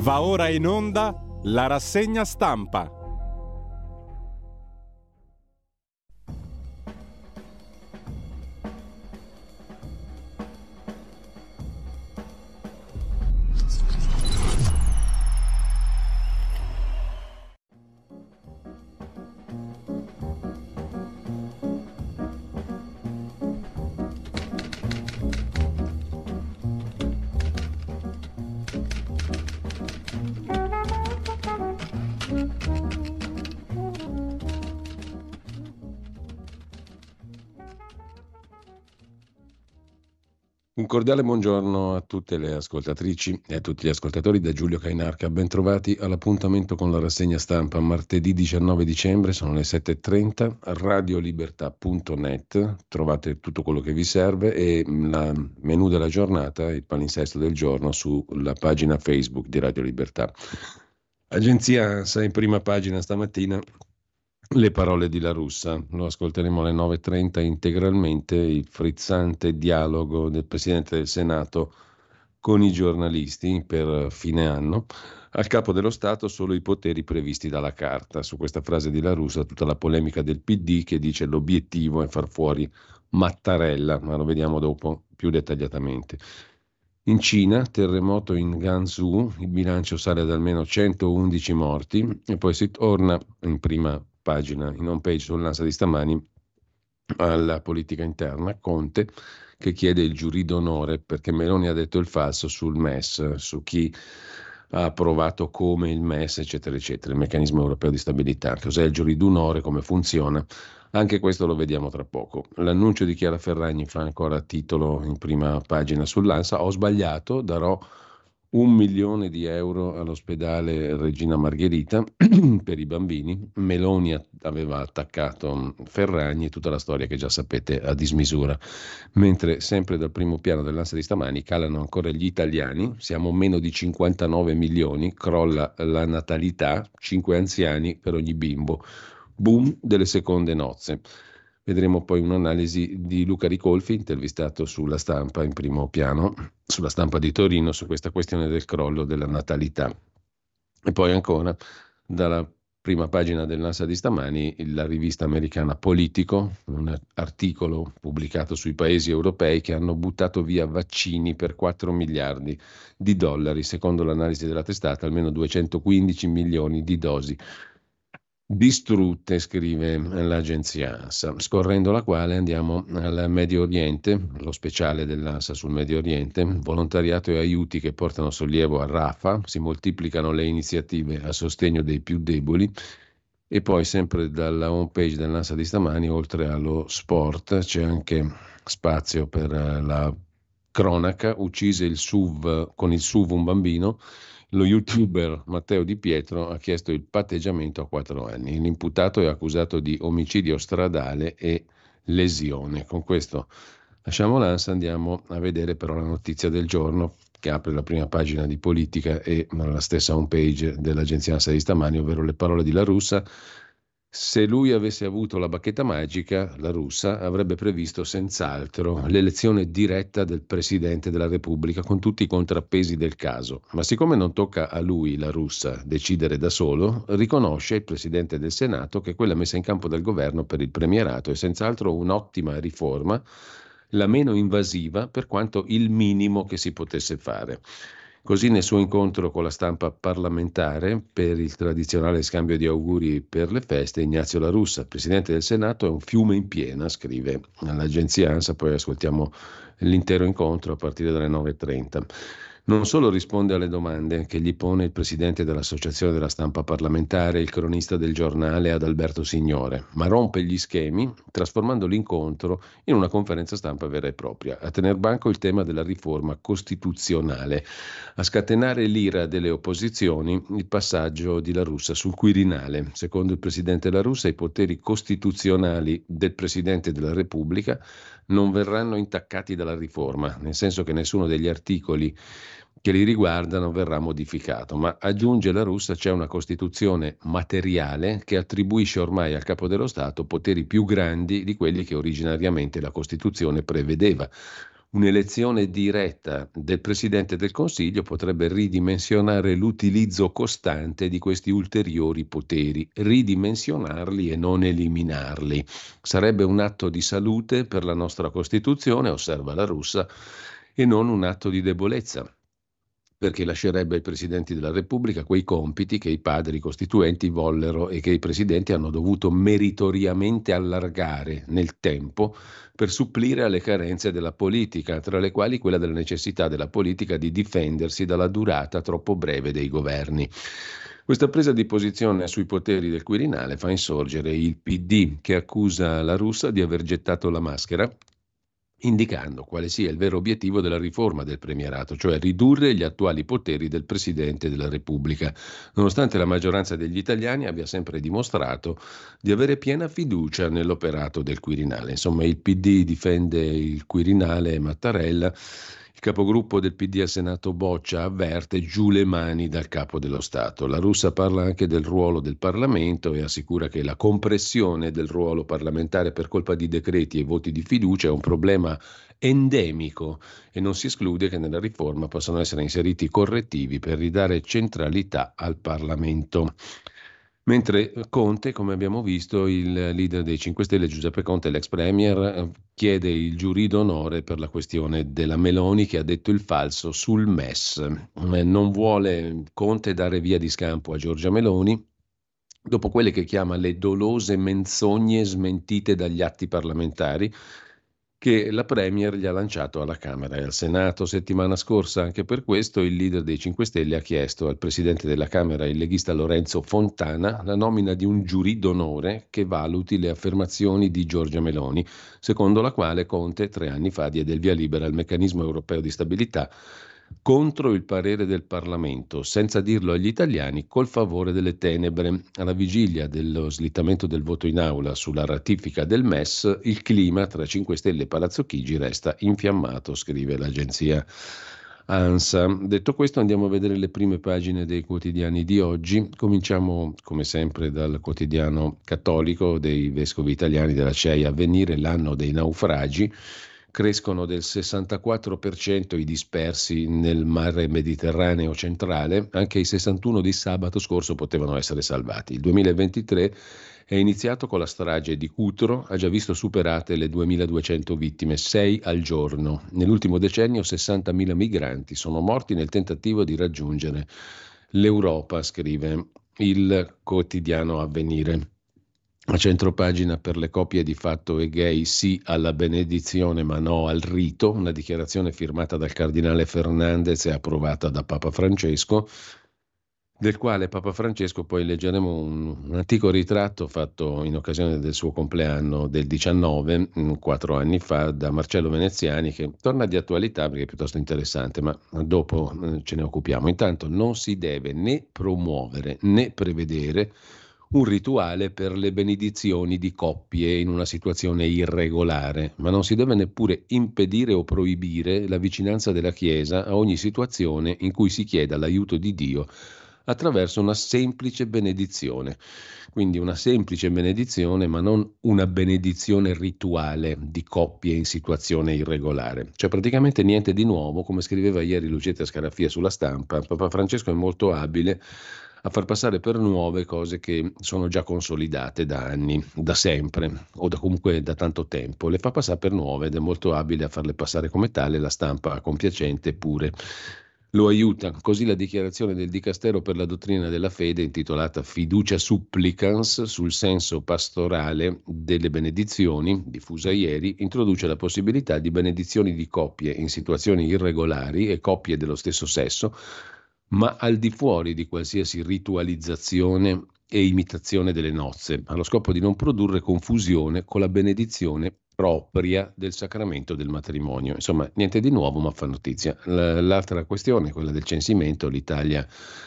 Va ora in onda la rassegna stampa. Un cordiale buongiorno a tutte le ascoltatrici e a tutti gli ascoltatori da Giulio Cainarca. Bentrovati all'appuntamento con la rassegna stampa martedì 19 dicembre, sono le 7.30, radiolibertà.net, trovate tutto quello che vi serve e il menù della giornata, il palinsesto del giorno sulla pagina Facebook di Radio Libertà. Agenzia ANSA in prima pagina stamattina. Le parole di La Russa, lo ascolteremo alle 9.30 integralmente, il frizzante dialogo del Presidente del Senato con i giornalisti per fine anno. Al capo dello Stato solo i poteri previsti dalla Carta. Su questa frase di La Russa tutta la polemica del PD che dice l'obiettivo è far fuori Mattarella, ma lo vediamo dopo più dettagliatamente. In Cina, terremoto in Gansu, il bilancio sale ad almeno 111 morti e poi si torna in prima pagina, in home page sull'Ansa di stamani, alla politica interna. Conte che chiede il giurì d'onore perché Meloni ha detto il falso sul MES, su chi ha approvato come il MES, eccetera, eccetera, il meccanismo europeo di stabilità. Cos'è il giurì d'onore, come funziona? Anche questo lo vediamo tra poco. L'annuncio di Chiara Ferragni fa ancora titolo in prima pagina sull'Ansa. Ho sbagliato, darò 1 milione di euro all'ospedale Regina Margherita per i bambini. Meloni aveva attaccato Ferragni e tutta la storia che già sapete a dismisura. Mentre sempre dal primo piano dell'Ansa di stamani calano ancora gli italiani, siamo meno di 59 milioni, crolla la natalità, 5 anziani per ogni bimbo. Boom delle seconde nozze. Vedremo poi un'analisi di Luca Ricolfi, intervistato sulla Stampa in primo piano, sulla Stampa di Torino, su questa questione del crollo della natalità. E poi ancora, dalla prima pagina dell'Ansa di stamani, la rivista americana Politico, un articolo pubblicato sui paesi europei che hanno buttato via vaccini per 4 miliardi di dollari. Secondo l'analisi della testata, almeno 215 milioni di dosi distrutte, scrive l'agenzia ANSA, scorrendo la quale andiamo al Medio Oriente, lo speciale dell'ANSA sul Medio Oriente, volontariato e aiuti che portano sollievo a Rafah, si moltiplicano le iniziative a sostegno dei più deboli. E poi sempre dalla home page dell'ANSA di stamani, oltre allo sport, c'è anche spazio per la cronaca. Uccise il SUV, con il SUV un bambino. Lo youtuber Matteo Di Pietro ha chiesto il patteggiamento a 4 anni. L'imputato è accusato di omicidio stradale e lesione. Con questo lasciamo l'ANSA, andiamo a vedere però la notizia del giorno che apre la prima pagina di Politica e la stessa home page dell'agenzia ANSA di stamani, ovvero le parole di La Russa. Se lui avesse avuto la bacchetta magica, La Russa avrebbe previsto senz'altro l'elezione diretta del Presidente della Repubblica con tutti i contrappesi del caso. Ma siccome non tocca a lui, La Russa, decidere da solo, riconosce il Presidente del Senato che quella messa in campo dal governo per il premierato è senz'altro un'ottima riforma, la meno invasiva per quanto il minimo che si potesse fare. Così nel suo incontro con la stampa parlamentare per il tradizionale scambio di auguri per le feste, Ignazio La Russa, Presidente del Senato, è un fiume in piena, scrive l'agenzia ANSA, poi ascoltiamo l'intero incontro a partire dalle 9.30. Non solo risponde alle domande che gli pone il Presidente dell'Associazione della Stampa Parlamentare, il cronista del giornale Adalberto Signore, ma rompe gli schemi trasformando l'incontro in una conferenza stampa vera e propria, a tener banco il tema della riforma costituzionale, a scatenare l'ira delle opposizioni il passaggio di La Russa sul Quirinale. Secondo il Presidente La Russa, i poteri costituzionali del Presidente della Repubblica non verranno intaccati dalla riforma, nel senso che nessuno degli articoli che li riguardano verrà modificato, ma aggiunge La Russa c'è una Costituzione materiale che attribuisce ormai al Capo dello Stato poteri più grandi di quelli che originariamente la Costituzione prevedeva. Un'elezione diretta del Presidente del Consiglio potrebbe ridimensionare l'utilizzo costante di questi ulteriori poteri, ridimensionarli e non eliminarli. Sarebbe un atto di salute per la nostra Costituzione, osserva la Russa, e non un atto di debolezza, perché lascerebbe ai presidenti della Repubblica quei compiti che i padri costituenti vollero e che i presidenti hanno dovuto meritoriamente allargare nel tempo per supplire alle carenze della politica, tra le quali quella della necessità della politica di difendersi dalla durata troppo breve dei governi. Questa presa di posizione sui poteri del Quirinale fa insorgere il PD, che accusa la Russa di aver gettato la maschera, indicando quale sia il vero obiettivo della riforma del premierato, cioè ridurre gli attuali poteri del Presidente della Repubblica, nonostante la maggioranza degli italiani abbia sempre dimostrato di avere piena fiducia nell'operato del Quirinale. Insomma, il PD difende il Quirinale e Mattarella. Il capogruppo del PD al Senato Boccia avverte giù le mani dal capo dello Stato. La Russa parla anche del ruolo del Parlamento e assicura che la compressione del ruolo parlamentare per colpa di decreti e voti di fiducia è un problema endemico e non si esclude che nella riforma possano essere inseriti correttivi per ridare centralità al Parlamento. Mentre Conte, come abbiamo visto, il leader dei 5 Stelle, Giuseppe Conte, l'ex premier, chiede il giurì d'onore per la questione della Meloni che ha detto il falso sul MES. Non vuole Conte dare via di scampo a Giorgia Meloni dopo quelle che chiama le dolose menzogne smentite dagli atti parlamentari che la Premier gli ha lanciato alla Camera e al Senato settimana scorsa. Anche per questo il leader dei 5 Stelle ha chiesto al Presidente della Camera, il leghista Lorenzo Fontana, la nomina di un giurì d'onore che valuti le affermazioni di Giorgia Meloni, secondo la quale Conte 3 anni fa diede il via libera al meccanismo europeo di stabilità contro il parere del Parlamento, senza dirlo agli italiani, col favore delle tenebre. Alla vigilia dello slittamento del voto in aula sulla ratifica del MES, il clima tra 5 Stelle e Palazzo Chigi resta infiammato, scrive l'agenzia ANSA. Detto questo, andiamo a vedere le prime pagine dei quotidiani di oggi. Cominciamo, come sempre, dal quotidiano cattolico dei vescovi italiani della CEI Avvenire, l'anno dei naufragi. Crescono del 64% i dispersi nel mare Mediterraneo centrale, anche i 61 di sabato scorso potevano essere salvati. Il 2023 è iniziato con la strage di Cutro, ha già visto superate le 2200 vittime, 6 al giorno. Nell'ultimo decennio 60.000 migranti sono morti nel tentativo di raggiungere l'Europa, scrive il quotidiano Avvenire. A centropagina per le coppie di fatto e gay sì alla benedizione ma no al rito, una dichiarazione firmata dal cardinale Fernandez e approvata da Papa Francesco, del quale Papa Francesco poi leggeremo un antico ritratto fatto in occasione del suo compleanno del 19, 4 anni fa, da Marcello Veneziani, che torna di attualità perché è piuttosto interessante, ma dopo ce ne occupiamo. Intanto non si deve né promuovere né prevedere un rituale per le benedizioni di coppie in una situazione irregolare, ma non si deve neppure impedire o proibire la vicinanza della Chiesa a ogni situazione in cui si chieda l'aiuto di Dio attraverso una semplice benedizione. Quindi una semplice benedizione, ma non una benedizione rituale di coppie in situazione irregolare. Cioè praticamente niente di nuovo, come scriveva ieri Lucetta Scarafia sulla Stampa. Papa Francesco è molto abile a far passare per nuove cose che sono già consolidate da anni, da sempre, o comunque da tanto tempo. Le fa passare per nuove ed è molto abile a farle passare come tale, la stampa compiacente pure lo aiuta. Così la dichiarazione del Dicastero per la dottrina della fede, intitolata Fiducia Supplicans sul senso pastorale delle benedizioni, diffusa ieri, introduce la possibilità di benedizioni di coppie in situazioni irregolari e coppie dello stesso sesso, ma al di fuori di qualsiasi ritualizzazione e imitazione delle nozze, allo scopo di non produrre confusione con la benedizione propria del sacramento del matrimonio. Insomma, niente di nuovo, ma fa notizia. L'altra questione, quella del censimento, l'Italia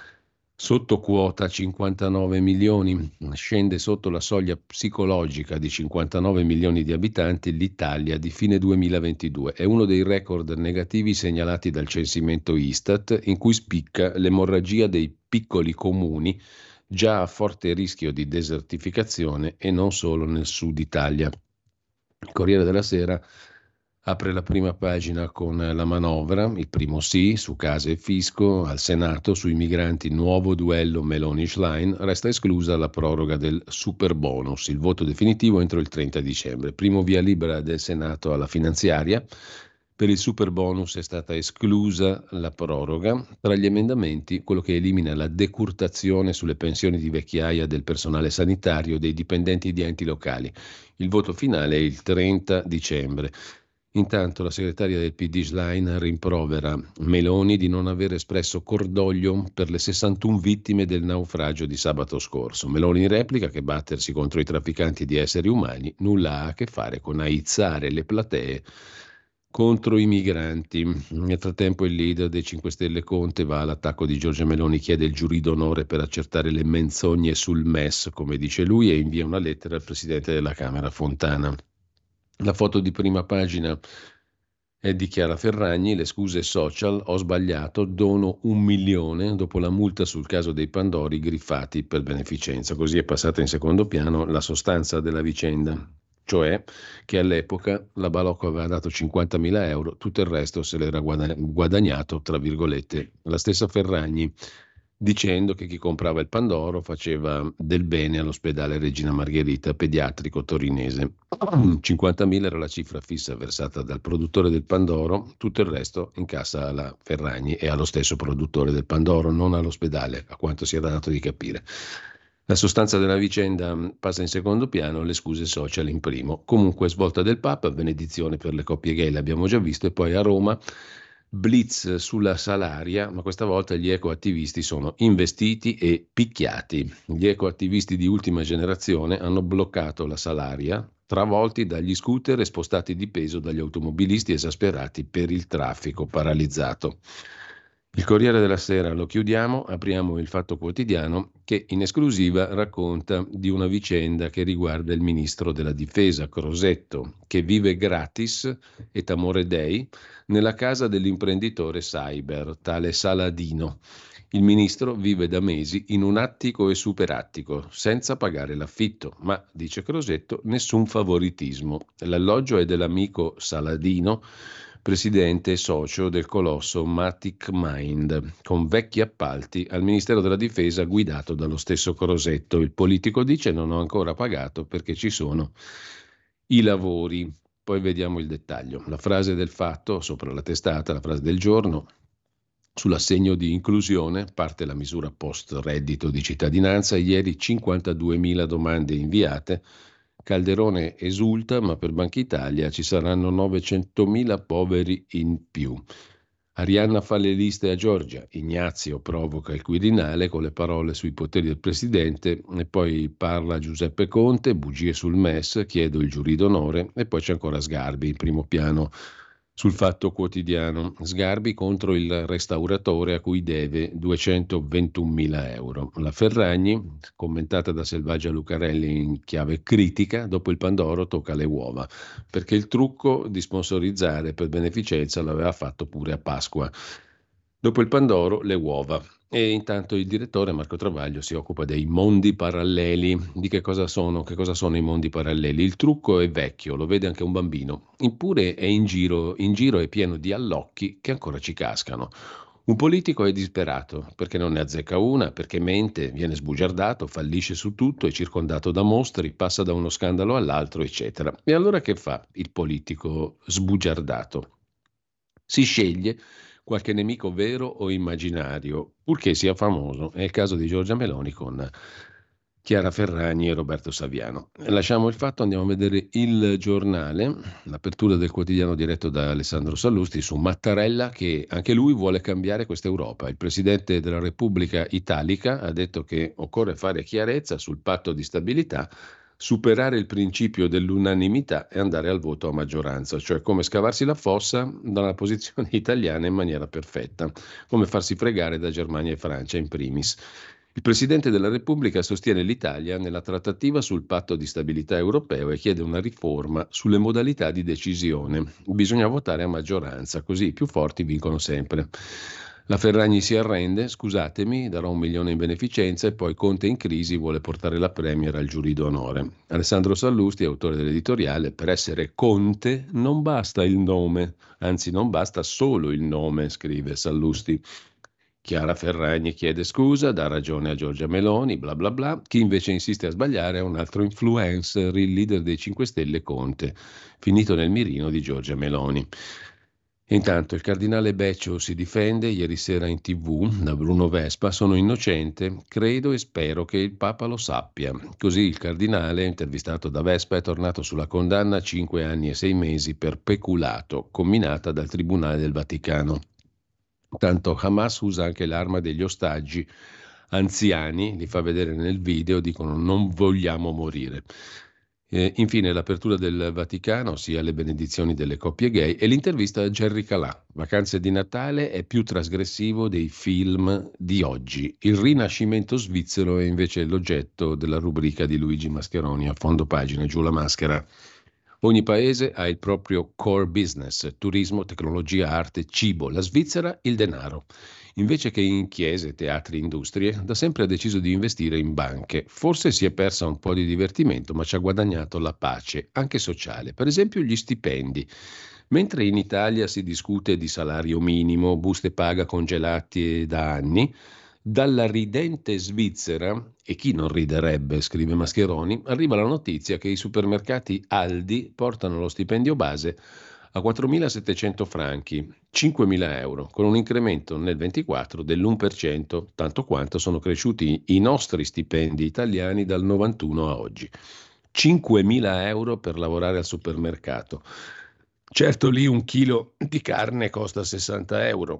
sotto quota 59 milioni, scende sotto la soglia psicologica di 59 milioni di abitanti l'Italia di fine 2022. È uno dei record negativi segnalati dal censimento Istat, in cui spicca l'emorragia dei piccoli comuni già a forte rischio di desertificazione e non solo nel sud Italia. Il Corriere della Sera Apre la prima pagina con la manovra, il primo sì su case e fisco, al Senato sui migranti nuovo duello Meloni-Schlein, resta esclusa la proroga del super bonus, il voto definitivo entro il 30 dicembre. Primo via libera del Senato alla finanziaria, per il super bonus è stata esclusa la proroga, tra gli emendamenti quello che elimina la decurtazione sulle pensioni di vecchiaia del personale sanitario e dei dipendenti di enti locali. Il voto finale è il 30 dicembre. Intanto la segretaria del PD Schlein rimprovera Meloni di non aver espresso cordoglio per le 61 vittime del naufragio di sabato scorso. Meloni in replica che battersi contro i trafficanti di esseri umani nulla ha a che fare con aizzare le platee contro i migranti. Nel frattempo il leader dei 5 Stelle Conte va all'attacco di Giorgia Meloni, chiede il giurì d'onore per accertare le menzogne sul MES, come dice lui, e invia una lettera al presidente della Camera Fontana. La foto di prima pagina è di Chiara Ferragni, le scuse social, ho sbagliato, dono 1 milione dopo la multa sul caso dei Pandori griffati per beneficenza. Così è passata in secondo piano la sostanza della vicenda, cioè che all'epoca la Balocco aveva dato 50.000 euro, tutto il resto se l'era guadagnato, tra virgolette. La stessa Ferragni dicendo che chi comprava il Pandoro faceva del bene all'ospedale Regina Margherita pediatrico torinese. 50.000 era la cifra fissa versata dal produttore del Pandoro, tutto il resto in cassa alla Ferragni e allo stesso produttore del Pandoro, non all'ospedale, a quanto si era dato di capire. La sostanza della vicenda passa in secondo piano, le scuse social in primo. Comunque svolta del Papa, benedizione per le coppie gay, l'abbiamo già visto, e poi a Roma blitz sulla Salaria, ma questa volta gli ecoattivisti sono investiti e picchiati. Gli ecoattivisti di ultima generazione hanno bloccato la Salaria, travolti dagli scooter e spostati di peso dagli automobilisti esasperati per il traffico paralizzato. Il Corriere della Sera lo chiudiamo, apriamo il Fatto Quotidiano che in esclusiva racconta di una vicenda che riguarda il ministro della Difesa, Crosetto, che vive gratis et amore dei nella casa dell'imprenditore cyber, tale Saladino. Il ministro vive da mesi in un attico e superattico, senza pagare l'affitto, ma, dice Crosetto, nessun favoritismo. L'alloggio è dell'amico Saladino, presidente e socio del colosso Matic Mind, con vecchi appalti al Ministero della Difesa guidato dallo stesso Crosetto. Il politico dice non ho ancora pagato perché ci sono i lavori. Poi vediamo il dettaglio. La frase del Fatto sopra la testata, la frase del giorno. Sull'assegno di inclusione parte la misura post reddito di cittadinanza. Ieri 52.000 domande inviate. Calderone esulta, ma per Banca Italia ci saranno 900.000 poveri in più. Arianna fa le liste a Giorgia, Ignazio provoca il Quirinale con le parole sui poteri del presidente e poi parla Giuseppe Conte, bugie sul MES, chiedo il giurì d'onore e poi c'è ancora Sgarbi in primo piano sul Fatto Quotidiano. Sgarbi contro il restauratore a cui deve 221.000 euro. La Ferragni, commentata da Selvaggia Lucarelli in chiave critica, dopo il Pandoro tocca le uova, perché il trucco di sponsorizzare per beneficenza l'aveva fatto pure a Pasqua. Dopo il Pandoro, le uova. E intanto il direttore Marco Travaglio si occupa dei mondi paralleli. Di che cosa sono? Che cosa sono i mondi paralleli? Il trucco è vecchio, lo vede anche un bambino. Eppure è in giro è pieno di allocchi che ancora ci cascano. Un politico è disperato perché non ne azzecca una, perché mente, viene sbugiardato, fallisce su tutto, è circondato da mostri, passa da uno scandalo all'altro, eccetera. E allora che fa il politico sbugiardato? Si sceglie qualche nemico vero o immaginario, purché sia famoso. È il caso di Giorgia Meloni con Chiara Ferragni e Roberto Saviano. Lasciamo il Fatto, andiamo a vedere Il Giornale, l'apertura del quotidiano diretto da Alessandro Sallusti su Mattarella, che anche lui vuole cambiare questa Europa. Il presidente della Repubblica Italica ha detto che occorre fare chiarezza sul patto di stabilità, superare il principio dell'unanimità e andare al voto a maggioranza, cioè come scavarsi la fossa dalla posizione italiana in maniera perfetta, come farsi fregare da Germania e Francia in primis. Il Presidente della Repubblica sostiene l'Italia nella trattativa sul patto di stabilità europeo e chiede una riforma sulle modalità di decisione. Bisogna votare a maggioranza, così i più forti vincono sempre. La Ferragni si arrende, scusatemi, darò 1 milione in beneficenza e poi Conte in crisi vuole portare la Premier al giurì d'onore. Alessandro Sallusti, autore dell'editoriale, per essere Conte non basta il nome, anzi non basta solo il nome, scrive Sallusti. Chiara Ferragni chiede scusa, dà ragione a Giorgia Meloni, bla bla bla. Chi invece insiste a sbagliare è un altro influencer, il leader dei 5 Stelle Conte, finito nel mirino di Giorgia Meloni. Intanto il cardinale Beccio si difende ieri sera in TV da Bruno Vespa: sono innocente, credo e spero che il Papa lo sappia. Così il cardinale, intervistato da Vespa, è tornato sulla condanna a 5 anni e 6 mesi per peculato, comminata dal Tribunale del Vaticano. Tanto Hamas usa anche l'arma degli ostaggi anziani, li fa vedere nel video, dicono non vogliamo morire. Infine l'apertura del Vaticano, sia le benedizioni delle coppie gay e l'intervista a Gerry Calà. Vacanze di Natale è più trasgressivo dei film di oggi. Il Rinascimento svizzero è invece l'oggetto della rubrica di Luigi Mascheroni a fondo pagina, giù la maschera. Ogni paese ha il proprio core business: turismo, tecnologia, arte, cibo. La Svizzera il denaro. Invece che in chiese, teatri, industrie, da sempre ha deciso di investire in banche. Forse si è persa un po' di divertimento, ma ci ha guadagnato la pace, anche sociale. Per esempio gli stipendi. Mentre in Italia si discute di salario minimo, buste paga congelati da anni, dalla ridente Svizzera, e chi non riderebbe, scrive Mascheroni, arriva la notizia che i supermercati Aldi portano lo stipendio base a 4.700 franchi, 5.000 euro, con un incremento nel 24 dell'1%, tanto quanto sono cresciuti i nostri stipendi italiani dal 91 a oggi. 5.000 euro per lavorare al supermercato. Certo, lì un chilo di carne costa 60 euro.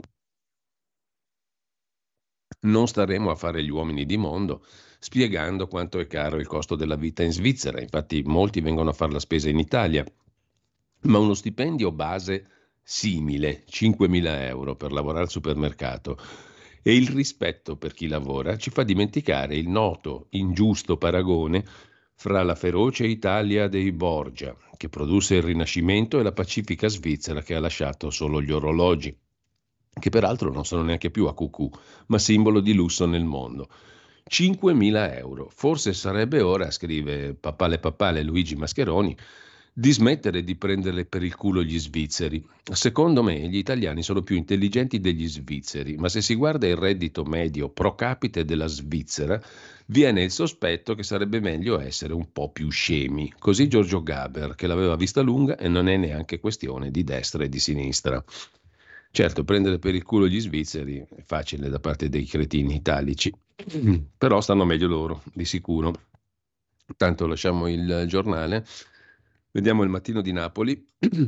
Non staremo a fare gli uomini di mondo spiegando quanto è caro il costo della vita in Svizzera. Infatti molti vengono a fare la spesa in Italia, ma uno stipendio base simile, 5.000 euro per lavorare al supermercato, e il rispetto per chi lavora ci fa dimenticare il noto ingiusto paragone fra la feroce Italia dei Borgia, che produsse il Rinascimento, e la pacifica Svizzera, che ha lasciato solo gli orologi, che peraltro non sono neanche più a cucù, ma simbolo di lusso nel mondo. 5.000 euro. Forse sarebbe ora, scrive papale Luigi Mascheroni, di smettere di prendere per il culo gli svizzeri. Secondo me gli italiani sono più intelligenti degli svizzeri, ma se si guarda il reddito medio pro capite della Svizzera, viene il sospetto che sarebbe meglio essere un po' più scemi. Così Giorgio Gaber, che l'aveva vista lunga, e non è neanche questione di destra e di sinistra. Certo, prendere per il culo gli svizzeri è facile da parte dei cretini italici, però stanno meglio loro, di sicuro. Tanto lasciamo il giornale, vediamo il Mattino di Napoli,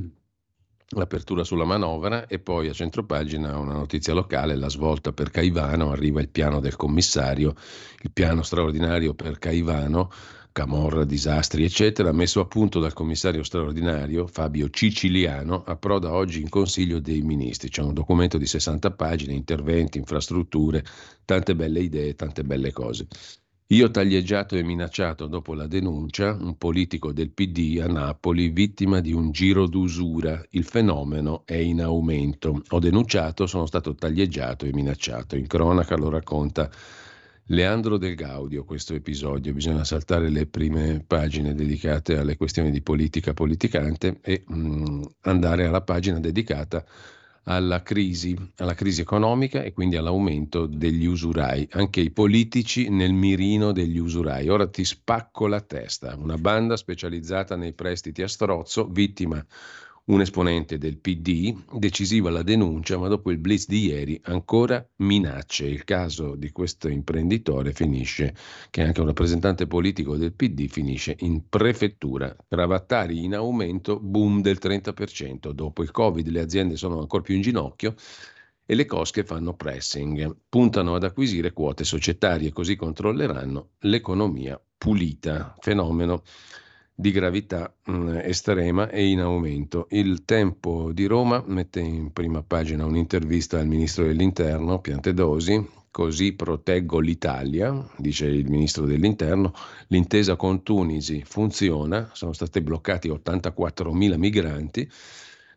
l'apertura sulla manovra, e poi a centropagina una notizia locale: la svolta per Caivano, arriva il piano del commissario, il piano straordinario per Caivano, Camorra, disastri eccetera, messo a punto dal commissario straordinario Fabio Ciciliano, approda oggi in Consiglio dei Ministri. C'è un documento di 60 pagine, interventi, infrastrutture, tante belle idee, tante belle cose. Io taglieggiato e minacciato dopo la denuncia, un politico del PD a Napoli vittima di un giro d'usura, il fenomeno è in aumento. Ho denunciato, sono stato taglieggiato e minacciato. In cronaca lo racconta Leandro Del Gaudio questo episodio. Bisogna saltare le prime pagine dedicate alle questioni di politica politicante e andare alla pagina dedicata alla crisi economica e quindi all'aumento degli usurai, anche i politici nel mirino degli usurai. Ora ti spacco la testa. Una banda specializzata nei prestiti a strozzo, vittima un esponente del PD, decisiva la denuncia, ma dopo il blitz di ieri ancora minacce. Il caso di questo imprenditore finisce, che è anche un rappresentante politico del PD, finisce in prefettura. Cravattari in aumento, boom del 30%. Dopo il Covid le aziende sono ancora più in ginocchio e le cosche fanno pressing. Puntano ad acquisire quote societarie, così controlleranno l'economia pulita. Fenomeno di gravità estrema e in aumento. Il Tempo di Roma mette in prima pagina un'intervista al ministro dell'Interno, Piantedosi. Così proteggo l'Italia, dice il ministro dell'Interno. L'intesa con Tunisi funziona, sono stati bloccati 84.000 migranti.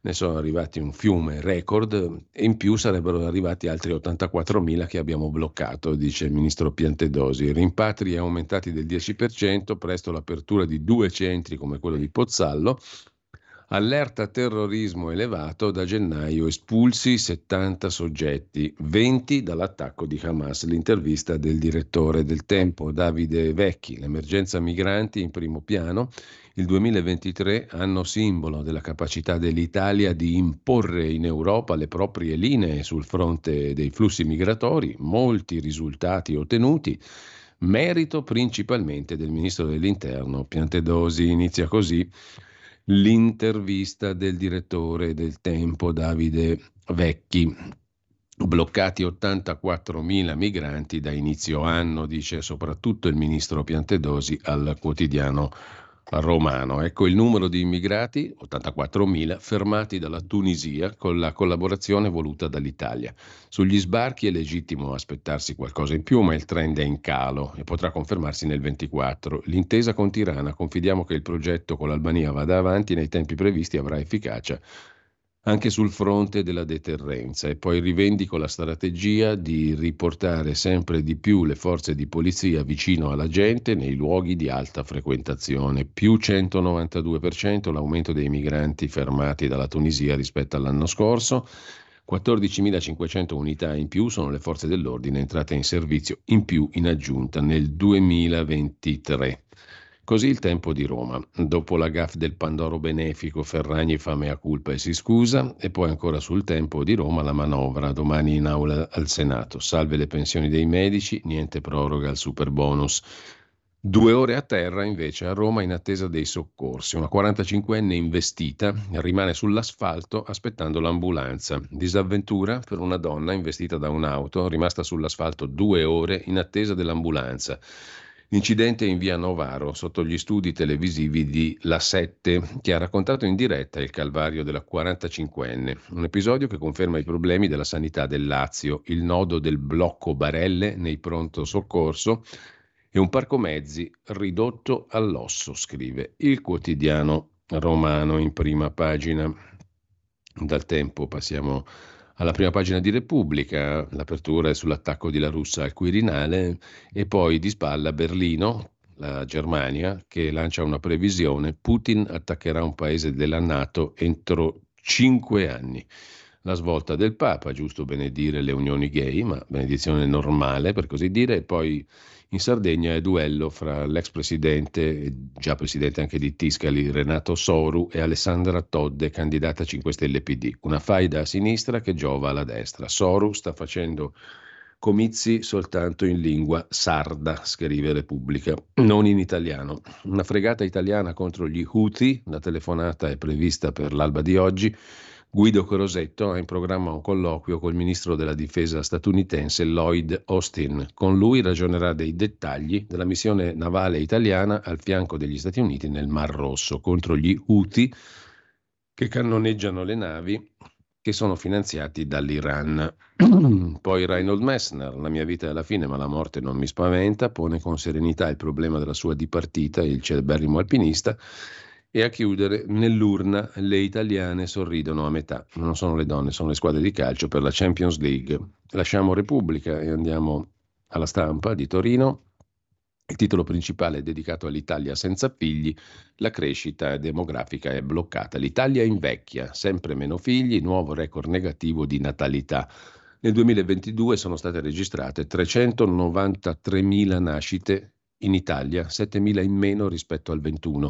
ne sono arrivati un fiume record e in più sarebbero arrivati altri 84.000 che abbiamo bloccato, dice il ministro Piantedosi. Rimpatri aumentati del 10%, presto l'apertura di 2 centri come quello di Pozzallo. Allerta terrorismo elevato, da gennaio espulsi 70 soggetti, 20 dall'attacco di Hamas. L'intervista del direttore del Tempo, Davide Vecchi. L'emergenza migranti in primo piano. Il 2023, anno simbolo della capacità dell'Italia di imporre in Europa le proprie linee sul fronte dei flussi migratori, molti risultati ottenuti, merito principalmente del ministro dell'Interno Piantedosi. Inizia così l'intervista del direttore del Tempo, Davide Vecchi. Bloccati 84.000 migranti da inizio anno, dice soprattutto il ministro Piantedosi al quotidiano romano. Ecco il numero di immigrati, 84.000, fermati dalla Tunisia con la collaborazione voluta dall'Italia. Sugli sbarchi è legittimo aspettarsi qualcosa in più, ma il trend è in calo e potrà confermarsi nel 24. L'intesa con Tirana, confidiamo che il progetto con l'Albania vada avanti nei tempi previsti e avrà efficacia anche sul fronte della deterrenza, e poi rivendico la strategia di riportare sempre di più le forze di polizia vicino alla gente nei luoghi di alta frequentazione, più 192% l'aumento dei migranti fermati dalla Tunisia rispetto all'anno scorso, 14.500 unità in più sono le forze dell'ordine entrate in servizio in più in aggiunta nel 2023. Così il Tempo di Roma. Dopo la gaffe del Pandoro benefico, Ferragni fa mea culpa e si scusa, e poi ancora sul Tempo di Roma la manovra, domani in aula al Senato. Salve le pensioni dei medici, niente proroga al super bonus. 2 ore a terra invece a Roma in attesa dei soccorsi. Una 45enne investita rimane sull'asfalto aspettando l'ambulanza. Disavventura per una donna investita da un'auto, rimasta sull'asfalto 2 ore in attesa dell'ambulanza. Incidente in via Novaro, sotto gli studi televisivi di La 7, che ha raccontato in diretta il calvario della 45enne. Un episodio che conferma i problemi della sanità del Lazio, il nodo del blocco barelle nei pronto soccorso e un parco mezzi ridotto all'osso, scrive il quotidiano romano in prima pagina. Dal Tempo passiamo alla prima pagina di Repubblica, l'apertura è sull'attacco di La Russa al Quirinale e poi di spalla Berlino, la Germania, che lancia una previsione: Putin attaccherà un paese della NATO entro 5 anni. La svolta del Papa, giusto benedire le unioni gay, ma benedizione normale per così dire, e poi in Sardegna è duello fra l'ex presidente, già presidente anche di Tiscali, Renato Soru, e Alessandra Todde, candidata 5 Stelle PD. Una faida a sinistra che giova alla destra. Soru sta facendo comizi soltanto in lingua sarda, scrive Repubblica, non in italiano. Una fregata italiana contro gli Houthi, la telefonata è prevista per l'alba di oggi. Guido Crosetto ha in programma un colloquio col ministro della difesa statunitense Lloyd Austin. Con lui ragionerà dei dettagli della missione navale italiana al fianco degli Stati Uniti nel Mar Rosso contro gli Houthi che cannoneggiano le navi che sono finanziati dall'Iran. Poi Reinhold Messner, la mia vita è alla fine ma la morte non mi spaventa, pone con serenità il problema della sua dipartita, il celeberrimo alpinista. E a chiudere, nell'urna le italiane sorridono a metà. Non sono le donne, sono le squadre di calcio per la Champions League. Lasciamo Repubblica e andiamo alla Stampa di Torino. Il titolo principale è dedicato all'Italia senza figli. La crescita demografica è bloccata. L'Italia invecchia, sempre meno figli, nuovo record negativo di natalità. Nel 2022 sono state registrate 393.000 nascite in Italia, 7.000 in meno rispetto al 21.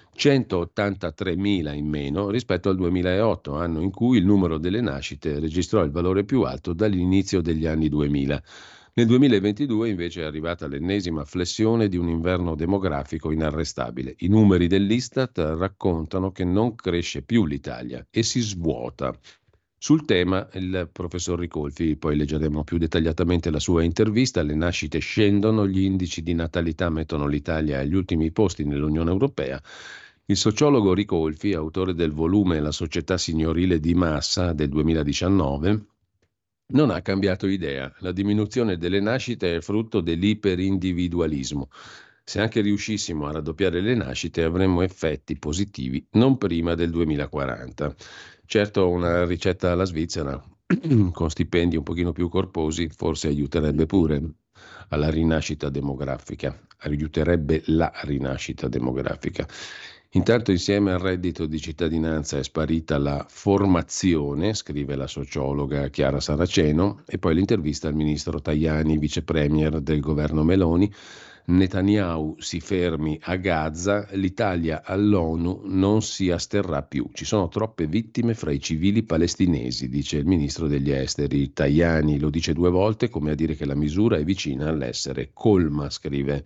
183.000 in meno rispetto al 2008, anno in cui il numero delle nascite registrò il valore più alto dall'inizio degli anni 2000. Nel 2022 invece è arrivata l'ennesima flessione di un inverno demografico inarrestabile. I numeri dell'Istat raccontano che non cresce più l'Italia e si svuota. Sul tema il professor Ricolfi, poi leggeremo più dettagliatamente la sua intervista. Le nascite scendono, gli indici di natalità mettono l'Italia agli ultimi posti nell'Unione Europea. Il sociologo Ricolfi, autore del volume La società signorile di massa del 2019, non ha cambiato idea. La diminuzione delle nascite è frutto dell'iperindividualismo. Se anche riuscissimo a raddoppiare le nascite avremmo effetti positivi non prima del 2040. Certo, una ricetta alla svizzera con stipendi un pochino più corposi forse aiuterebbe pure alla rinascita demografica, aiuterebbe la rinascita demografica. Intanto insieme al reddito di cittadinanza è sparita la formazione, scrive la sociologa Chiara Saraceno, e poi l'intervista al ministro Tajani, vice premier del governo Meloni. Netanyahu si fermi a Gaza, l'Italia all'ONU non si asterrà più. Ci sono troppe vittime fra i civili palestinesi, dice il ministro degli esteri. Tajani lo dice 2 volte, come a dire che la misura è vicina all'essere colma, scrive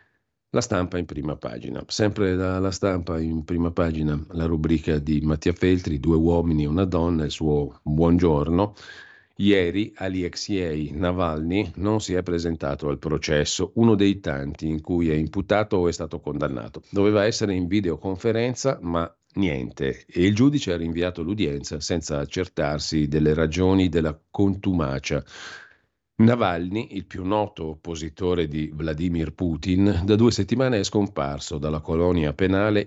la Stampa in prima pagina. Sempre dalla Stampa in prima pagina la rubrica di Mattia Feltri, 2 uomini e una donna, il suo buongiorno. Ieri Alexei Navalny non si è presentato al processo, uno dei tanti in cui è imputato o è stato condannato. Doveva essere in videoconferenza, ma niente, e il giudice ha rinviato l'udienza senza accertarsi delle ragioni della contumacia. Navalny, il più noto oppositore di Vladimir Putin, da 2 settimane è scomparso dalla colonia penale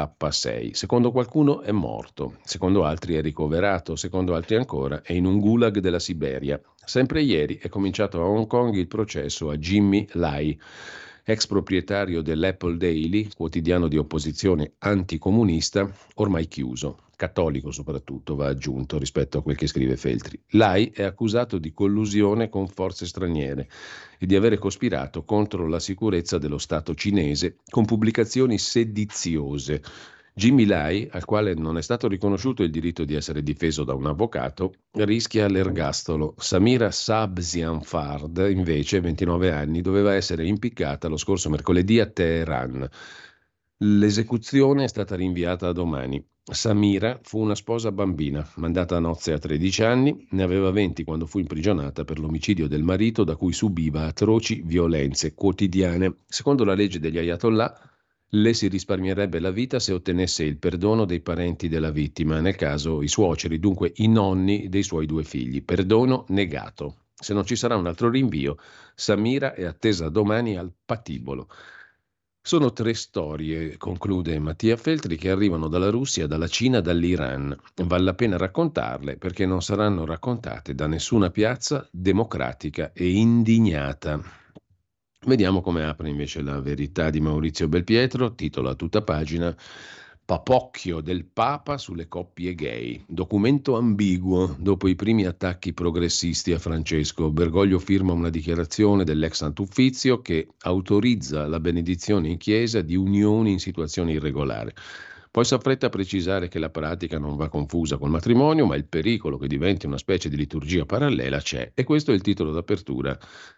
IK6. Secondo qualcuno è morto, secondo altri è ricoverato, secondo altri ancora è in un gulag della Siberia. Sempre ieri è cominciato a Hong Kong il processo a Jimmy Lai, ex proprietario dell'Apple Daily, quotidiano di opposizione anticomunista, ormai chiuso. Cattolico soprattutto, va aggiunto rispetto a quel che scrive Feltri. Lai è accusato di collusione con forze straniere e di avere cospirato contro la sicurezza dello Stato cinese con pubblicazioni sediziose. Jimmy Lai, al quale non è stato riconosciuto il diritto di essere difeso da un avvocato, rischia l'ergastolo. Samira Sabzianfard, invece, 29 anni, doveva essere impiccata lo scorso mercoledì a Teheran. L'esecuzione è stata rinviata a domani. Samira fu una sposa bambina, mandata a nozze a 13 anni, ne aveva 20 quando fu imprigionata per l'omicidio del marito da cui subiva atroci violenze quotidiane. Secondo la legge degli Ayatollah, le si risparmierebbe la vita se ottenesse il perdono dei parenti della vittima, nel caso i suoceri, dunque i nonni dei suoi 2 figli. Perdono negato. Se non ci sarà un altro rinvio, Samira è attesa domani al patibolo. Sono 3 storie, conclude Mattia Feltri, che arrivano dalla Russia, dalla Cina, dall'Iran. Vale la pena raccontarle perché non saranno raccontate da nessuna piazza democratica e indignata. Vediamo come apre invece la Verità di Maurizio Belpietro, titola a tutta pagina: Papocchio del Papa sulle coppie gay. Documento ambiguo. Dopo i primi attacchi progressisti a Francesco, Bergoglio firma una dichiarazione dell'ex Sant'Uffizio che autorizza la benedizione in chiesa di unioni in situazioni irregolari. Poi s'affretta a precisare che la pratica non va confusa col matrimonio, ma il pericolo che diventi una specie di liturgia parallela c'è. E questo è il titolo d'apertura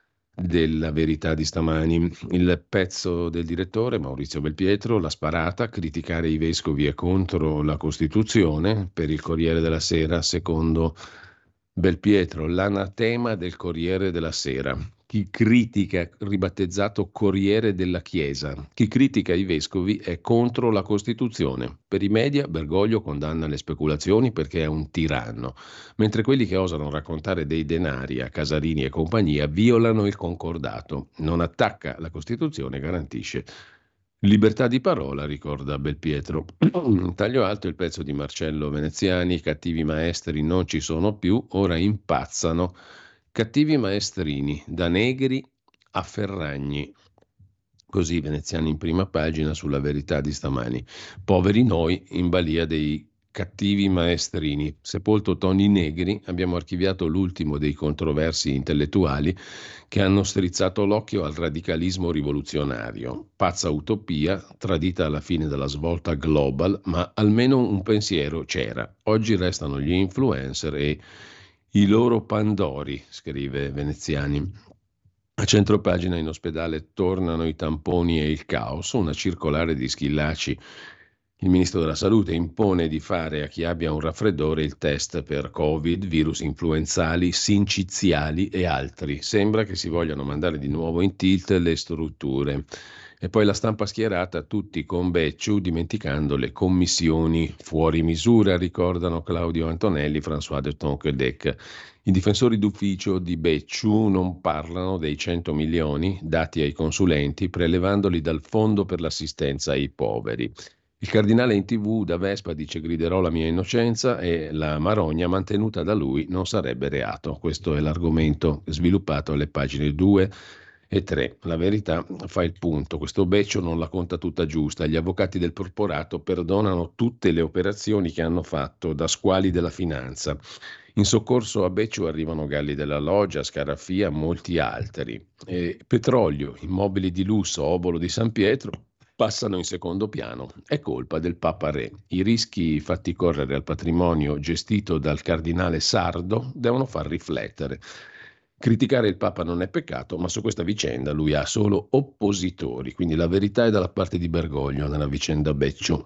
della Verità di stamani. Il pezzo del direttore Maurizio Belpietro, la sparata, criticare i vescovi è contro la Costituzione, per il Corriere della Sera, secondo Belpietro, l'anatema del Corriere della Sera. Chi critica, ribattezzato Corriere della Chiesa, chi critica i vescovi è contro la Costituzione. Per i media Bergoglio condanna le speculazioni perché è un tiranno, mentre quelli che osano raccontare dei denari a Casarini e compagnia violano il concordato. Non attacca la Costituzione, garantisce libertà di parola, ricorda Belpietro. Taglio alto il pezzo di Marcello Veneziani: cattivi maestri non ci sono più, ora impazzano. Cattivi maestrini, da Negri a Ferragni. Così Veneziani in prima pagina sulla Verità di stamani. Poveri noi in balia dei cattivi maestrini. Sepolto Toni Negri, abbiamo archiviato l'ultimo dei controversi intellettuali che hanno strizzato l'occhio al radicalismo rivoluzionario. Pazza utopia, tradita alla fine dalla svolta global, ma almeno un pensiero c'era. Oggi restano gli influencer e i loro Pandori, scrive Veneziani. A centropagina in ospedale tornano i tamponi e il caos, una circolare di Schillaci. Il ministro della Salute impone di fare a chi abbia un raffreddore il test per Covid, virus influenzali, sinciziali e altri. Sembra che si vogliano mandare di nuovo in tilt le strutture. E poi la stampa schierata, tutti con Becciu, dimenticando le commissioni fuori misura, ricordano Claudio Antonelli, François de Tonquedec. I difensori d'ufficio di Becciu non parlano dei 100 milioni dati ai consulenti prelevandoli dal Fondo per l'assistenza ai poveri. Il cardinale in TV da Vespa dice griderò la mia innocenza e la marogna mantenuta da lui non sarebbe reato. Questo è l'argomento sviluppato alle pagine 2 e 3. La Verità fa il punto, questo Beccio non la conta tutta giusta, gli avvocati del corporato perdonano tutte le operazioni che hanno fatto da squali della finanza. In soccorso a Beccio arrivano Galli della Loggia, Scarafia, molti altri. Petrolio, immobili di lusso, Obolo di San Pietro passano in secondo piano. È colpa del Papa Re. I rischi fatti correre al patrimonio gestito dal cardinale Sardo devono far riflettere. Criticare il Papa non è peccato, ma su questa vicenda lui ha solo oppositori, quindi la verità è dalla parte di Bergoglio nella vicenda Beccio.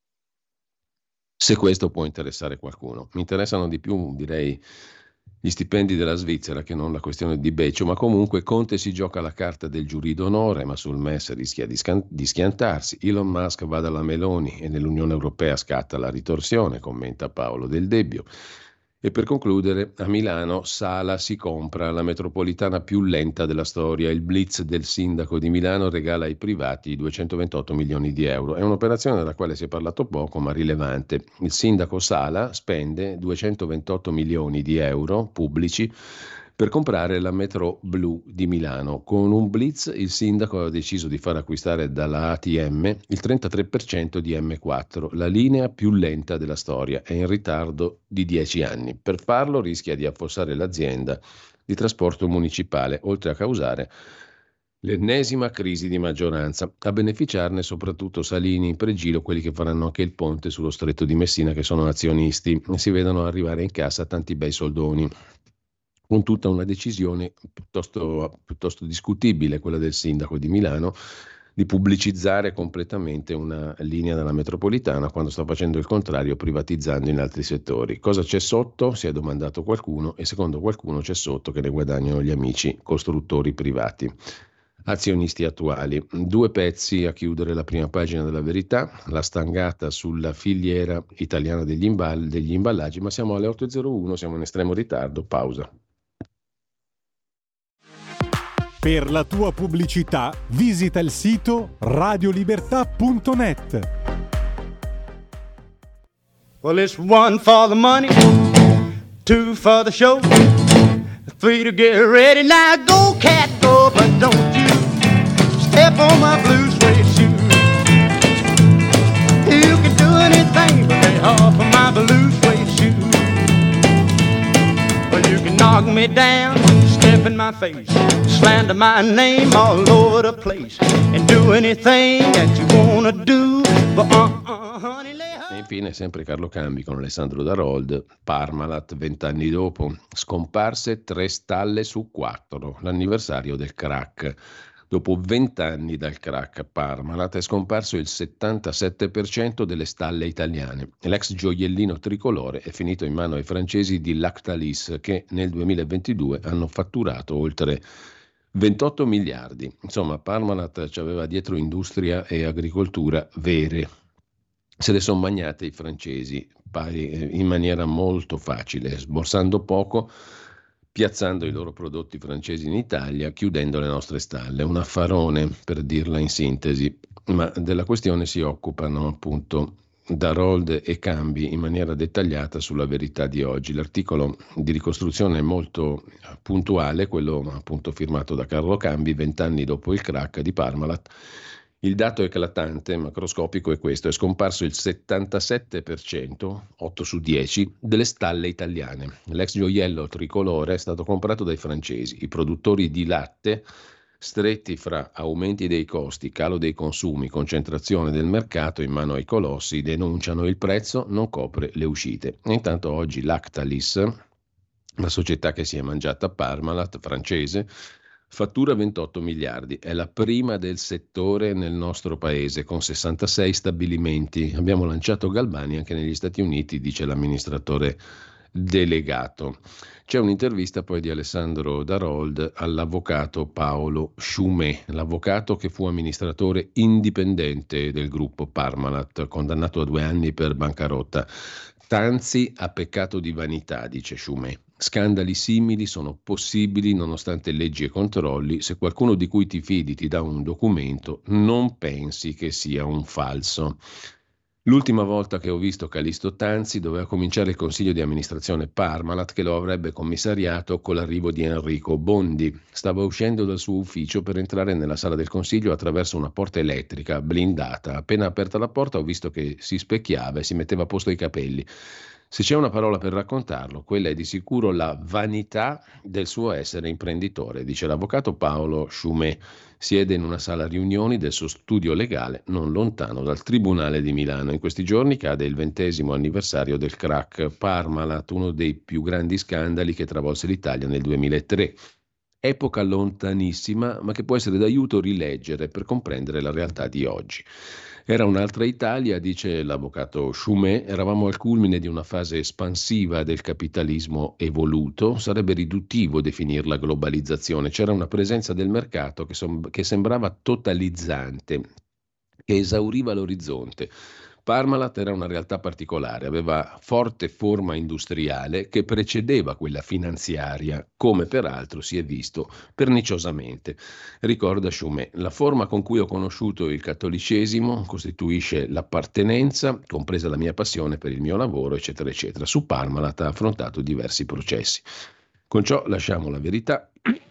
Se questo può interessare qualcuno. Mi interessano di più, direi, gli stipendi della Svizzera che non la questione di Beccio, ma comunque Conte si gioca la carta del giurì d'onore, ma sul MES rischia di schiantarsi. Elon Musk va dalla Meloni e nell'Unione Europea scatta la ritorsione, commenta Paolo Del Debbio. E per concludere, a Milano Sala si compra la metropolitana più lenta della storia. Il blitz del sindaco di Milano regala ai privati 228 milioni di euro. È un'operazione della quale si è parlato poco, ma rilevante. Il sindaco Sala spende 228 milioni di euro pubblici per comprare la metro blu di Milano. Con un blitz il sindaco ha deciso di far acquistare dalla ATM il 33% di M4, la linea più lenta della storia, è in ritardo di 10 anni. Per farlo rischia di affossare l'azienda di trasporto municipale, oltre a causare l'ennesima crisi di maggioranza. A beneficiarne soprattutto Salini, in Pregilo, quelli che faranno anche il ponte sullo stretto di Messina, che sono azionisti e si vedono arrivare in cassa tanti bei soldoni. Con tutta una decisione piuttosto discutibile, quella del sindaco di Milano, di pubblicizzare completamente una linea della metropolitana quando sta facendo il contrario, privatizzando in altri settori. Cosa c'è sotto? Si è domandato qualcuno, e secondo qualcuno c'è sotto che ne guadagnano gli amici costruttori privati, azionisti attuali. Due pezzi a chiudere la prima pagina della Verità, la stangata sulla filiera italiana degli imballaggi, ma siamo alle 8.01, siamo in estremo ritardo, pausa. Per la tua pubblicità visita il sito radiolibertà.net. Well, it's 1 for the money, 2 for the show, 3 to get ready. Now go, cat, go, but don't you step on my blue suede shoe. You can do anything but lay off of my blue suede shoe. Well, you can knock me down, step in my face, slander my name all over the place, and do anything that you wanna do, but honey, e infine sempre Carlo Cambi con Alessandro Darold. Parmalat 20 anni dopo, scomparse 3 stalle su 4, l'anniversario del crack. Dopo 20 anni dal crack a Parmalat è scomparso il 77% delle stalle italiane. L'ex gioiellino tricolore è finito in mano ai francesi di Lactalis, che nel 2022 hanno fatturato oltre 28 miliardi. Insomma, Parmalat ci aveva dietro industria e agricoltura vere. Se le sono magnate i francesi in maniera molto facile, sborsando poco, piazzando i loro prodotti francesi in Italia, chiudendo le nostre stalle. Un affarone, per dirla in sintesi, ma della questione si occupano appunto Darold e Cambi in maniera dettagliata sulla Verità di oggi. L'articolo di ricostruzione è molto puntuale, quello appunto firmato da Carlo Cambi 20 anni dopo il crack di Parmalat. Il dato eclatante, macroscopico, è questo: è scomparso il 77%, 8 su 10, delle stalle italiane. L'ex gioiello tricolore è stato comprato dai francesi. I produttori di latte, stretti fra aumenti dei costi, calo dei consumi, concentrazione del mercato in mano ai colossi, denunciano il prezzo non copre le uscite. E intanto oggi Lactalis, la società che si è mangiata Parmalat, francese, fattura 28 miliardi, è la prima del settore nel nostro paese, con 66 stabilimenti. Abbiamo lanciato Galbani anche negli Stati Uniti, dice l'amministratore delegato. C'è un'intervista poi di Alessandro Darold all'avvocato Paolo Sciumè, l'avvocato che fu amministratore indipendente del gruppo Parmalat, condannato a 2 anni per bancarotta. Tanzi ha peccato di vanità, dice Sciumè. Scandali simili sono possibili nonostante leggi e controlli. Se qualcuno di cui ti fidi ti dà un documento, non pensi che sia un falso. L'ultima volta che ho visto Callisto Tanzi doveva cominciare il consiglio di amministrazione Parmalat che lo avrebbe commissariato con l'arrivo di Enrico Bondi. Stava uscendo dal suo ufficio per entrare nella sala del consiglio attraverso una porta elettrica blindata. Appena aperta la porta ho visto che si specchiava e si metteva a posto i capelli. Se c'è una parola per raccontarlo, quella è di sicuro la vanità del suo essere imprenditore, dice l'avvocato Paolo Sciumè. Siede in una sala riunioni del suo studio legale non lontano dal Tribunale di Milano. In questi giorni cade il 20° anniversario del crack Parmalat, uno dei più grandi scandali che travolse l'Italia nel 2003. Epoca lontanissima, ma che può essere d'aiuto rileggere per comprendere la realtà di oggi. Era un'altra Italia, dice l'avvocato Sciumè, eravamo al culmine di una fase espansiva del capitalismo evoluto, sarebbe riduttivo definirla globalizzazione, c'era una presenza del mercato che sembrava totalizzante, che esauriva l'orizzonte. Parmalat era una realtà particolare, aveva forte forma industriale che precedeva quella finanziaria, come peraltro si è visto perniciosamente. Ricorda Sciumè, la forma con cui ho conosciuto il cattolicesimo costituisce l'appartenenza, compresa la mia passione per il mio lavoro, eccetera, eccetera. Su Parmalat ha affrontato diversi processi. Con ciò lasciamo la verità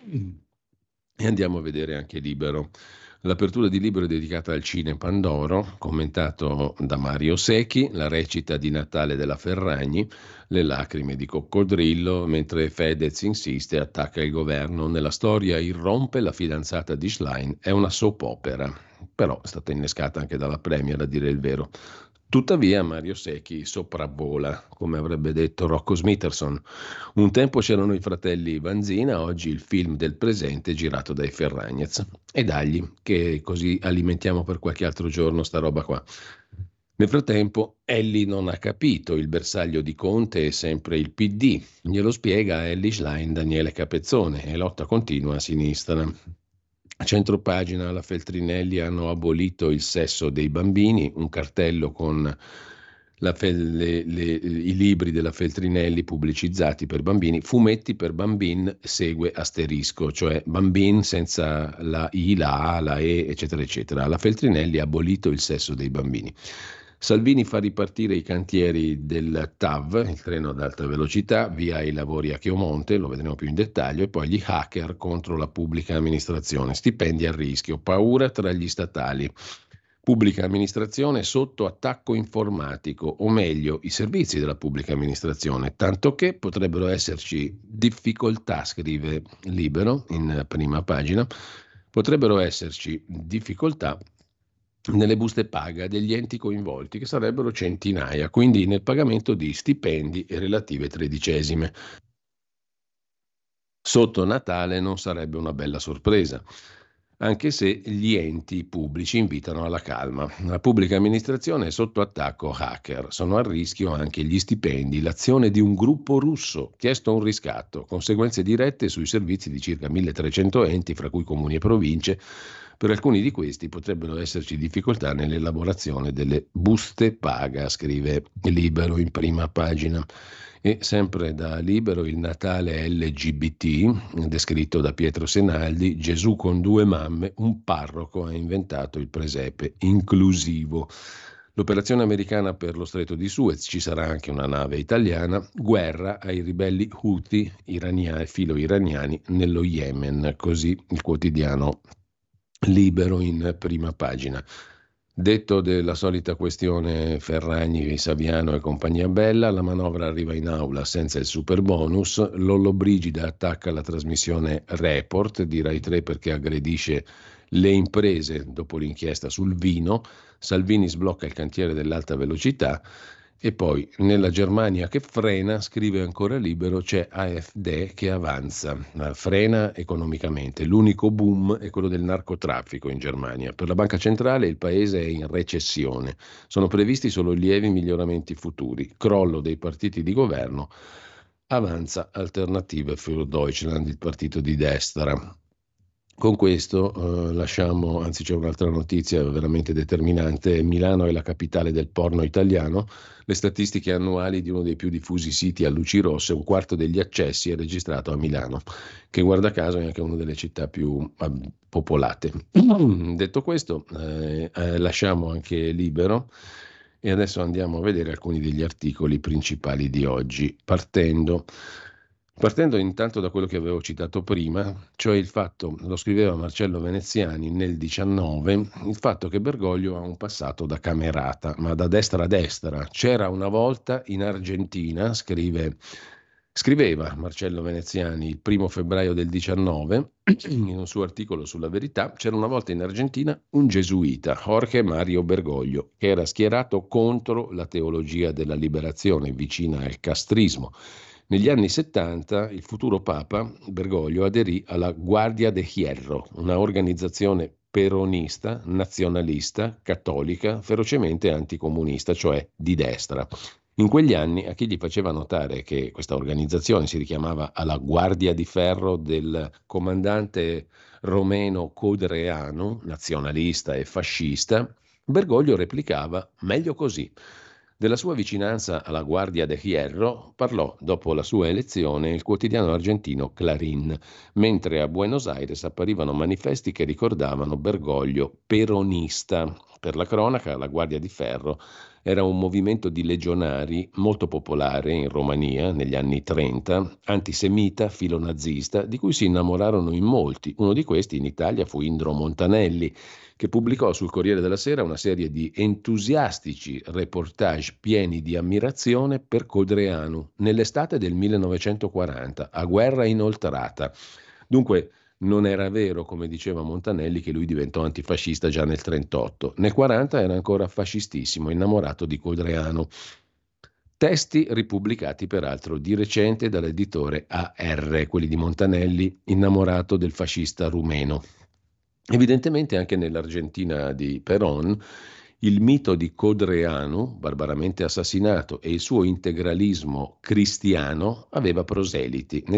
e andiamo a vedere anche Libero. L'apertura di Libero è dedicata al Cine Pandoro, commentato da Mario Secchi, la recita di Natale della Ferragni, le lacrime di Coccodrillo, mentre Fedez insiste e attacca il governo. Nella storia irrompe la fidanzata di Schlein, è una soap opera, però è stata innescata anche dalla Premier, a dire il vero. Tuttavia Mario Secchi sopravvola, come avrebbe detto Rocco Smithson. Un tempo c'erano i fratelli Vanzina, oggi il film del presente girato dai Ferragnez. E dagli, che così alimentiamo per qualche altro giorno sta roba qua. Nel frattempo, Elly non ha capito, il bersaglio di Conte è sempre il PD. Glielo spiega Elly Schlein, Daniele Capezzone, e lotta continua a sinistra. A centropagina la Feltrinelli hanno abolito il sesso dei bambini, un cartello con i libri della Feltrinelli pubblicizzati per bambini, fumetti per bambin segue asterisco, cioè bambin senza la I, la A, la E, eccetera, eccetera. La Feltrinelli ha abolito il sesso dei bambini. Salvini fa ripartire i cantieri del TAV, il treno ad alta velocità, via i lavori a Chiomonte, lo vedremo più in dettaglio, e poi gli hacker contro la pubblica amministrazione, stipendi a rischio, paura tra gli statali. Pubblica amministrazione sotto attacco informatico, o meglio, i servizi della pubblica amministrazione, tanto che potrebbero esserci difficoltà, scrive Libero in prima pagina, potrebbero esserci difficoltà nelle buste paga degli enti coinvolti, che sarebbero centinaia, quindi nel pagamento di stipendi e relative tredicesime. Sotto Natale non sarebbe una bella sorpresa, anche se gli enti pubblici invitano alla calma. La pubblica amministrazione è sotto attacco hacker, sono a rischio anche gli stipendi, l'azione di un gruppo russo, chiesto un riscatto, conseguenze dirette sui servizi di circa 1300 enti, fra cui comuni e province. Per alcuni di questi potrebbero esserci difficoltà nell'elaborazione delle buste paga, scrive Libero in prima pagina. E sempre da Libero il Natale LGBT, descritto da Pietro Senaldi, Gesù con 2 mamme, un parroco ha inventato il presepe inclusivo. L'operazione americana per lo stretto di Suez, ci sarà anche una nave italiana, guerra ai ribelli Houthi filo-iraniani nello Yemen, così il quotidiano Libero in prima pagina. Detto della solita questione Ferragni, Saviano e compagnia bella, la manovra arriva in aula senza il super bonus, Lollobrigida attacca la trasmissione Report di Rai 3 perché aggredisce le imprese dopo l'inchiesta sul vino, Salvini sblocca il cantiere dell'alta velocità. E poi nella Germania che frena, scrive ancora Libero, c'è AfD che avanza, frena economicamente. L'unico boom è quello del narcotraffico in Germania. Per la Banca Centrale il paese è in recessione. Sono previsti solo lievi miglioramenti futuri. Crollo dei partiti di governo. Avanza Alternative für Deutschland, il partito di destra. Con questo lasciamo, anzi c'è un'altra notizia veramente determinante, Milano è la capitale del porno italiano, le statistiche annuali di uno dei più diffusi siti a luci rosse, 1/4 degli accessi è registrato a Milano, che guarda caso è anche una delle città più popolate. Detto questo, lasciamo anche Libero E adesso andiamo a vedere alcuni degli articoli principali di oggi, partendo intanto da quello che avevo citato prima, cioè il fatto, lo scriveva Marcello Veneziani nel 19, il fatto che Bergoglio ha un passato da camerata, ma da destra a destra. C'era una volta in Argentina, scriveva Marcello Veneziani il 1 febbraio del 19, in un suo articolo sulla Verità, c'era una volta in Argentina un gesuita, Jorge Mario Bergoglio, che era schierato contro la teologia della liberazione, vicina al castrismo. Negli anni 70 il futuro Papa Bergoglio aderì alla Guardia de Hierro, una organizzazione peronista, nazionalista, cattolica, ferocemente anticomunista, cioè di destra. In quegli anni a chi gli faceva notare che questa organizzazione si richiamava alla Guardia di Ferro del comandante romeno Codreanu, nazionalista e fascista, Bergoglio replicava meglio così. Della sua vicinanza alla Guardia de Hierro parlò dopo la sua elezione il quotidiano argentino Clarín, mentre a Buenos Aires apparivano manifesti che ricordavano Bergoglio peronista. Per la cronaca, la Guardia di Ferro era un movimento di legionari molto popolare in Romania negli anni 30, antisemita, filonazista, di cui si innamorarono in molti. Uno di questi in Italia fu Indro Montanelli, che pubblicò sul Corriere della Sera una serie di entusiastici reportage pieni di ammirazione per Codreanu nell'estate del 1940, a guerra inoltrata. Dunque, non era vero, come diceva Montanelli, che lui diventò antifascista già nel 1938. Nel 1940 era ancora fascistissimo, innamorato di Codreanu. Testi ripubblicati peraltro di recente dall'editore AR, quelli di Montanelli, innamorato del fascista rumeno. Evidentemente anche nell'Argentina di Perón il mito di Codreanu, barbaramente assassinato, e il suo integralismo cristiano aveva proseliti. Nel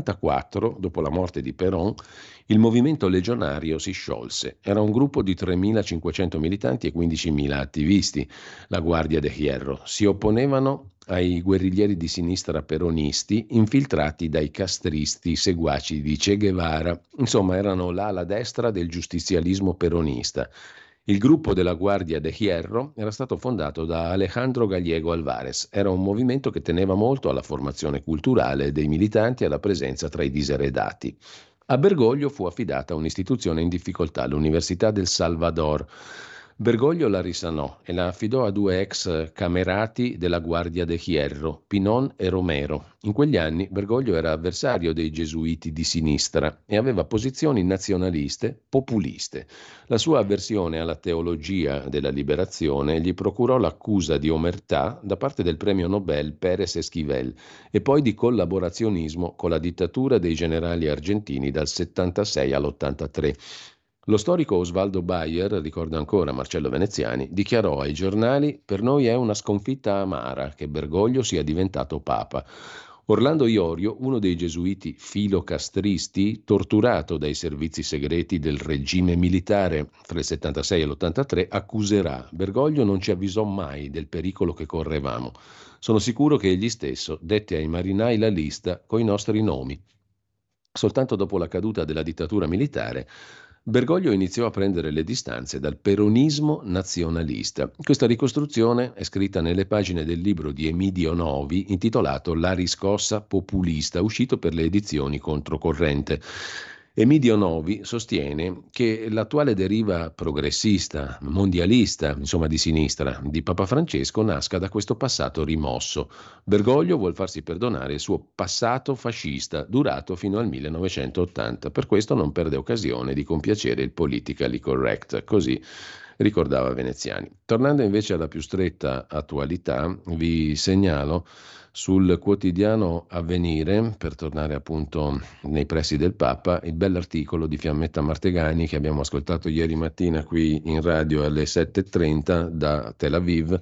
1974, dopo la morte di Perón, il movimento legionario si sciolse. Era un gruppo di 3.500 militanti e 15.000 attivisti, la Guardia de Hierro. Si opponevano ai guerriglieri di sinistra peronisti infiltrati dai castristi seguaci di Che Guevara. Insomma, erano l'ala destra del giustizialismo peronista. Il gruppo della Guardia de Hierro era stato fondato da Alejandro Gallego Alvarez. Era un movimento che teneva molto alla formazione culturale dei militanti e alla presenza tra i diseredati. A Bergoglio fu affidata un'istituzione in difficoltà, l'Università del Salvador. Bergoglio la risanò e la affidò a due ex camerati della Guardia de Hierro, Pinón e Romero. In quegli anni Bergoglio era avversario dei gesuiti di sinistra e aveva posizioni nazionaliste, populiste. La sua avversione alla teologia della liberazione gli procurò l'accusa di omertà da parte del premio Nobel Pérez Esquivel e poi di collaborazionismo con la dittatura dei generali argentini dal 76 all'83. Lo storico Osvaldo Bayer, ricorda ancora Marcello Veneziani, dichiarò ai giornali: «Per noi è una sconfitta amara che Bergoglio sia diventato papa». Orlando Iorio, uno dei gesuiti filocastristi, torturato dai servizi segreti del regime militare fra il 76 e l'83, accuserà: «Bergoglio non ci avvisò mai del pericolo che correvamo. Sono sicuro che egli stesso dette ai marinai la lista coi nostri nomi». Soltanto dopo la caduta della dittatura militare Bergoglio iniziò a prendere le distanze dal peronismo nazionalista. Questa ricostruzione è scritta nelle pagine del libro di Emidio Novi intitolato La riscossa populista, uscito per le edizioni Controcorrente. Emidio Novi sostiene che l'attuale deriva progressista, mondialista, insomma di sinistra, di Papa Francesco nasca da questo passato rimosso. Bergoglio vuol farsi perdonare il suo passato fascista, durato fino al 1980. Per questo non perde occasione di compiacere il politically correct, così ricordava Veneziani. Tornando invece alla più stretta attualità, vi segnalo sul quotidiano Avvenire, per tornare appunto nei pressi del Papa, il bell'articolo di Fiammetta Martegani che abbiamo ascoltato ieri mattina qui in radio alle 7:30 da Tel Aviv.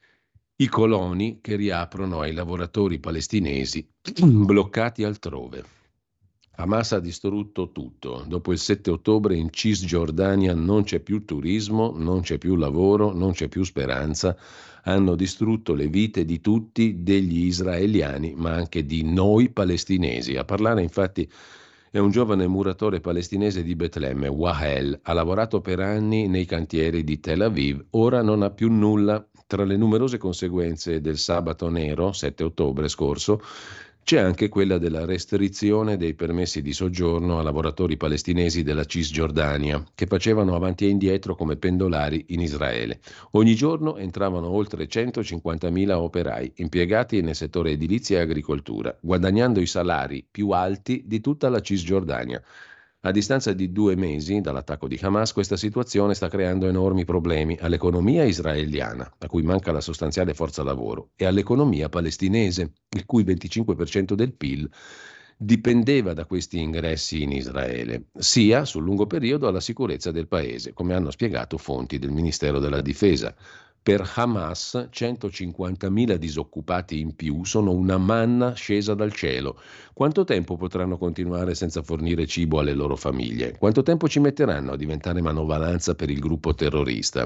I coloni che riaprono ai lavoratori palestinesi bloccati altrove. Hamas ha distrutto tutto. Dopo il 7 ottobre in Cisgiordania non c'è più turismo, non c'è più lavoro, non c'è più speranza. Hanno distrutto le vite di tutti, degli israeliani, ma anche di noi palestinesi. A parlare infatti è un giovane muratore palestinese di Betlemme, Wahel. Ha lavorato per anni nei cantieri di Tel Aviv, ora non ha più nulla. Tra le numerose conseguenze del sabato nero, 7 ottobre scorso, c'è anche quella della restrizione dei permessi di soggiorno a lavoratori palestinesi della Cisgiordania, che facevano avanti e indietro come pendolari in Israele. Ogni giorno entravano oltre 150.000 operai impiegati nel settore edilizia e agricoltura, guadagnando i salari più alti di tutta la Cisgiordania. A distanza di 2 mesi dall'attacco di Hamas, questa situazione sta creando enormi problemi all'economia israeliana, a cui manca la sostanziale forza lavoro, e all'economia palestinese, il cui 25% del PIL dipendeva da questi ingressi in Israele, sia sul lungo periodo alla sicurezza del paese, come hanno spiegato fonti del Ministero della Difesa. Per Hamas 150.000 disoccupati in più sono una manna scesa dal cielo. Quanto tempo potranno continuare senza fornire cibo alle loro famiglie? Quanto tempo ci metteranno a diventare manovalanza per il gruppo terrorista?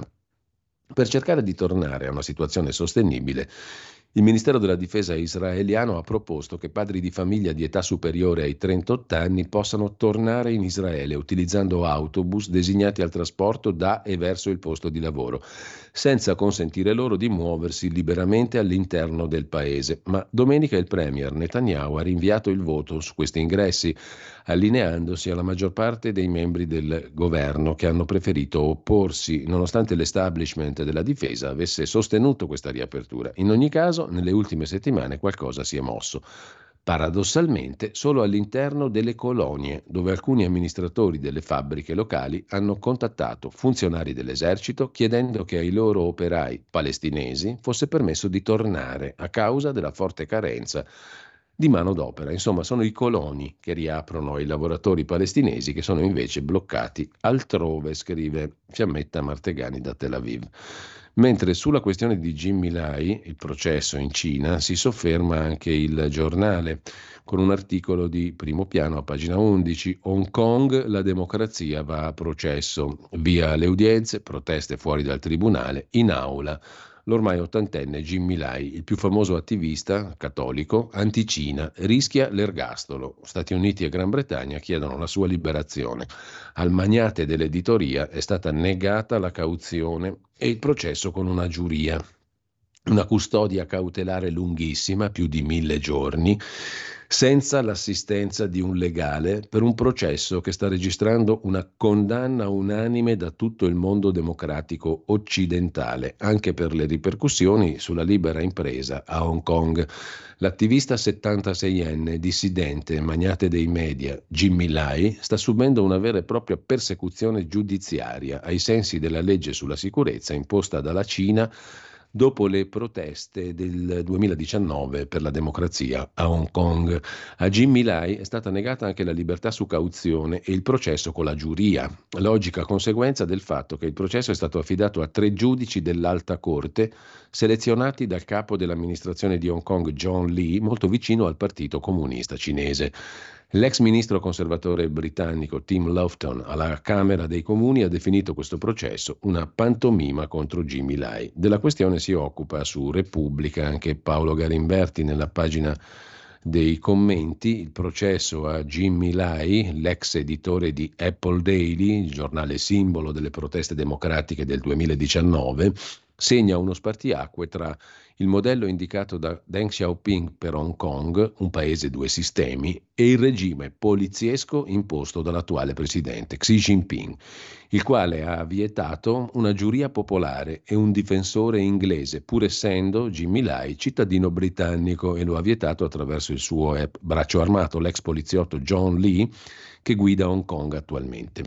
Per cercare di tornare a una situazione sostenibile, il Ministero della Difesa israeliano ha proposto che padri di famiglia di età superiore ai 38 anni possano tornare in Israele utilizzando autobus designati al trasporto da e verso il posto di lavoro, senza consentire loro di muoversi liberamente all'interno del paese. Ma domenica il premier Netanyahu ha rinviato il voto su questi ingressi, allineandosi alla maggior parte dei membri del governo che hanno preferito opporsi, nonostante l'establishment della difesa avesse sostenuto questa riapertura. In ogni caso, nelle ultime settimane qualcosa si è mosso. Paradossalmente, solo all'interno delle colonie, dove alcuni amministratori delle fabbriche locali hanno contattato funzionari dell'esercito chiedendo che ai loro operai palestinesi fosse permesso di tornare a causa della forte carenza di manodopera. Insomma, sono i coloni che riaprono ai lavoratori palestinesi che sono invece bloccati altrove, scrive Fiammetta Martegani da Tel Aviv. Mentre sulla questione di Jimmy Lai, il processo in Cina, si sofferma anche il giornale, con un articolo di primo piano a pagina 11, Hong Kong, la democrazia va a processo, via le udienze, proteste fuori dal tribunale, in aula. L'ormai ottantenne Jimmy Lai, il più famoso attivista cattolico anti-Cina, rischia l'ergastolo. Stati Uniti e Gran Bretagna chiedono la sua liberazione. Al magnate dell'editoria è stata negata la cauzione e il processo con una giuria. Una custodia cautelare lunghissima, più di 1000 giorni, senza l'assistenza di un legale per un processo che sta registrando una condanna unanime da tutto il mondo democratico occidentale, anche per le ripercussioni sulla libera impresa a Hong Kong. L'attivista 76enne, dissidente, magnate dei media, Jimmy Lai, sta subendo una vera e propria persecuzione giudiziaria ai sensi della legge sulla sicurezza imposta dalla Cina dopo le proteste del 2019 per la democrazia a Hong Kong. A Jimmy Lai è stata negata anche la libertà su cauzione e il processo con la giuria, logica conseguenza del fatto che il processo è stato affidato a 3 giudici dell'alta corte selezionati dal capo dell'amministrazione di Hong Kong John Lee, molto vicino al Partito Comunista Cinese. L'ex ministro conservatore britannico Tim Loughton alla Camera dei Comuni ha definito questo processo una pantomima contro Jimmy Lai. Della questione si occupa su Repubblica anche Paolo Garimberti nella pagina dei commenti. Il processo a Jimmy Lai, l'ex editore di Apple Daily, il giornale simbolo delle proteste democratiche del 2019, segna uno spartiacque tra il modello indicato da Deng Xiaoping per Hong Kong, un paese 2 sistemi, e il regime poliziesco imposto dall'attuale presidente Xi Jinping, il quale ha vietato una giuria popolare e un difensore inglese, pur essendo Jimmy Lai cittadino britannico, e lo ha vietato attraverso il suo braccio armato, l'ex poliziotto John Lee, che guida Hong Kong attualmente,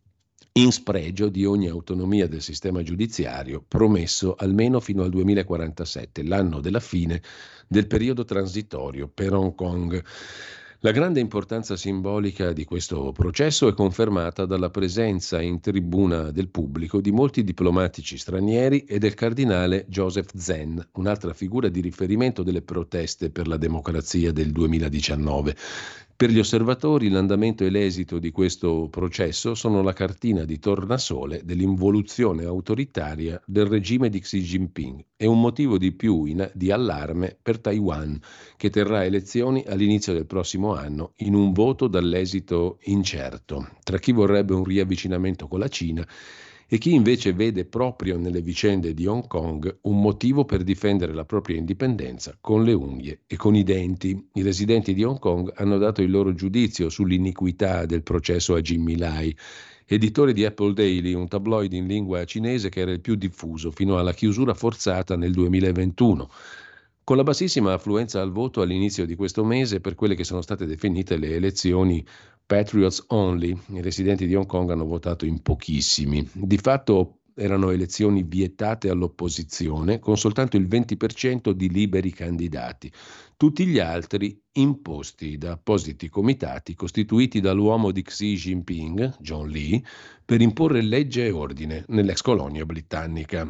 in spregio di ogni autonomia del sistema giudiziario, promesso almeno fino al 2047, l'anno della fine del periodo transitorio per Hong Kong. La grande importanza simbolica di questo processo è confermata dalla presenza in tribuna del pubblico di molti diplomatici stranieri e del cardinale Joseph Zen, un'altra figura di riferimento delle proteste per la democrazia del 2019. Per gli osservatori l'andamento e l'esito di questo processo sono la cartina di tornasole dell'involuzione autoritaria del regime di Xi Jinping e un motivo di più di allarme per Taiwan, che terrà elezioni all'inizio del prossimo anno in un voto dall'esito incerto, tra chi vorrebbe un riavvicinamento con la Cina e chi invece vede proprio nelle vicende di Hong Kong un motivo per difendere la propria indipendenza con le unghie e con i denti. I residenti di Hong Kong hanno dato il loro giudizio sull'iniquità del processo a Jimmy Lai, editore di Apple Daily, un tabloid in lingua cinese che era il più diffuso fino alla chiusura forzata nel 2021. Con la bassissima affluenza al voto all'inizio di questo mese per quelle che sono state definite le elezioni Patriots Only, i residenti di Hong Kong hanno votato in pochissimi. Di fatto erano elezioni vietate all'opposizione, con soltanto il 20% di liberi candidati. Tutti gli altri imposti da appositi comitati costituiti dall'uomo di Xi Jinping, John Lee, per imporre legge e ordine nell'ex colonia britannica.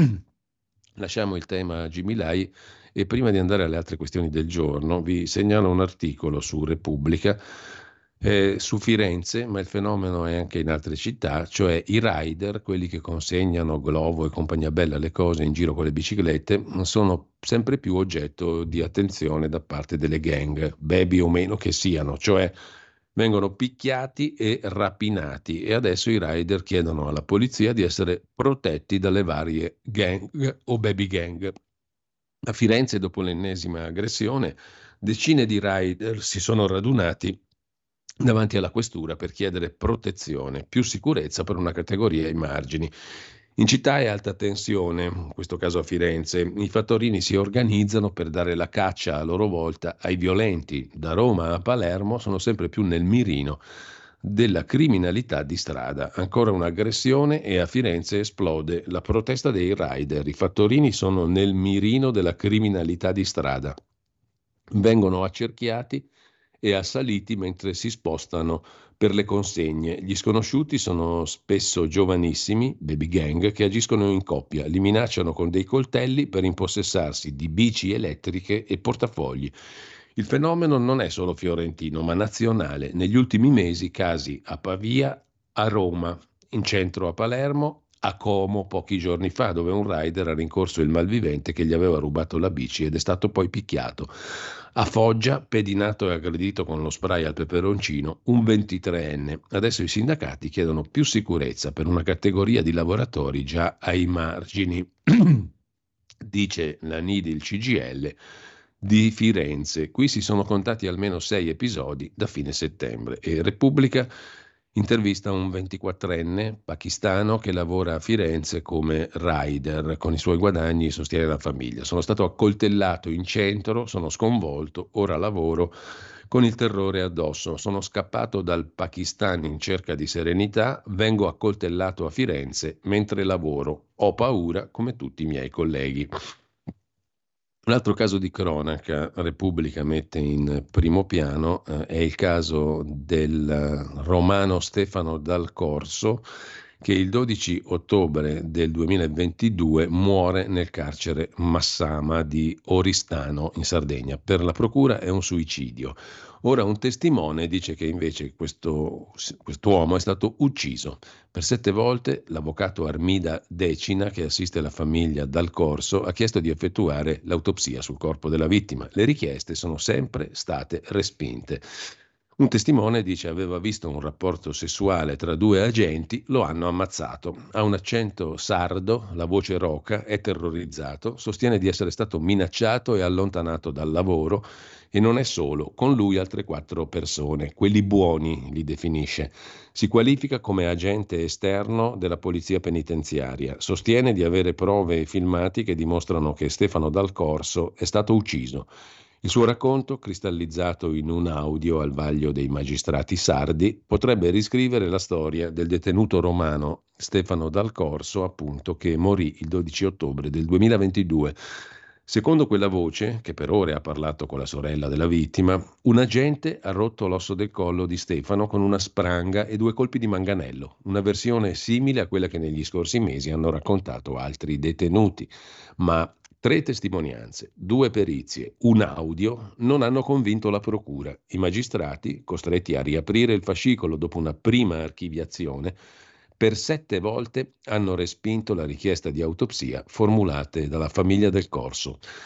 Lasciamo il tema Jimmy Lai e prima di andare alle altre questioni del giorno vi segnalo un articolo su Repubblica su Firenze, ma il fenomeno è anche in altre città, cioè i rider, quelli che consegnano Glovo e compagnia bella le cose in giro con le biciclette, sono sempre più oggetto di attenzione da parte delle gang, baby o meno che siano, cioè vengono picchiati e rapinati e adesso i rider chiedono alla polizia di essere protetti dalle varie gang o baby gang. A Firenze, dopo l'ennesima aggressione, decine di rider si sono radunati davanti alla questura per chiedere protezione, più sicurezza per una categoria ai margini. In città è alta tensione, in questo caso a Firenze. I fattorini si organizzano per dare la caccia a loro volta ai violenti. Da Roma a Palermo sono sempre più nel mirino della criminalità di strada. Ancora un'aggressione e a Firenze esplode la protesta dei rider. I fattorini sono nel mirino della criminalità di strada. Vengono accerchiati e assaliti mentre si spostano per le consegne. Gli sconosciuti sono spesso giovanissimi, baby gang, che agiscono in coppia, li minacciano con dei coltelli per impossessarsi di bici elettriche e portafogli. Il fenomeno non è solo fiorentino, ma nazionale. Negli ultimi mesi casi a Pavia, a Roma, in centro a Palermo, a Como pochi giorni fa, dove un rider ha rincorso il malvivente che gli aveva rubato la bici ed è stato poi picchiato. A Foggia, pedinato e aggredito con lo spray al peperoncino, un 23enne. Adesso i sindacati chiedono più sicurezza per una categoria di lavoratori già ai margini, dice la Nidil CGL di Firenze. Qui si sono contati almeno 6 episodi da fine settembre. E Repubblica intervista un 24enne pakistano che lavora a Firenze come rider, con i suoi guadagni sostiene la famiglia. Sono stato accoltellato in centro, sono sconvolto, ora lavoro con il terrore addosso. Sono scappato dal Pakistan in cerca di serenità, vengo accoltellato a Firenze mentre lavoro. Ho paura come tutti i miei colleghi. Un altro caso di cronaca, Repubblica mette in primo piano, è il caso del romano Stefano Dal Corso, che il 12 ottobre del 2022 muore nel carcere Massama di Oristano in Sardegna. Per la procura è un suicidio. Ora un testimone dice che invece quest'uomo è stato ucciso. Per 7 volte l'avvocato Armida Decina, che assiste la famiglia Dal Corso, ha chiesto di effettuare l'autopsia sul corpo della vittima. Le richieste sono sempre state respinte. Un testimone dice aveva visto un rapporto sessuale tra 2 agenti, lo hanno ammazzato. Ha un accento sardo, la voce roca, è terrorizzato, sostiene di essere stato minacciato e allontanato dal lavoro e non è solo, con lui altre 4 persone, quelli buoni li definisce. Si qualifica come agente esterno della polizia penitenziaria, sostiene di avere prove e filmati che dimostrano che Stefano Dal Corso è stato ucciso. Il suo racconto, cristallizzato in un audio al vaglio dei magistrati sardi, potrebbe riscrivere la storia del detenuto romano Stefano Dal Corso, appunto, che morì il 12 ottobre del 2022. Secondo quella voce, che per ore ha parlato con la sorella della vittima, un agente ha rotto l'osso del collo di Stefano con una spranga e 2 colpi di manganello, una versione simile a quella che negli scorsi mesi hanno raccontato altri detenuti, ma 3 testimonianze, 2 perizie, un audio non hanno convinto la procura. I magistrati, costretti a riaprire il fascicolo dopo una prima archiviazione, per 7 volte hanno respinto la richiesta di autopsia formulate dalla famiglia Del Corso.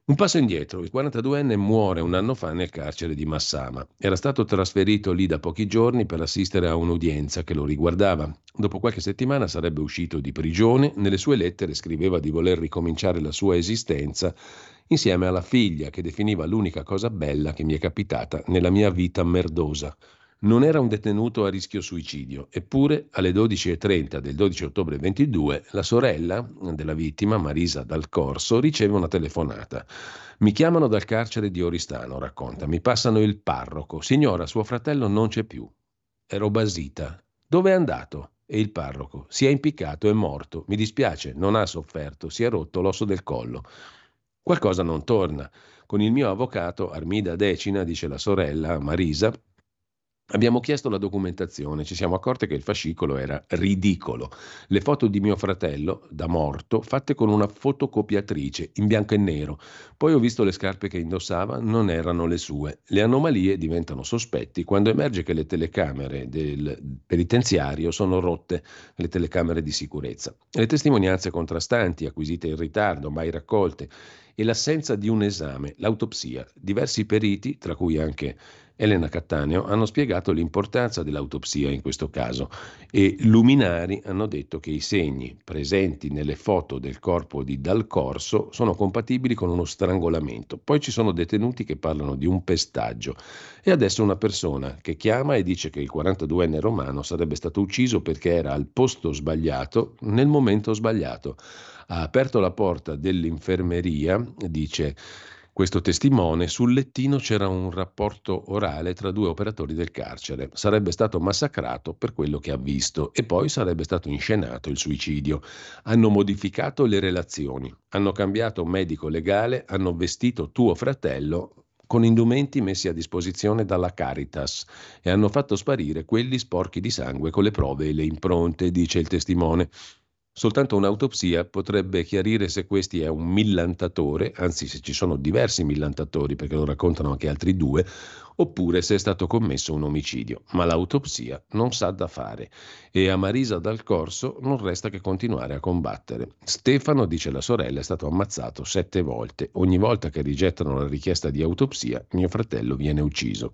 Un passo indietro, il 42enne muore un anno fa nel carcere di Massama. Era stato trasferito lì da pochi giorni per assistere a un'udienza che lo riguardava. Dopo qualche settimana sarebbe uscito di prigione. Nelle sue lettere scriveva di voler ricominciare la sua esistenza insieme alla figlia, che definiva l'unica cosa bella che mi è capitata nella mia vita merdosa. Non era un detenuto a rischio suicidio, eppure alle 12:30 del 12 ottobre 22 la sorella della vittima, Marisa Dal Corso, riceve una telefonata. Mi chiamano dal carcere di Oristano, racconta, mi passano il parroco. Signora, suo fratello non c'è più. Ero basita. Dove è andato? E il parroco. Si è impiccato, è morto. Mi dispiace, non ha sofferto, si è rotto l'osso del collo. Qualcosa non torna. Con il mio avvocato, Armida Decina, dice la sorella, Marisa, abbiamo chiesto la documentazione, ci siamo accorti che il fascicolo era ridicolo. Le foto di mio fratello, da morto, fatte con una fotocopiatrice in bianco e nero. Poi ho visto le scarpe che indossava, non erano le sue. Le anomalie diventano sospetti quando emerge che le telecamere del penitenziario sono rotte, le telecamere di sicurezza. Le testimonianze contrastanti, acquisite in ritardo, mai raccolte, e l'assenza di un esame, l'autopsia. Diversi periti, tra cui anche Elena Cattaneo, hanno spiegato l'importanza dell'autopsia in questo caso e luminari hanno detto che i segni presenti nelle foto del corpo di Dal Corso sono compatibili con uno strangolamento. Poi ci sono detenuti che parlano di un pestaggio e adesso una persona che chiama e dice che il 42enne romano sarebbe stato ucciso perché era al posto sbagliato nel momento sbagliato. Ha aperto la porta dell'infermeria, dice questo testimone, sul lettino c'era un rapporto orale tra due operatori del carcere. Sarebbe stato massacrato per quello che ha visto e poi sarebbe stato inscenato il suicidio. Hanno modificato le relazioni, hanno cambiato medico legale, hanno vestito tuo fratello con indumenti messi a disposizione dalla Caritas e hanno fatto sparire quelli sporchi di sangue con le prove e le impronte, dice il testimone. Soltanto un'autopsia potrebbe chiarire se questi è un millantatore, anzi se ci sono diversi millantatori, perché lo raccontano anche altri due, oppure se è stato commesso un omicidio. Ma l'autopsia non sa da fare e a Marisa Dal Corso non resta che continuare a combattere. Stefano, dice la sorella, è stato ammazzato 7 volte. Ogni volta che rigettano la richiesta di autopsia, mio fratello viene ucciso.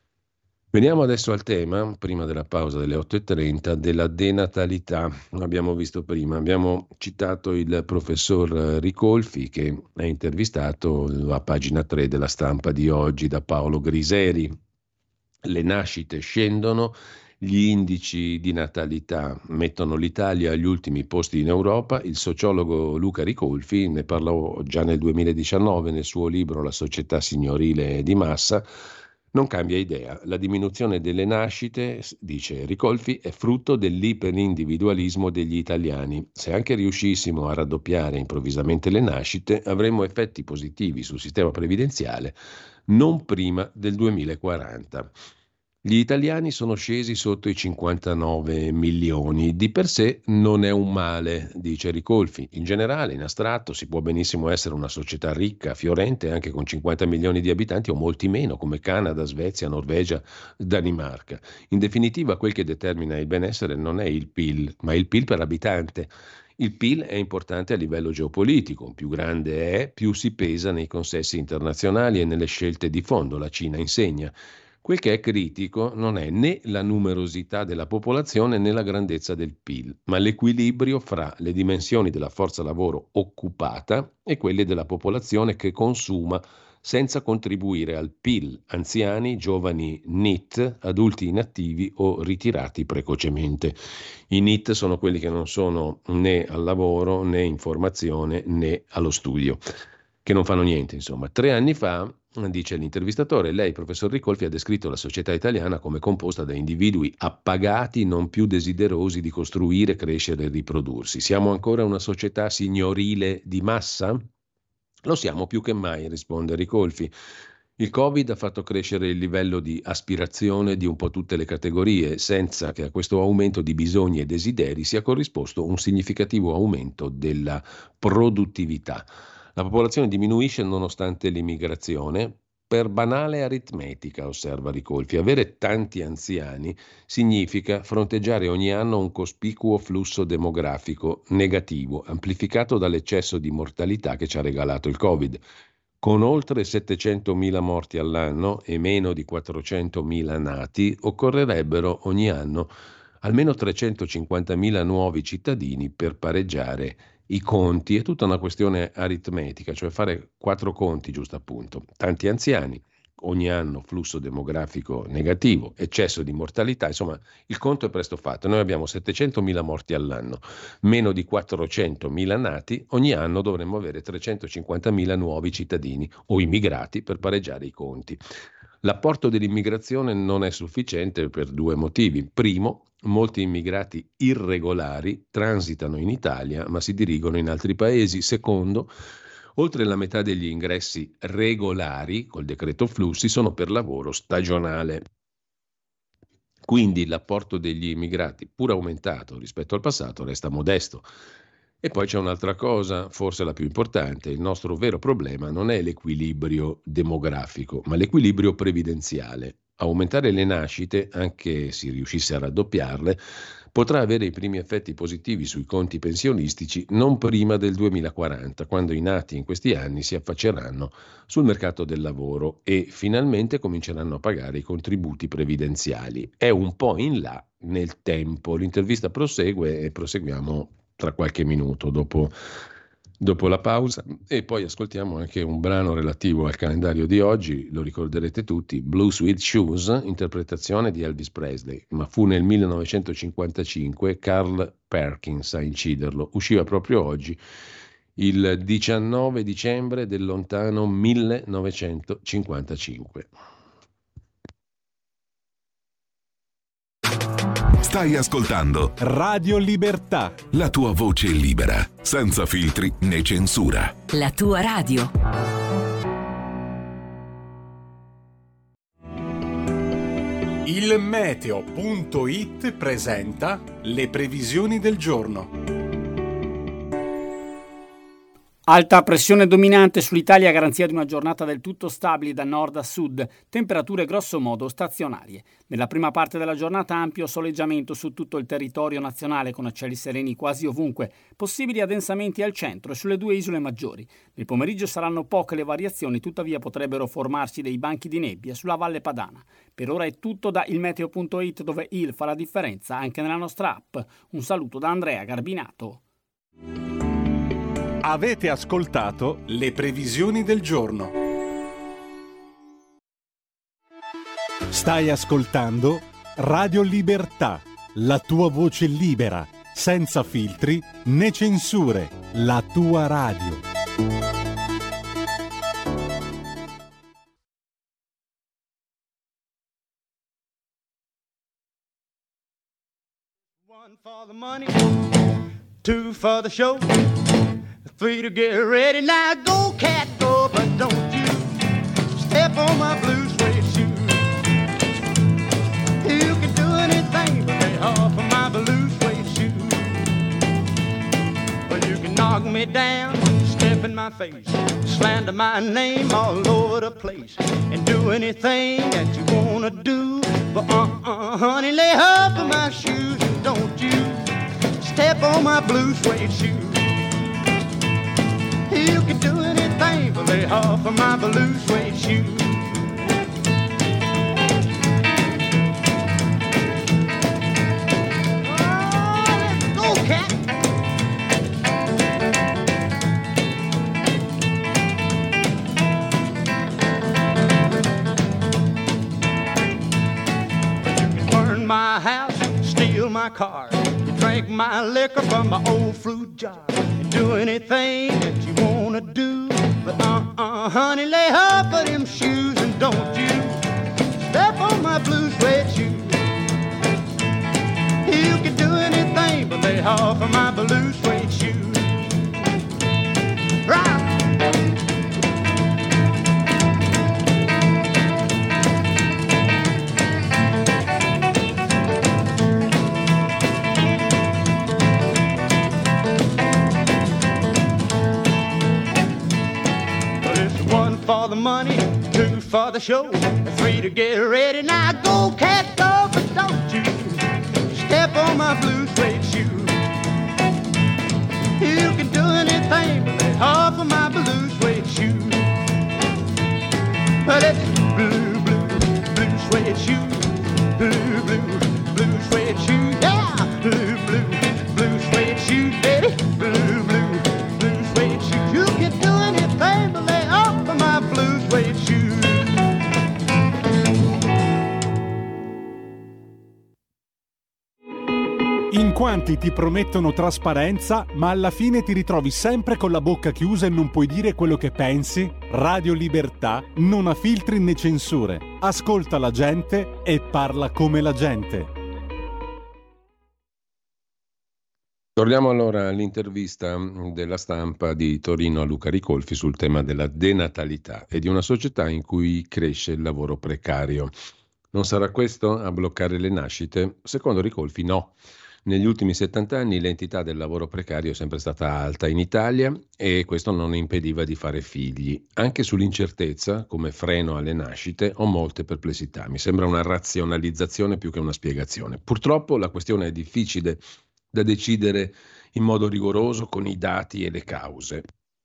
Veniamo adesso al tema, prima della pausa delle 8:30, della denatalità. L'abbiamo visto prima, abbiamo citato il professor Ricolfi che è intervistato a pagina 3 della Stampa di oggi da Paolo Griseri. Le nascite scendono, gli indici di natalità mettono l'Italia agli ultimi posti in Europa. Il sociologo Luca Ricolfi ne parlò già nel 2019 nel suo libro La società signorile di massa. Non cambia idea. La diminuzione delle nascite, dice Ricolfi, è frutto dell'iperindividualismo degli italiani. Se anche riuscissimo a raddoppiare improvvisamente le nascite, avremmo effetti positivi sul sistema previdenziale non prima del 2040. Gli italiani sono scesi sotto i 59 milioni. Di per sé non è un male, dice Ricolfi. In generale, in astratto, si può benissimo essere una società ricca, fiorente, anche con 50 milioni di abitanti o molti meno, come Canada, Svezia, Norvegia, Danimarca. In definitiva, quel che determina il benessere non è il PIL, ma il PIL per abitante. Il PIL è importante a livello geopolitico, più grande è, più si pesa nei consessi internazionali e nelle scelte di fondo, la Cina insegna. Quel che è critico non è né la numerosità della popolazione né la grandezza del PIL, ma l'equilibrio fra le dimensioni della forza lavoro occupata e quelle della popolazione che consuma senza contribuire al PIL, anziani, giovani NEET, adulti inattivi o ritirati precocemente. I NEET sono quelli che non sono né al lavoro né in formazione né allo studio, che non fanno niente, insomma. 3 anni fa, dice l'intervistatore, lei, professor Ricolfi, ha descritto la società italiana come composta da individui appagati, non più desiderosi di costruire, crescere e riprodursi. Siamo ancora una società signorile di massa? Lo siamo più che mai, risponde Ricolfi. Il Covid ha fatto crescere il livello di aspirazione di un po' tutte le categorie, senza che a questo aumento di bisogni e desideri sia corrisposto un significativo aumento della produttività. La popolazione diminuisce nonostante l'immigrazione per banale aritmetica, osserva Ricolfi. Avere tanti anziani significa fronteggiare ogni anno un cospicuo flusso demografico negativo, amplificato dall'eccesso di mortalità che ci ha regalato il Covid. Con oltre 700.000 morti all'anno e meno di 400.000 nati, occorrerebbero ogni anno almeno 350.000 nuovi cittadini per pareggiare i conti. È tutta una questione aritmetica, cioè fare 4 conti, giusto appunto. Tanti anziani, ogni anno flusso demografico negativo, eccesso di mortalità, insomma il conto è presto fatto. Noi abbiamo 700.000 morti all'anno, meno di 400.000 nati, ogni anno dovremmo avere 350.000 nuovi cittadini o immigrati per pareggiare i conti. L'apporto dell'immigrazione non è sufficiente per 2 motivi. Primo, molti immigrati irregolari transitano in Italia ma si dirigono in altri paesi. Secondo, oltre la metà degli ingressi regolari col decreto flussi sono per lavoro stagionale. Quindi l'apporto degli immigrati, pur aumentato rispetto al passato, resta modesto. E poi c'è un'altra cosa, forse la più importante: il nostro vero problema non è l'equilibrio demografico, ma l'equilibrio previdenziale. Aumentare le nascite, anche se riuscisse a raddoppiarle, potrà avere i primi effetti positivi sui conti pensionistici non prima del 2040, quando i nati in questi anni si affacceranno sul mercato del lavoro e finalmente cominceranno a pagare i contributi previdenziali. È un po' in là nel tempo. L'intervista prosegue e proseguiamo tra qualche minuto dopo la pausa, e poi ascoltiamo anche un brano relativo al calendario di oggi. Lo ricorderete tutti, Blue Suede Shoes, interpretazione di Elvis Presley, ma fu nel 1955 Carl Perkins a inciderlo. Usciva proprio oggi, il 19 dicembre del lontano 1955. Stai ascoltando Radio Libertà, la tua voce libera, senza filtri né censura. La tua radio. il meteo.it presenta le previsioni del giorno. Alta pressione dominante sull'Italia a garanzia di una giornata del tutto stabile da nord a sud, temperature grossomodo stazionarie. Nella prima parte della giornata ampio soleggiamento su tutto il territorio nazionale con cieli sereni quasi ovunque, possibili addensamenti al centro e sulle 2 isole maggiori. Nel pomeriggio saranno poche le variazioni, tuttavia potrebbero formarsi dei banchi di nebbia sulla Valle Padana. Per ora è tutto da ilmeteo.it, dove il fa la differenza anche nella nostra app. Un saluto da Andrea Garbinato. Avete ascoltato le previsioni del giorno. Stai ascoltando Radio Libertà, la tua voce libera, senza filtri né censure, la tua radio. One for the money, 2 for the show, 3 to get ready. Now go, cat, go, but don't you step on my blue suede shoe. You can do anything but lay off of my blue suede shoe. Well, you can knock me down, step in my face, slander my name all over the place, and do anything that you wanna do. But honey, lay off of my shoes and don't you step on my blue suede shoe. You can do anything but lay off of my blue suede shoe. Oh, let's go, cat. You can burn my house, steal my car, drink my liquor from my old fruit jar, do anything that you wanna do. But honey, lay off of them shoes and don't you step on my blue suede shoe. You can do anything but lay off of my blue suede shoe. Rock! For the money, 2 for the show, 3 to get ready. Now go, cat, go, but don't you step on my blue suede shoe. You can do anything but lay off of my blue suede shoe. quanti ti promettono trasparenza, ma alla fine ti ritrovi sempre con la bocca chiusa e non puoi dire quello che pensi? Radio Libertà non ha filtri né censure. Ascolta la gente e parla come la gente. Torniamo allora all'intervista della Stampa di Torino a Luca Ricolfi sul tema della denatalità e di una società in cui cresce il lavoro precario. Non sarà questo a bloccare le nascite? Secondo Ricolfi no. Negli ultimi 70 anni l'entità del lavoro precario è sempre stata alta in Italia e questo non impediva di fare figli. Anche sull'incertezza, come freno alle nascite, ho molte perplessità. Mi sembra una razionalizzazione più che una spiegazione. Purtroppo la questione è difficile da decidere in modo rigoroso con i dati e le cause.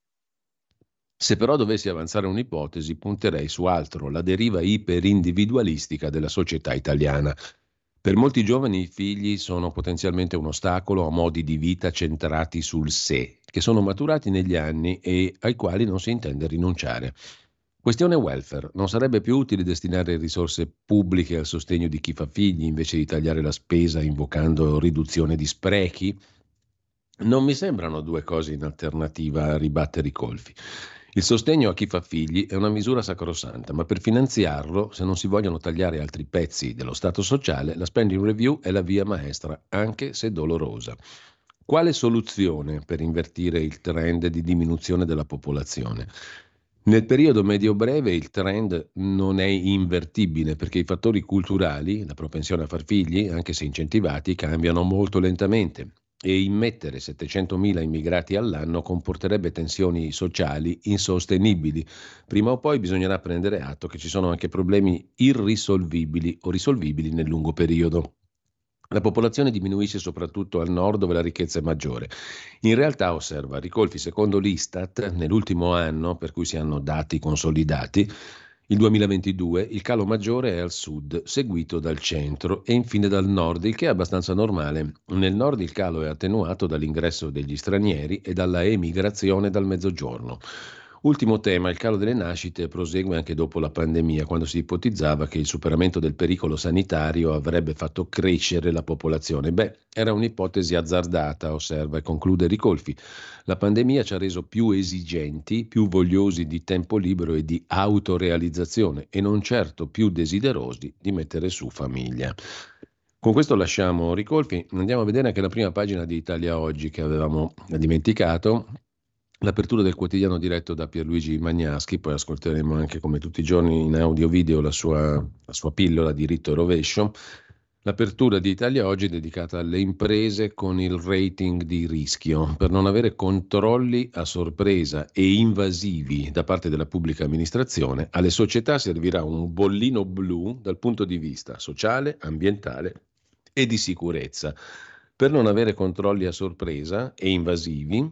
Se però dovessi avanzare un'ipotesi, punterei su altro, la deriva iperindividualistica della società italiana. Per molti giovani i figli sono potenzialmente un ostacolo a modi di vita centrati sul sé, che sono maturati negli anni e ai quali non si intende rinunciare. Questione welfare. Non sarebbe più utile destinare risorse pubbliche al sostegno di chi fa figli invece di tagliare la spesa invocando riduzione di sprechi? Non mi sembrano due cose in alternativa, ribatte Ricolfi. Il sostegno a chi fa figli è una misura sacrosanta, ma per finanziarlo, se non si vogliono tagliare altri pezzi dello Stato sociale, la spending review è la via maestra, anche se dolorosa. Quale soluzione per invertire il trend di diminuzione della popolazione? Nel periodo medio-breve il trend non è invertibile perché i fattori culturali, la propensione a far figli, anche se incentivati, cambiano molto lentamente e immettere 700.000 immigrati all'anno comporterebbe tensioni sociali insostenibili. Prima o poi bisognerà prendere atto che ci sono anche problemi irrisolvibili o risolvibili nel lungo periodo. La popolazione diminuisce soprattutto al nord dove la ricchezza è maggiore. In realtà, osserva Ricolfi, secondo l'Istat, nell'ultimo anno, per cui si hanno dati consolidati, il 2022, il calo maggiore è al sud, seguito dal centro e infine dal nord, il che è abbastanza normale. Nel nord il calo è attenuato dall'ingresso degli stranieri e dalla emigrazione dal mezzogiorno. Ultimo tema, il calo delle nascite prosegue anche dopo la pandemia, quando si ipotizzava che il superamento del pericolo sanitario avrebbe fatto crescere la popolazione. Era un'ipotesi azzardata, osserva e conclude Ricolfi. La pandemia ci ha reso più esigenti, più vogliosi di tempo libero e di autorealizzazione e non certo più desiderosi di mettere su famiglia. Con questo lasciamo Ricolfi, andiamo a vedere anche la prima pagina di Italia Oggi che avevamo dimenticato. L'apertura del quotidiano diretto da Pierluigi Magnaschi, poi ascolteremo anche come tutti i giorni in audio-video la sua pillola diritto e rovescio. L'apertura di Italia Oggi è dedicata alle imprese con il rating di rischio. Per non avere controlli a sorpresa e invasivi da parte della pubblica amministrazione, alle società servirà un bollino blu dal punto di vista sociale, ambientale e di sicurezza. Per non avere controlli a sorpresa e invasivi,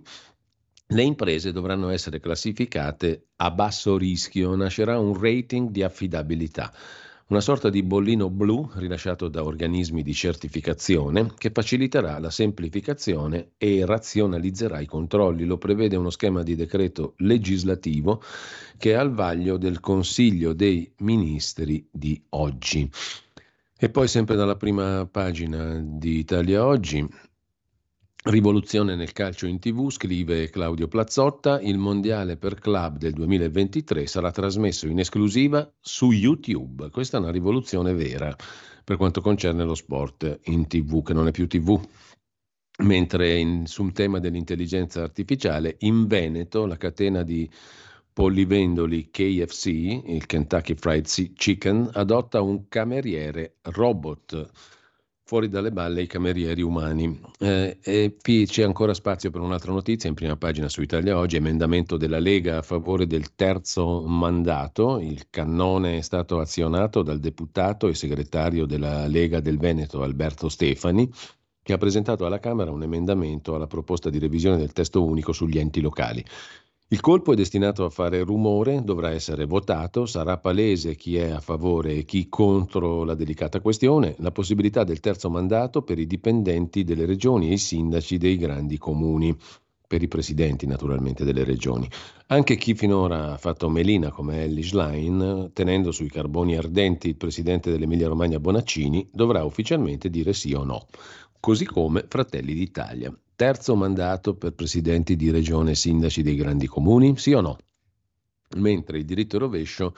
le imprese dovranno essere classificate a basso rischio, nascerà un rating di affidabilità, una sorta di bollino blu rilasciato da organismi di certificazione che faciliterà la semplificazione e razionalizzerà i controlli. Lo prevede uno schema di decreto legislativo che è al vaglio del Consiglio dei Ministri di oggi. E poi sempre dalla prima pagina di Italia Oggi, rivoluzione nel calcio in TV, scrive Claudio Plazzotta, il mondiale per club del 2023 sarà trasmesso in esclusiva su YouTube. Questa è una rivoluzione vera per quanto concerne lo sport in TV, che non è più TV. Mentre sul tema dell'intelligenza artificiale, in Veneto la catena di pollivendoli KFC, il Kentucky Fried Chicken, adotta un cameriere robot. Fuori dalle balle i camerieri umani. E qui c'è ancora spazio per un'altra notizia in prima pagina su Italia Oggi, emendamento della Lega a favore del terzo mandato. Il cannone è stato azionato dal deputato e segretario della Lega del Veneto Alberto Stefani, che ha presentato alla Camera un emendamento alla proposta di revisione del testo unico sugli enti locali. Il colpo è destinato a fare rumore, dovrà essere votato, sarà palese chi è a favore e chi contro la delicata questione, la possibilità del terzo mandato per i dipendenti delle regioni e i sindaci dei grandi comuni, per i presidenti naturalmente delle regioni. Anche chi finora ha fatto melina come Elly Schlein, tenendo sui carboni ardenti il presidente dell'Emilia Romagna Bonaccini, dovrà ufficialmente dire sì o no. così come Fratelli d'Italia. Terzo mandato per presidenti di regione e sindaci dei grandi comuni, sì o no? Mentre il diritto rovescio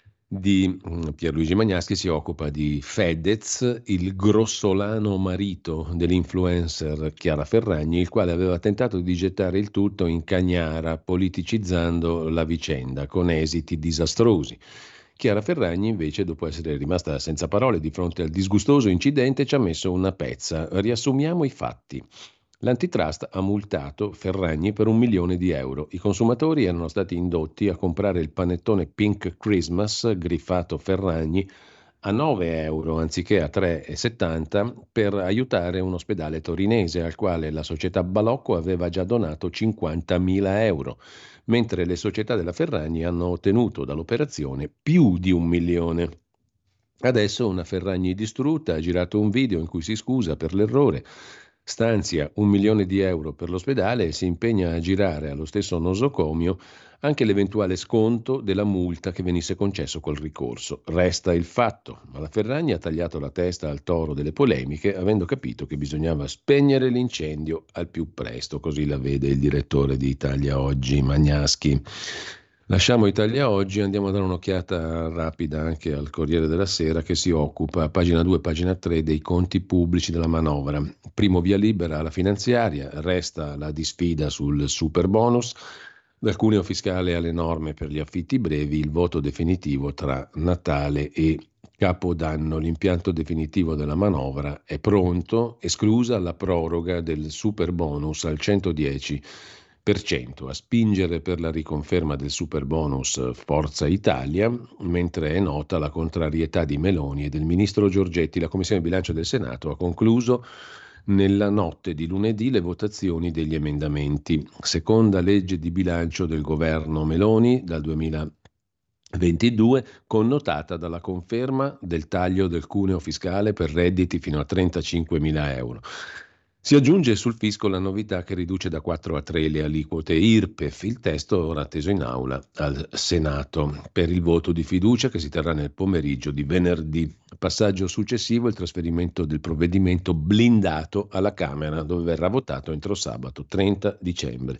di Pierluigi Magnaschi si occupa di Fedez, il grossolano marito dell'influencer Chiara Ferragni, il quale aveva tentato di gettare il tutto in cagnara, politicizzando la vicenda con esiti disastrosi. Chiara Ferragni invece, dopo essere rimasta senza parole di fronte al disgustoso incidente, ci ha messo una pezza. Riassumiamo i fatti. L'antitrust ha multato Ferragni per 1 milione di euro. I consumatori erano stati indotti a comprare il panettone Pink Christmas griffato Ferragni a 9 euro anziché a 3,70 per aiutare un ospedale torinese al quale la società Balocco aveva già donato 50.000 euro, mentre le società della Ferragni hanno ottenuto dall'operazione più di 1 milione. Adesso una Ferragni distrutta ha girato un video in cui si scusa per l'errore, stanzia 1 milione di euro per l'ospedale e si impegna a girare allo stesso nosocomio anche l'eventuale sconto della multa che venisse concesso col ricorso. Resta il fatto, ma la Ferragni ha tagliato la testa al toro delle polemiche, avendo capito che bisognava spegnere l'incendio al più presto, così la vede il direttore di Italia Oggi, Magnaschi. Lasciamo Italia Oggi, andiamo a dare un'occhiata rapida anche al Corriere della Sera, che si occupa, pagina 2 e pagina 3, dei conti pubblici della manovra. Primo via libera alla finanziaria, resta la disfida sul super bonus, dal cuneo fiscale alle norme per gli affitti brevi, il voto definitivo tra Natale e Capodanno. L'impianto definitivo della manovra è pronto, esclusa la proroga del super bonus al 110%. A spingere per la riconferma del super bonus Forza Italia, mentre è nota la contrarietà di Meloni e del ministro Giorgetti. La Commissione Bilancio del Senato ha concluso nella notte di lunedì le votazioni degli emendamenti. Seconda legge di bilancio del governo Meloni dal 2022, connotata dalla conferma del taglio del cuneo fiscale per redditi fino a 35.000 euro. Si aggiunge sul fisco la novità che riduce da 4 a 3 le aliquote IRPEF. Il testo è ora atteso in aula al Senato per il voto di fiducia che si terrà nel pomeriggio di venerdì. Passaggio successivo, il trasferimento del provvedimento blindato alla Camera, dove verrà votato entro sabato 30 dicembre.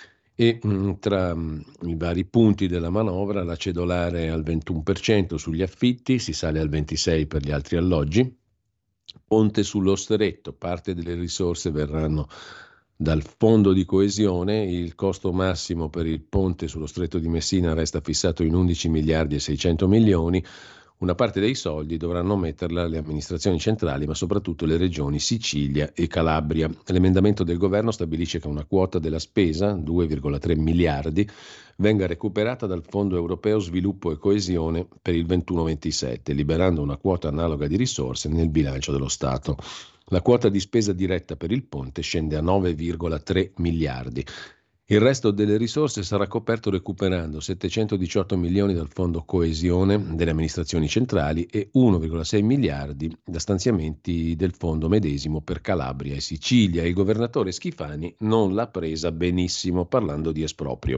E tra i vari punti della manovra, la cedolare al 21% sugli affitti, si sale al 26% per gli altri alloggi. Ponte sullo Stretto, parte delle risorse verranno dal fondo di coesione, il costo massimo per il ponte sullo Stretto di Messina resta fissato in 11 miliardi e 600 milioni, una parte dei soldi dovranno metterla le amministrazioni centrali, ma soprattutto le regioni Sicilia e Calabria. L'emendamento del governo stabilisce che una quota della spesa, 2,3 miliardi, venga recuperata dal Fondo Europeo Sviluppo e Coesione per il 21-27, liberando una quota analoga di risorse nel bilancio dello Stato. La quota di spesa diretta per il ponte scende a 9,3 miliardi. Il resto delle risorse sarà coperto recuperando 718 milioni dal Fondo Coesione delle amministrazioni centrali e 1,6 miliardi da stanziamenti del fondo medesimo per Calabria e Sicilia. Il governatore Schifani non l'ha presa benissimo, parlando di esproprio.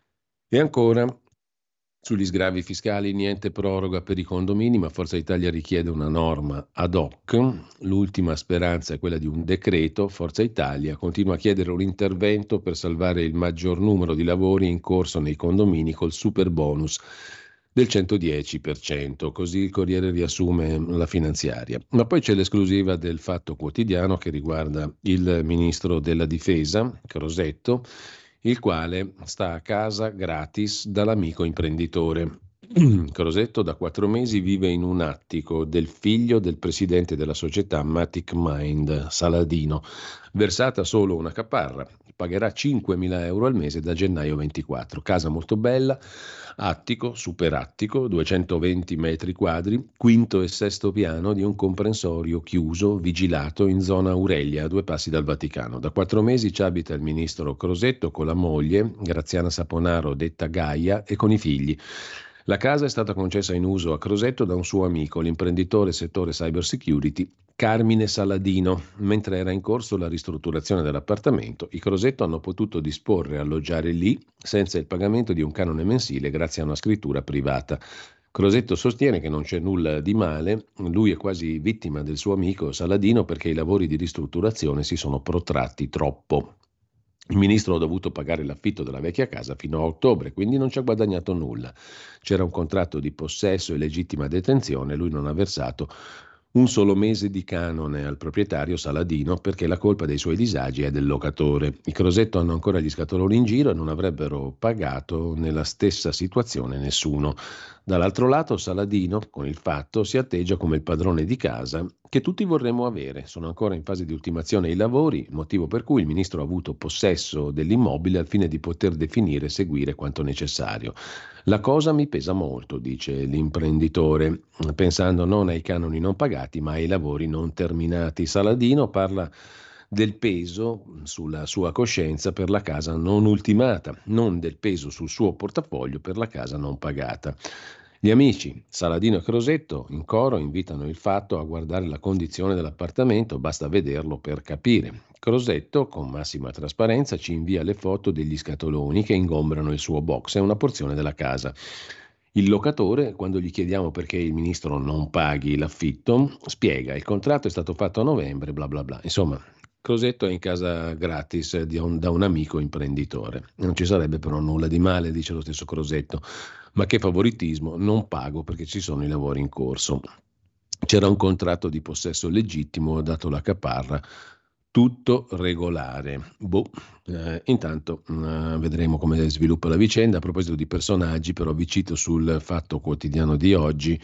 E ancora, sugli sgravi fiscali niente proroga per i condomini, ma Forza Italia richiede una norma ad hoc. L'ultima speranza è quella di un decreto. Forza Italia continua a chiedere un intervento per salvare il maggior numero di lavori in corso nei condomini col super bonus del 110%, così il Corriere riassume la finanziaria. Ma poi c'è l'esclusiva del Fatto Quotidiano che riguarda il ministro della Difesa, Crosetto, il quale sta a casa gratis dall'amico imprenditore. Crosetto da 4 mesi vive in un attico del figlio del presidente della società Matic Mind, Saladino, versata solo una caparra. Pagherà 5.000 euro al mese da gennaio 24. Casa molto bella, attico, super attico, 220 metri quadri, quinto e sesto piano di un comprensorio chiuso, vigilato in zona Aurelia, a 2 passi dal Vaticano. Da 4 mesi ci abita il ministro Crosetto con la moglie, Graziana Saponaro detta Gaia, e con i figli. La casa è stata concessa in uso a Crosetto da un suo amico, l'imprenditore settore cyber security Carmine Saladino. Mentre era in corso la ristrutturazione dell'appartamento, i Crosetto hanno potuto disporre e alloggiare lì senza il pagamento di un canone mensile grazie a una scrittura privata. Crosetto sostiene che non c'è nulla di male, lui è quasi vittima del suo amico Saladino perché i lavori di ristrutturazione si sono protratti troppo. Il ministro ha dovuto pagare l'affitto della vecchia casa fino a ottobre, quindi non ci ha guadagnato nulla. C'era un contratto di possesso e legittima detenzione, lui non ha versato un solo mese di canone al proprietario Saladino perché la colpa dei suoi disagi è del locatore. I Crosetto hanno ancora gli scatoloni in giro e non avrebbero pagato nella stessa situazione nessuno. Dall'altro lato Saladino, con il fatto, si atteggia come il padrone di casa che tutti vorremmo avere. Sono ancora in fase di ultimazione i lavori, motivo per cui il ministro ha avuto possesso dell'immobile al fine di poter definire e seguire quanto necessario. La cosa mi pesa molto, dice l'imprenditore, pensando non ai canoni non pagati ma ai lavori non terminati. Saladino parla del peso sulla sua coscienza per la casa non ultimata, non del peso sul suo portafoglio per la casa non pagata. Gli amici Saladino e Crosetto in coro invitano il fatto a guardare la condizione dell'appartamento, basta vederlo per capire. Crosetto, con massima trasparenza, ci invia le foto degli scatoloni che ingombrano il suo box e una porzione della casa. Il locatore, quando gli chiediamo perché il ministro non paghi l'affitto, spiega: il contratto è stato fatto a novembre, bla bla bla. Insomma, Crosetto è in casa gratis da un amico imprenditore. Non ci sarebbe però nulla di male, dice lo stesso Crosetto, ma che favoritismo, non pago perché ci sono i lavori in corso. C'era un contratto di possesso legittimo, dato la caparra, tutto regolare. Intanto vedremo come sviluppa la vicenda. A proposito di personaggi, però vi cito sul Fatto Quotidiano di oggi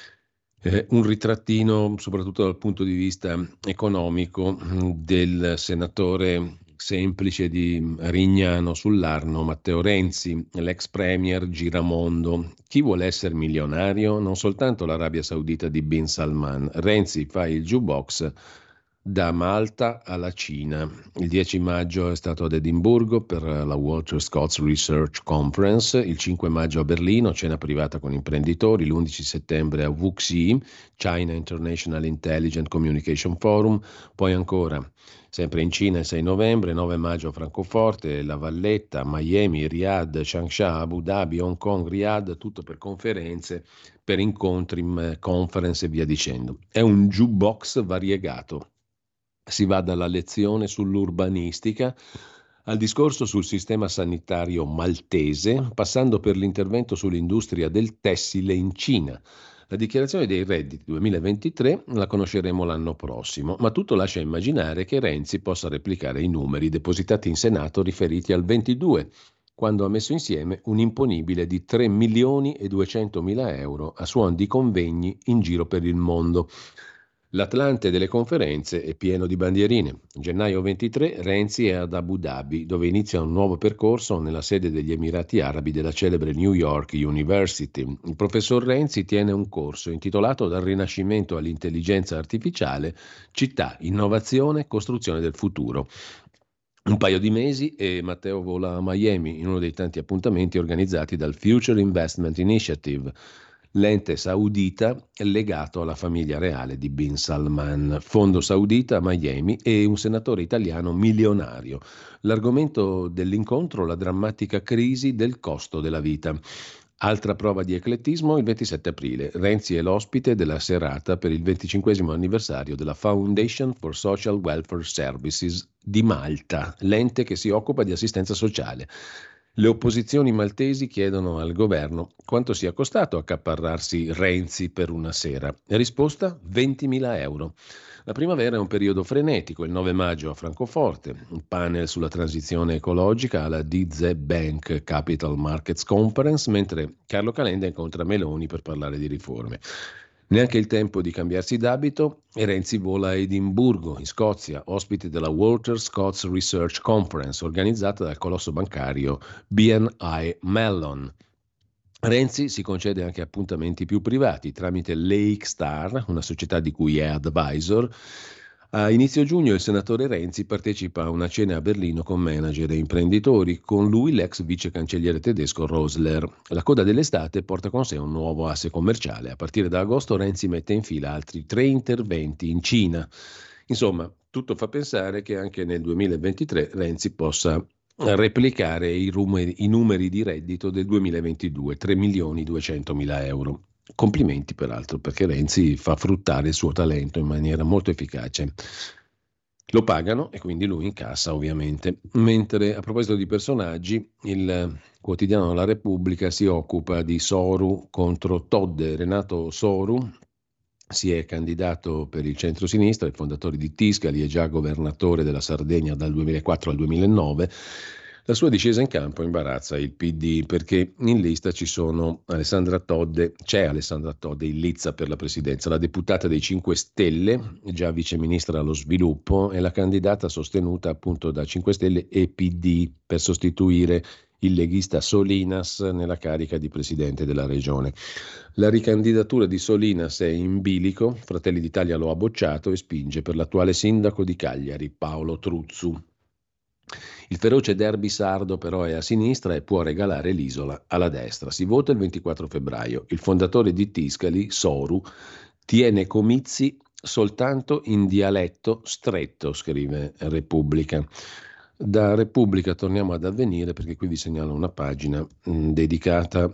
un ritrattino, soprattutto dal punto di vista economico, del senatore semplice di Rignano sull'Arno, Matteo Renzi, l'ex premier giramondo. Chi vuole essere milionario? Non soltanto l'Arabia Saudita di Bin Salman. Renzi fa il jukebox da Malta alla Cina. Il 10 maggio è stato ad Edimburgo per la Walter Scott Research Conference, il 5 maggio a Berlino, cena privata con imprenditori, l'11 settembre a WuXi, China International Intelligent Communication Forum, poi ancora sempre in Cina il 6 novembre, 9 maggio a Francoforte, La Valletta, Miami, Riyadh, Changsha, Abu Dhabi, Hong Kong, Riyadh, tutto per conferenze, per incontri, conference e via dicendo. È un jukebox variegato. Si va dalla lezione sull'urbanistica al discorso sul sistema sanitario maltese, passando per l'intervento sull'industria del tessile in Cina. La dichiarazione dei redditi 2023 la conosceremo l'anno prossimo, ma tutto lascia immaginare che Renzi possa replicare i numeri depositati in Senato riferiti al 22, quando ha messo insieme un imponibile di 3.200.000 euro a suon di convegni in giro per il mondo. L'Atlante delle conferenze è pieno di bandierine. Gennaio 23 Renzi è ad Abu Dhabi, dove inizia un nuovo percorso nella sede degli Emirati Arabi della celebre New York University. Il professor Renzi tiene un corso intitolato Dal Rinascimento all'intelligenza artificiale, città, innovazione, costruzione del futuro. Un paio di mesi e Matteo vola a Miami in uno dei tanti appuntamenti organizzati dal Future Investment Initiative, l'ente saudita legato alla famiglia reale di Bin Salman, fondo saudita a Miami e un senatore italiano milionario. L'argomento dell'incontro, la drammatica crisi del costo della vita. Altra prova di eclettismo il 27 aprile. Renzi è l'ospite della serata per il 25° anniversario della Foundation for Social Welfare Services di Malta, l'ente che si occupa di assistenza sociale. Le opposizioni maltesi chiedono al governo quanto sia costato accaparrarsi Renzi per una sera. Risposta: 20.000 euro. La primavera è un periodo frenetico. Il 9 maggio a Francoforte, un panel sulla transizione ecologica alla DZ Bank Capital Markets Conference, mentre Carlo Calenda incontra Meloni per parlare di riforme. Neanche il tempo di cambiarsi d'abito e Renzi vola a Edimburgo, in Scozia, ospite della Walter Scott Research Conference organizzata dal colosso bancario BNI Mellon. Renzi si concede anche appuntamenti più privati tramite Lake Star, una società di cui è advisor. A inizio giugno il senatore Renzi partecipa a una cena a Berlino con manager e imprenditori, con lui l'ex vice cancelliere tedesco Rosler. La coda dell'estate porta con sé un nuovo asse commerciale. A partire da agosto Renzi mette in fila altri 3 interventi in Cina. Insomma, tutto fa pensare che anche nel 2023 Renzi possa replicare i numeri di reddito del 2022, 3.200.000 euro. Complimenti peraltro, perché Renzi fa fruttare il suo talento in maniera molto efficace. Lo pagano e quindi lui incassa ovviamente. Mentre a proposito di personaggi, il quotidiano La Repubblica si occupa di Soru contro Todde. Renato Soru si è candidato per il centro-sinistra, il fondatore di Tiscali, è già governatore della Sardegna dal 2004 al 2009. La sua discesa in campo imbarazza il PD perché in lista c'è Alessandra Todde in lizza per la presidenza, la deputata dei 5 Stelle, già viceministra allo sviluppo, è la candidata sostenuta appunto da 5 Stelle e PD per sostituire il leghista Solinas nella carica di presidente della regione. La ricandidatura di Solinas è in bilico, Fratelli d'Italia lo ha bocciato e spinge per l'attuale sindaco di Cagliari, Paolo Truzzu. Il feroce derby sardo però è a sinistra e può regalare l'isola alla destra. Si vota il 24 febbraio. Il fondatore di Tiscali, Soru, tiene comizi soltanto in dialetto stretto, scrive Repubblica. Da Repubblica torniamo ad Avvenire perché qui vi segnalo una pagina dedicata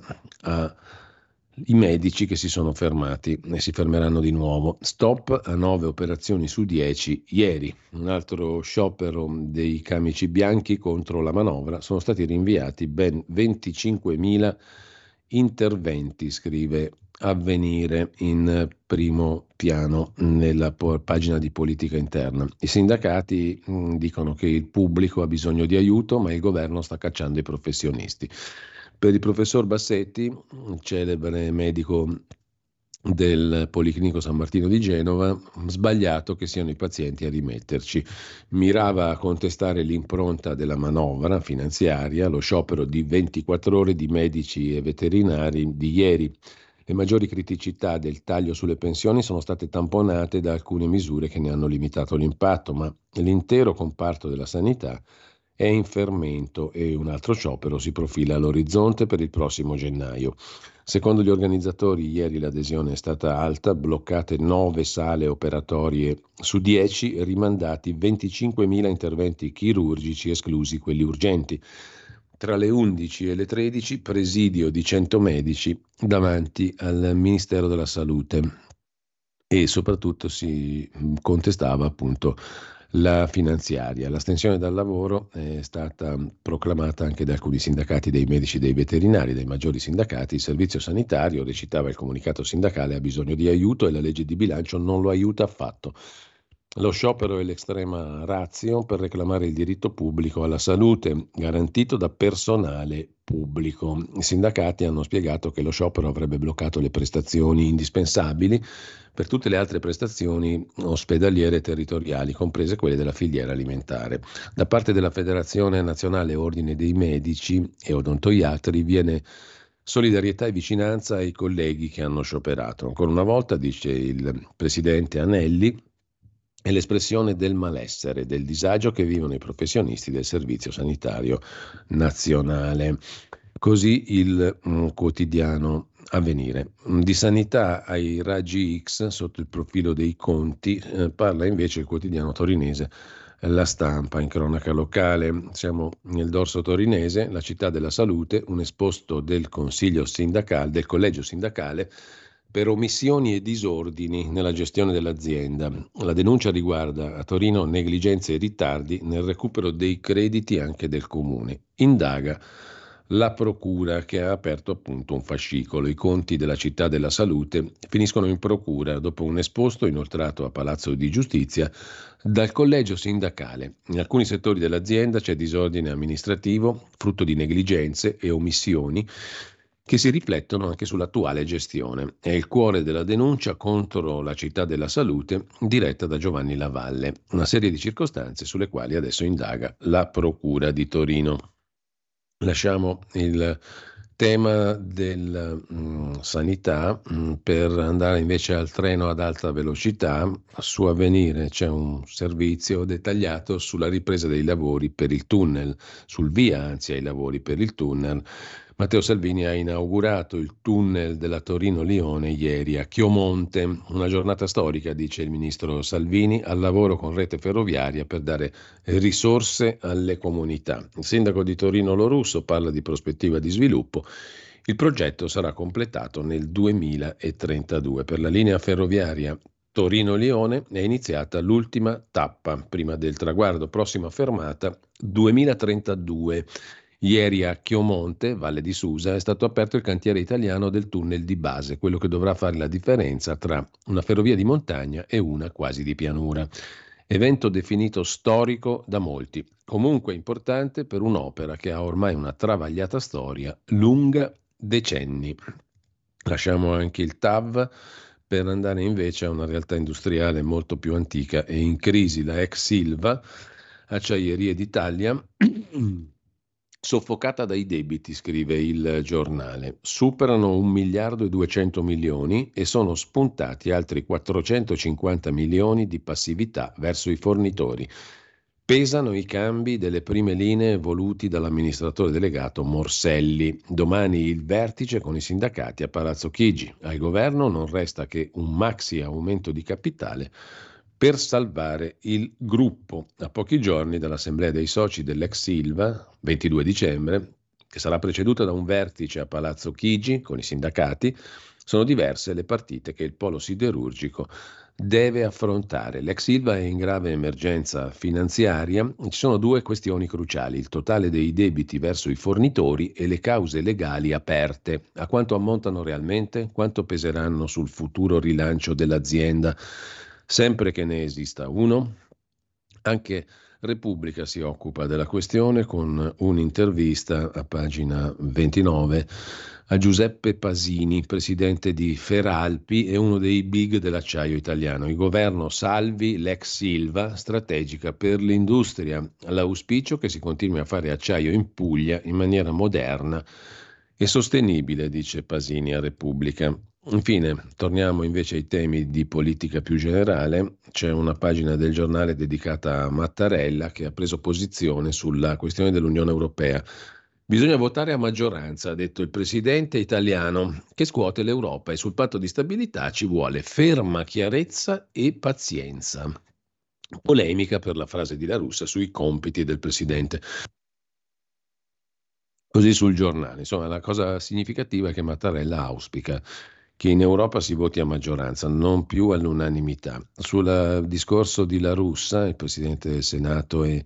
ai medici che si sono fermati e si fermeranno di nuovo. Stop a 9 operazioni su 10 ieri. Un altro sciopero dei camici bianchi contro la manovra. Sono stati rinviati ben 25.000 interventi, scrive Avvenire in primo piano nella pagina di politica interna. I sindacati dicono che il pubblico ha bisogno di aiuto, ma il governo sta cacciando i professionisti. Per il professor Bassetti, celebre medico del Policlinico San Martino di Genova, sbagliato che siano i pazienti a rimetterci. Mirava a contestare l'impronta della manovra finanziaria, lo sciopero di 24 ore di medici e veterinari di ieri. Le maggiori criticità del taglio sulle pensioni sono state tamponate da alcune misure che ne hanno limitato l'impatto, ma l'intero comparto della sanità è in fermento e un altro sciopero si profila all'orizzonte per il prossimo gennaio. Secondo gli organizzatori, ieri l'adesione è stata alta, bloccate 9 sale operatorie su 10, rimandati 25.000 interventi chirurgici, esclusi quelli urgenti. Tra le 11 e le 13, presidio di 100 medici davanti al Ministero della Salute e soprattutto si contestava appunto la finanziaria. L'astensione dal lavoro è stata proclamata anche da alcuni sindacati dei medici e dei veterinari, dai maggiori sindacati. Il servizio sanitario, recitava il comunicato sindacale, ha bisogno di aiuto e la legge di bilancio non lo aiuta affatto. Lo sciopero è l'extrema ratio per reclamare il diritto pubblico alla salute, garantito da personale pubblico. I sindacati hanno spiegato che lo sciopero avrebbe bloccato le prestazioni indispensabili per tutte le altre prestazioni ospedaliere e territoriali, comprese quelle della filiera alimentare. Da parte della Federazione Nazionale Ordine dei Medici e Odontoiatri viene solidarietà e vicinanza ai colleghi che hanno scioperato. Ancora una volta, dice il presidente Anelli, è l'espressione del malessere, del disagio che vivono i professionisti del Servizio Sanitario Nazionale. Così il quotidiano Avvenire. Di sanità ai raggi X sotto il profilo dei conti parla invece il quotidiano torinese La Stampa in cronaca locale. Siamo nel dorso torinese, la città della salute, un esposto del consiglio sindacale, del collegio sindacale per omissioni e disordini nella gestione dell'azienda. La denuncia riguarda a Torino negligenze e ritardi nel recupero dei crediti anche del comune. Indaga la procura che ha aperto appunto un fascicolo. I conti della città della salute finiscono in procura dopo un esposto inoltrato a Palazzo di Giustizia dal collegio sindacale. In alcuni settori dell'azienda c'è disordine amministrativo, frutto di negligenze e omissioni che si riflettono anche sull'attuale gestione. È il cuore della denuncia contro la città della salute diretta da Giovanni Lavalle, una serie di circostanze sulle quali adesso indaga la Procura di Torino. Lasciamo il tema della sanità per andare invece al treno ad alta velocità. Su Avvenire c'è un servizio dettagliato sulla ripresa dei lavori per il tunnel, sul via anzi ai lavori per il tunnel. Matteo Salvini ha inaugurato il tunnel della Torino-Lione ieri a Chiomonte, una giornata storica, dice il ministro Salvini, al lavoro con Rete Ferroviaria per dare risorse alle comunità. Il sindaco di Torino Lo Russo parla di prospettiva di sviluppo. Il progetto sarà completato nel 2032. Per la linea ferroviaria Torino-Lione è iniziata l'ultima tappa prima del traguardo, prossima fermata 2032. Ieri a Chiomonte, Valle di Susa, è stato aperto il cantiere italiano del tunnel di base, quello che dovrà fare la differenza tra una ferrovia di montagna e una quasi di pianura. Evento definito storico da molti, comunque importante per un'opera che ha ormai una travagliata storia lunga decenni. Lasciamo anche il TAV per andare invece a una realtà industriale molto più antica e in crisi, la ex Silva, Acciaierie d'Italia, soffocata dai debiti, scrive il giornale. Superano 1.200 milioni e sono spuntati altri 450 milioni di passività verso i fornitori. Pesano i cambi delle prime linee voluti dall'amministratore delegato Morselli. Domani il vertice con i sindacati a Palazzo Chigi. Al governo non resta che un maxi aumento di capitale per salvare il gruppo. A pochi giorni dall'assemblea dei soci dell'ex Silva, 22 dicembre, che sarà preceduta da un vertice a Palazzo Chigi con i sindacati, sono diverse le partite che il polo siderurgico deve affrontare. L'ex Silva è in grave emergenza finanziaria. Ci sono due questioni cruciali: il totale dei debiti verso i fornitori e le cause legali aperte. A quanto ammontano realmente? Quanto peseranno sul futuro rilancio dell'azienda? Sempre che ne esista uno. Anche Repubblica si occupa della questione con un'intervista a pagina 29 a Giuseppe Pasini, presidente di Feralpi e uno dei big dell'acciaio italiano. Il governo salvi l'ex Silva, strategica per l'industria. L'auspicio che si continui a fare acciaio in Puglia in maniera moderna e sostenibile, dice Pasini a Repubblica. Infine, torniamo invece ai temi di politica più generale. C'è una pagina del giornale dedicata a Mattarella che ha preso posizione sulla questione dell'Unione Europea. Bisogna votare a maggioranza, ha detto il presidente italiano, che scuote l'Europa, e sul patto di stabilità ci vuole ferma chiarezza e pazienza. Polemica per la frase di La Russa sui compiti del presidente. Così sul giornale. Insomma, la cosa significativa è che Mattarella auspica che in Europa si voti a maggioranza, non più all'unanimità. Sul discorso di La Russa, il presidente del Senato, e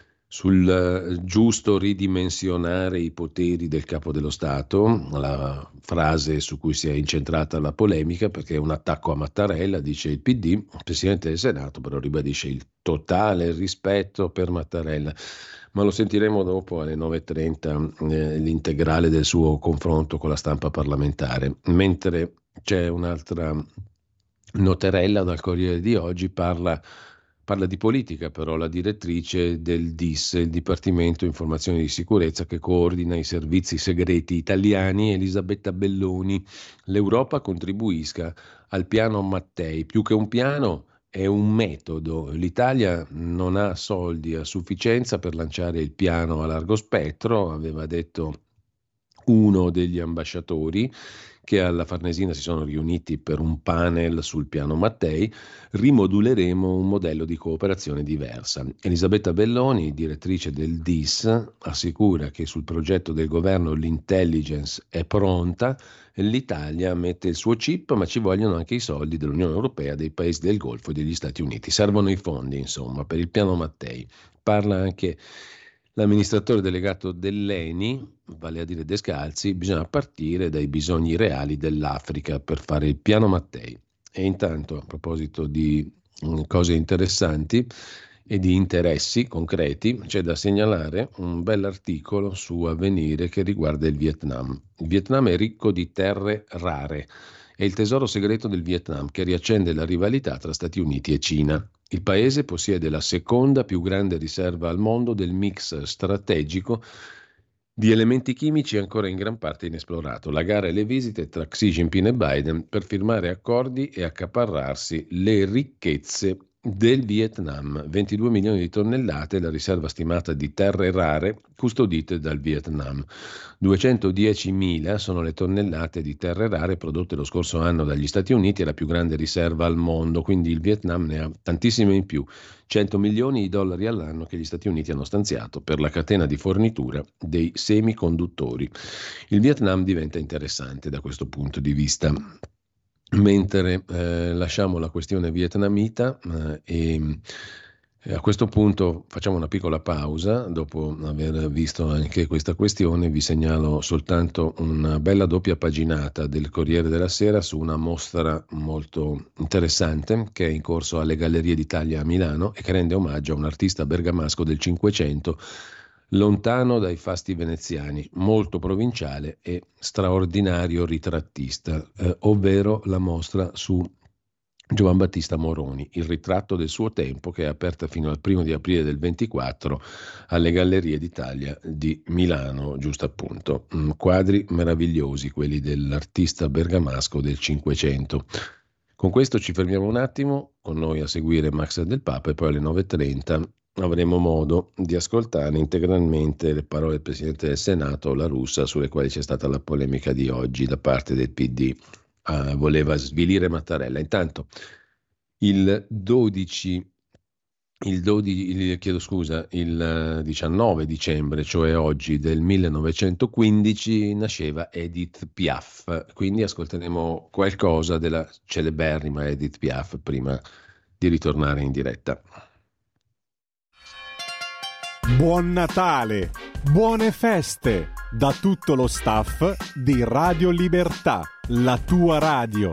sul giusto ridimensionare i poteri del capo dello Stato, la frase su cui si è incentrata la polemica, perché è un attacco a Mattarella, dice il PD. Il presidente del Senato però ribadisce il totale rispetto per Mattarella. Ma lo sentiremo dopo alle 9.30, l'integrale del suo confronto con la stampa parlamentare. Mentre c'è un'altra noterella dal Corriere di oggi, parla di politica, però la direttrice del DIS, il Dipartimento Informazioni di Sicurezza, che coordina i servizi segreti italiani, Elisabetta Belloni. L'Europa contribuisca al piano Mattei, più che un piano è un metodo. L'Italia non ha soldi a sufficienza per lanciare il piano a largo spettro, aveva detto uno degli ambasciatori che alla Farnesina si sono riuniti per un panel sul piano Mattei. Rimoduleremo un modello di cooperazione diversa. Elisabetta Belloni, direttrice del DIS, assicura che sul progetto del governo l'intelligence è pronta. L'Italia mette il suo chip, ma ci vogliono anche i soldi dell'Unione Europea, dei paesi del Golfo e degli Stati Uniti. Servono i fondi, insomma, per il piano Mattei. Parla anche l'amministratore delegato dell'ENI, vale a dire Descalzi. Bisogna partire dai bisogni reali dell'Africa per fare il piano Mattei. E intanto, a proposito di cose interessanti e di interessi concreti, c'è da segnalare un bell'articolo su Avvenire che riguarda il Vietnam. Il Vietnam è ricco di terre rare. È il tesoro segreto del Vietnam che riaccende la rivalità tra Stati Uniti e Cina. Il paese possiede la seconda più grande riserva al mondo del mix strategico di elementi chimici ancora in gran parte inesplorato. La gara e le visite tra Xi Jinping e Biden per firmare accordi e accaparrarsi le ricchezze del Vietnam, 22 milioni di tonnellate, la riserva stimata di terre rare custodite dal Vietnam. 210.000 sono le tonnellate di terre rare prodotte lo scorso anno dagli Stati Uniti, è la più grande riserva al mondo, quindi il Vietnam ne ha tantissime in più, 100 milioni di dollari all'anno che gli Stati Uniti hanno stanziato per la catena di fornitura dei semiconduttori. Il Vietnam diventa interessante da questo punto di vista. Mentre lasciamo la questione vietnamita e a questo punto facciamo una piccola pausa. Dopo aver visto anche questa questione, vi segnalo soltanto una bella doppia paginata del Corriere della Sera su una mostra molto interessante che è in corso alle Gallerie d'Italia a Milano e che rende omaggio a un artista bergamasco del Cinquecento, lontano dai fasti veneziani, molto provinciale e straordinario ritrattista, ovvero la mostra su Giovan Battista Moroni, il ritratto del suo tempo, che è aperta fino al 1 di aprile del 24 alle Gallerie d'Italia di Milano, giusto appunto. Quadri meravigliosi, quelli dell'artista bergamasco del Cinquecento. Con questo ci fermiamo un attimo, con noi a seguire Max del Papa e poi alle 9.30 avremo modo di ascoltare integralmente le parole del Presidente del Senato, La Russa, sulle quali c'è stata la polemica di oggi da parte del PD. Voleva svilire Mattarella. Intanto il 19 dicembre, cioè oggi del 1915, nasceva Edith Piaf, quindi ascolteremo qualcosa della celeberrima Edith Piaf prima di ritornare in diretta. Buon Natale, buone feste da tutto lo staff di Radio Libertà, la tua radio.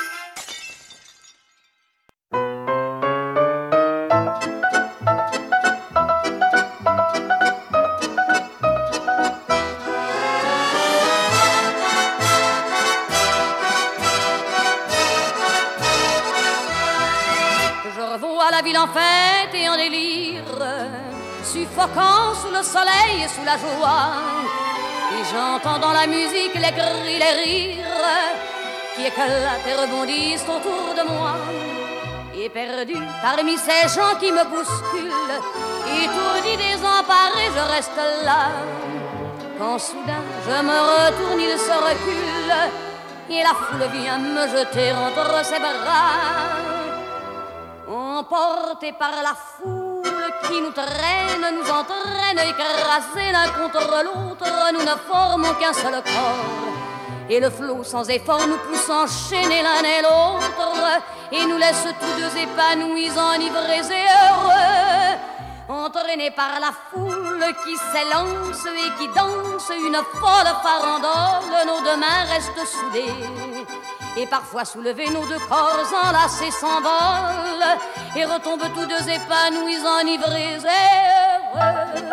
Je revois la ville en fête et en délire, suffoquant sous le soleil et sous la joie, et j'entends dans la musique les cris, les rires qui éclatent et rebondissent autour de moi. Et perdu parmi ces gens qui me bousculent, étourdi, désemparé, je reste là. Quand soudain je me retourne, il se recule, et la foule vient me jeter entre ses bras. Emportés par la foule qui nous traîne, nous entraîne, écrasés l'un contre l'autre, nous ne formons qu'un seul corps. Et le flot sans effort nous pousse enchaîner l'un et l'autre, et nous laisse tous deux épanouis, enivrés et heureux. Entraînés par la foule qui s'élance et qui danse une folle farandole, nos deux mains restent soudées. Et parfois soulevés, nos deux corps enlacés s'envolent et retombent tous deux épanouis, enivrés et heureux.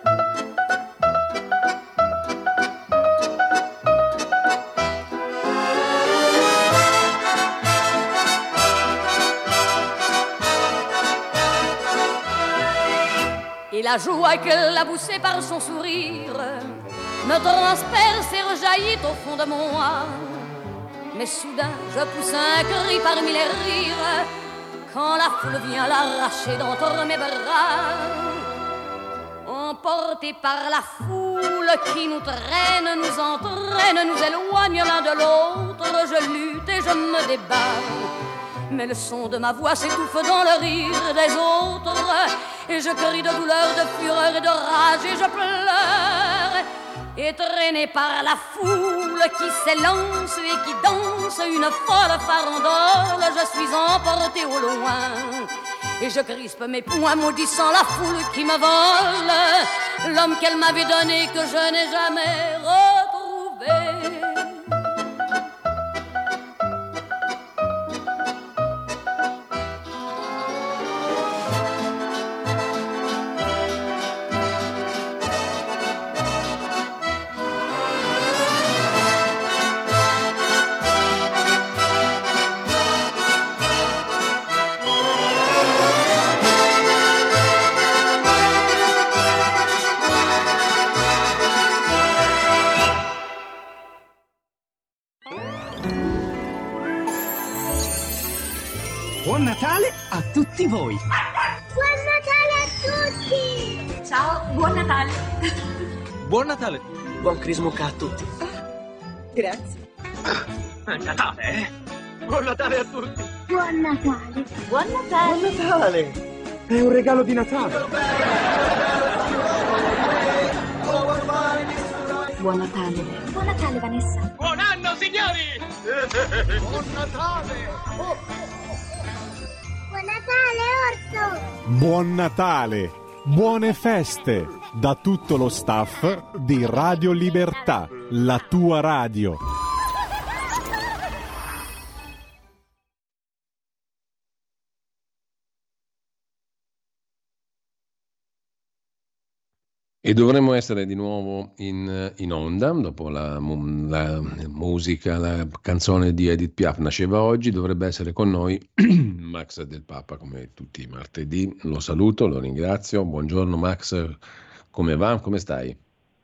Et la joie qu'elle a poussée par son sourire me transperce et rejaillit au fond de moi. Mais soudain je pousse un cri parmi les rires quand la foule vient l'arracher d'entre mes bras. Emportés par la foule qui nous traîne, nous entraîne, nous éloigne l'un de l'autre, je lutte et je me débat. Mais le son de ma voix s'étouffe dans le rire des autres, et je crie de douleur, de fureur et de rage, et je pleure. Et traîné par la foule qui s'élance et qui danse une folle farandole, je suis emporté au loin. Et je crispe mes poings maudissant la foule qui me vole l'homme qu'elle m'avait donné, que je n'ai jamais retrouvé. Natale a tutti voi! Buon Natale a tutti! Ciao, buon Natale! Buon Natale! Buon Crismucca a tutti! Grazie! È Natale, eh? Buon Natale a tutti! Buon Natale! Buon Natale! Buon Natale! È un regalo di Natale! Buon Natale! Buon Natale, Vanessa! Buon anno, signori! Buon Natale! Buon Natale, Orso! Buon Natale, buone feste da tutto lo staff di Radio Libertà, la tua radio. E dovremmo essere di nuovo in onda, dopo la musica, la canzone di Edith Piaf nasceva oggi, dovrebbe essere con noi Max Del Papa come tutti i martedì. Lo saluto, lo ringrazio. Buongiorno Max, come va? Come stai?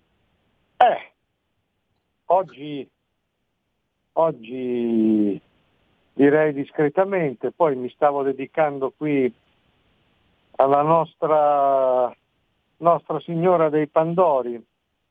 Oggi direi discretamente, poi mi stavo dedicando qui alla Nostra Signora dei Pandori.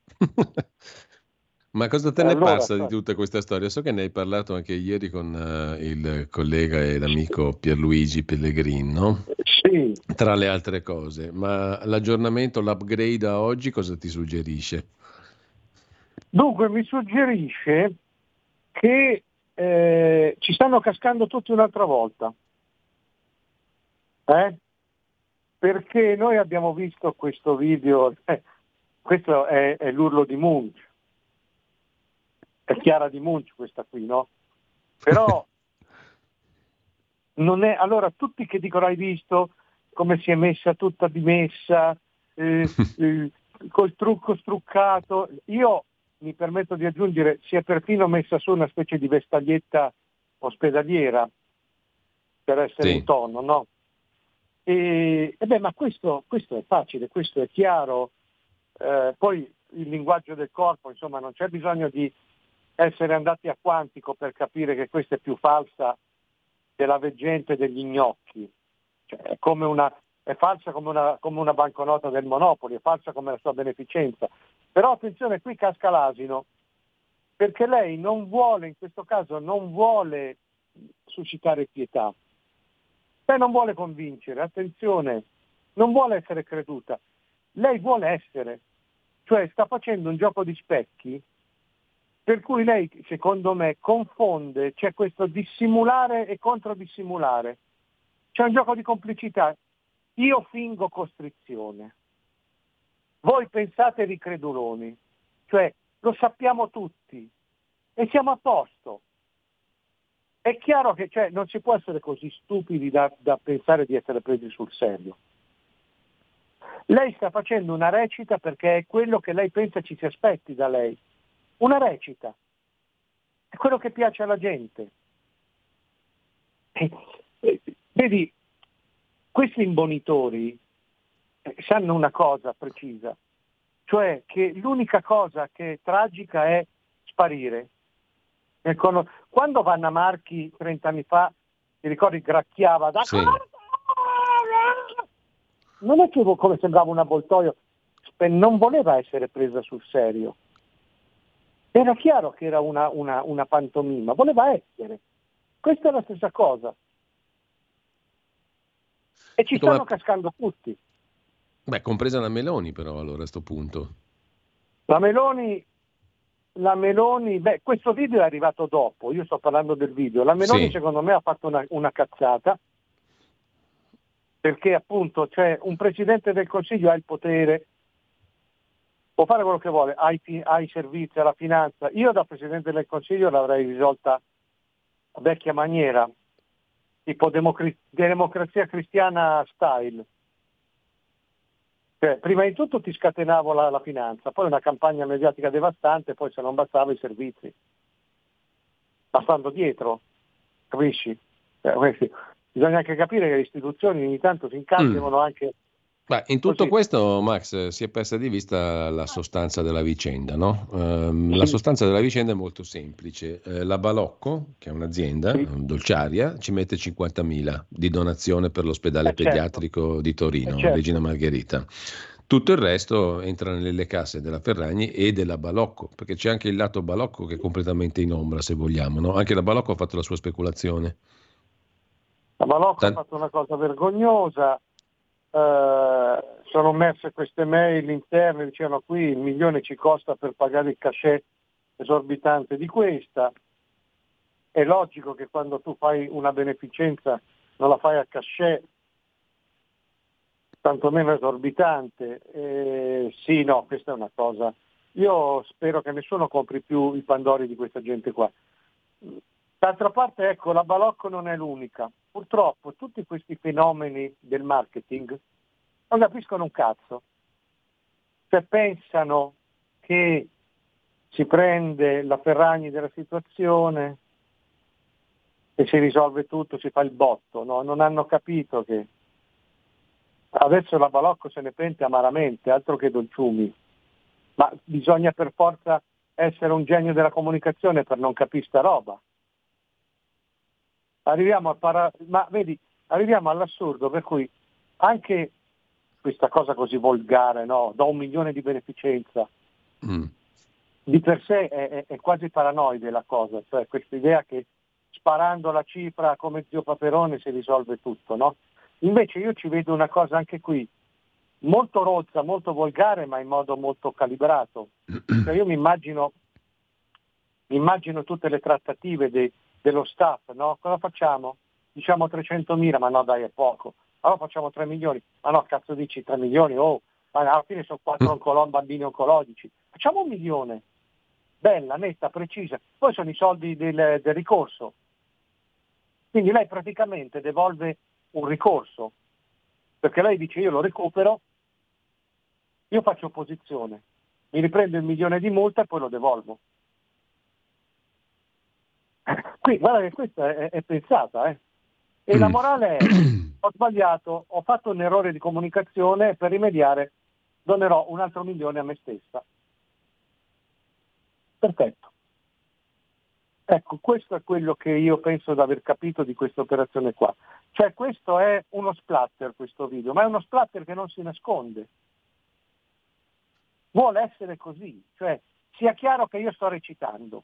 Ma cosa te ne Allora, passa di tutta questa storia? So che ne hai parlato anche ieri con il collega e l'amico Pierluigi Pellegrin, no? Sì. Tra le altre cose, ma l'aggiornamento, l'upgrade a oggi cosa ti suggerisce? Dunque mi suggerisce che ci stanno cascando tutti un'altra volta. Perché noi abbiamo visto questo video, questo è l'urlo di Munch, è Chiara di Munch questa qui, no? Però non è, allora tutti che dicono hai visto come si è messa tutta dimessa, col trucco struccato, io mi permetto di aggiungere si è perfino messa su una specie di vestaglietta ospedaliera per essere in tono, no? Ma questo è facile, questo è chiaro, poi il linguaggio del corpo, insomma non c'è bisogno di essere andati a quantico per capire che questa è più falsa della veggente degli gnocchi, cioè, è falsa come una banconota del Monopoli, è falsa come la sua beneficenza, però attenzione, qui casca l'asino, perché lei non vuole, in questo caso non vuole suscitare pietà. Lei non vuole convincere, attenzione, non vuole essere creduta, lei vuole essere, cioè sta facendo un gioco di specchi per cui lei, secondo me, confonde, c'è questo dissimulare e controdissimulare, c'è un gioco di complicità, io fingo costrizione, voi pensate ricreduloni, cioè lo sappiamo tutti e siamo a posto. È chiaro che non si può essere così stupidi da pensare di essere presi sul serio. Lei sta facendo una recita perché è quello che lei pensa ci si aspetti da lei. Una recita. È quello che piace alla gente. Vedi, questi imbonitori sanno una cosa precisa, cioè che l'unica cosa che è tragica è sparire. Quando Vanna Marchi 30 anni fa, ti ricordi, gracchiava da... Sì. Non è che come sembrava un avvoltoio, non voleva essere presa sul serio. Era chiaro che era una pantomima, voleva essere. Questa è la stessa cosa. E ci stanno cascando tutti. Beh, compresa la Meloni però allora a sto punto. La Meloni, questo video è arrivato dopo, io sto parlando del video. La Meloni secondo me ha fatto una cazzata, perché appunto un Presidente del Consiglio ha il potere, può fare quello che vuole, ha i servizi, ha la finanza. Io da Presidente del Consiglio l'avrei risolta a vecchia maniera, tipo democrazia cristiana style. Cioè, prima di tutto ti scatenavo la finanza, poi una campagna mediatica devastante, poi se non bastava i servizi. Ma stando dietro, capisci? Bisogna anche capire che le istituzioni ogni tanto si incantano anche Ma in tutto Così. questo, Max, si è persa di vista la sostanza della vicenda, no? La Sì. sostanza della vicenda è molto semplice. La Balocco, che è un'azienda Sì. dolciaria, ci mette 50.000 di donazione per l'ospedale Certo. pediatrico di Torino, Certo. Regina Margherita. Tutto il resto entra nelle casse della Ferragni e della Balocco, perché c'è anche il lato Balocco che è completamente in ombra, se vogliamo, no? Anche la Balocco ha fatto la sua speculazione. La Balocco ha fatto una cosa vergognosa, sono emerse queste mail interne, dicevano qui il milione ci costa per pagare il cachet esorbitante di questa. È logico che quando tu fai una beneficenza non la fai a cachet, tantomeno esorbitante. Sì, no, questa è una cosa. Io spero che nessuno compri più i pandori di questa gente qua. D'altra parte, ecco, la Balocco non è l'unica. Purtroppo tutti questi fenomeni del marketing non capiscono un cazzo. Cioè pensano che si prende la Ferragni della situazione e si risolve tutto, si fa il botto, no? Non hanno capito che adesso la Balocco se ne pente amaramente, altro che dolciumi. Ma bisogna per forza essere un genio della comunicazione per non capire sta roba. Arriviamo all'assurdo per cui anche questa cosa così volgare, no? Do 1 milione di beneficenza, di per sé è quasi paranoide la cosa, cioè questa idea che sparando la cifra come zio Paperone si risolve tutto, no? Invece io ci vedo una cosa anche qui, molto rozza, molto volgare, ma in modo molto calibrato. Cioè io mi immagino tutte le trattative dello staff, no? Cosa facciamo? Diciamo 300.000, ma no dai è poco. Allora facciamo 3 milioni, ma no cazzo dici 3 milioni, ma alla fine sono 4 bambini oncologici. Facciamo 1 milione, bella, netta, precisa. Poi sono i soldi del ricorso. Quindi lei praticamente devolve un ricorso, perché lei dice io lo recupero, io faccio opposizione, mi riprendo il 1 milione di multa e poi lo devolvo. Qui guarda che questa è pensata, E la morale è, ho sbagliato, ho fatto un errore di comunicazione, per rimediare donerò un altro 1 milione a me stessa. Perfetto. Ecco, questo è quello che io penso di aver capito di questa operazione qua. Cioè questo è uno splatter, questo video, ma è uno splatter che non si nasconde. Vuole essere così, cioè sia chiaro che io sto recitando.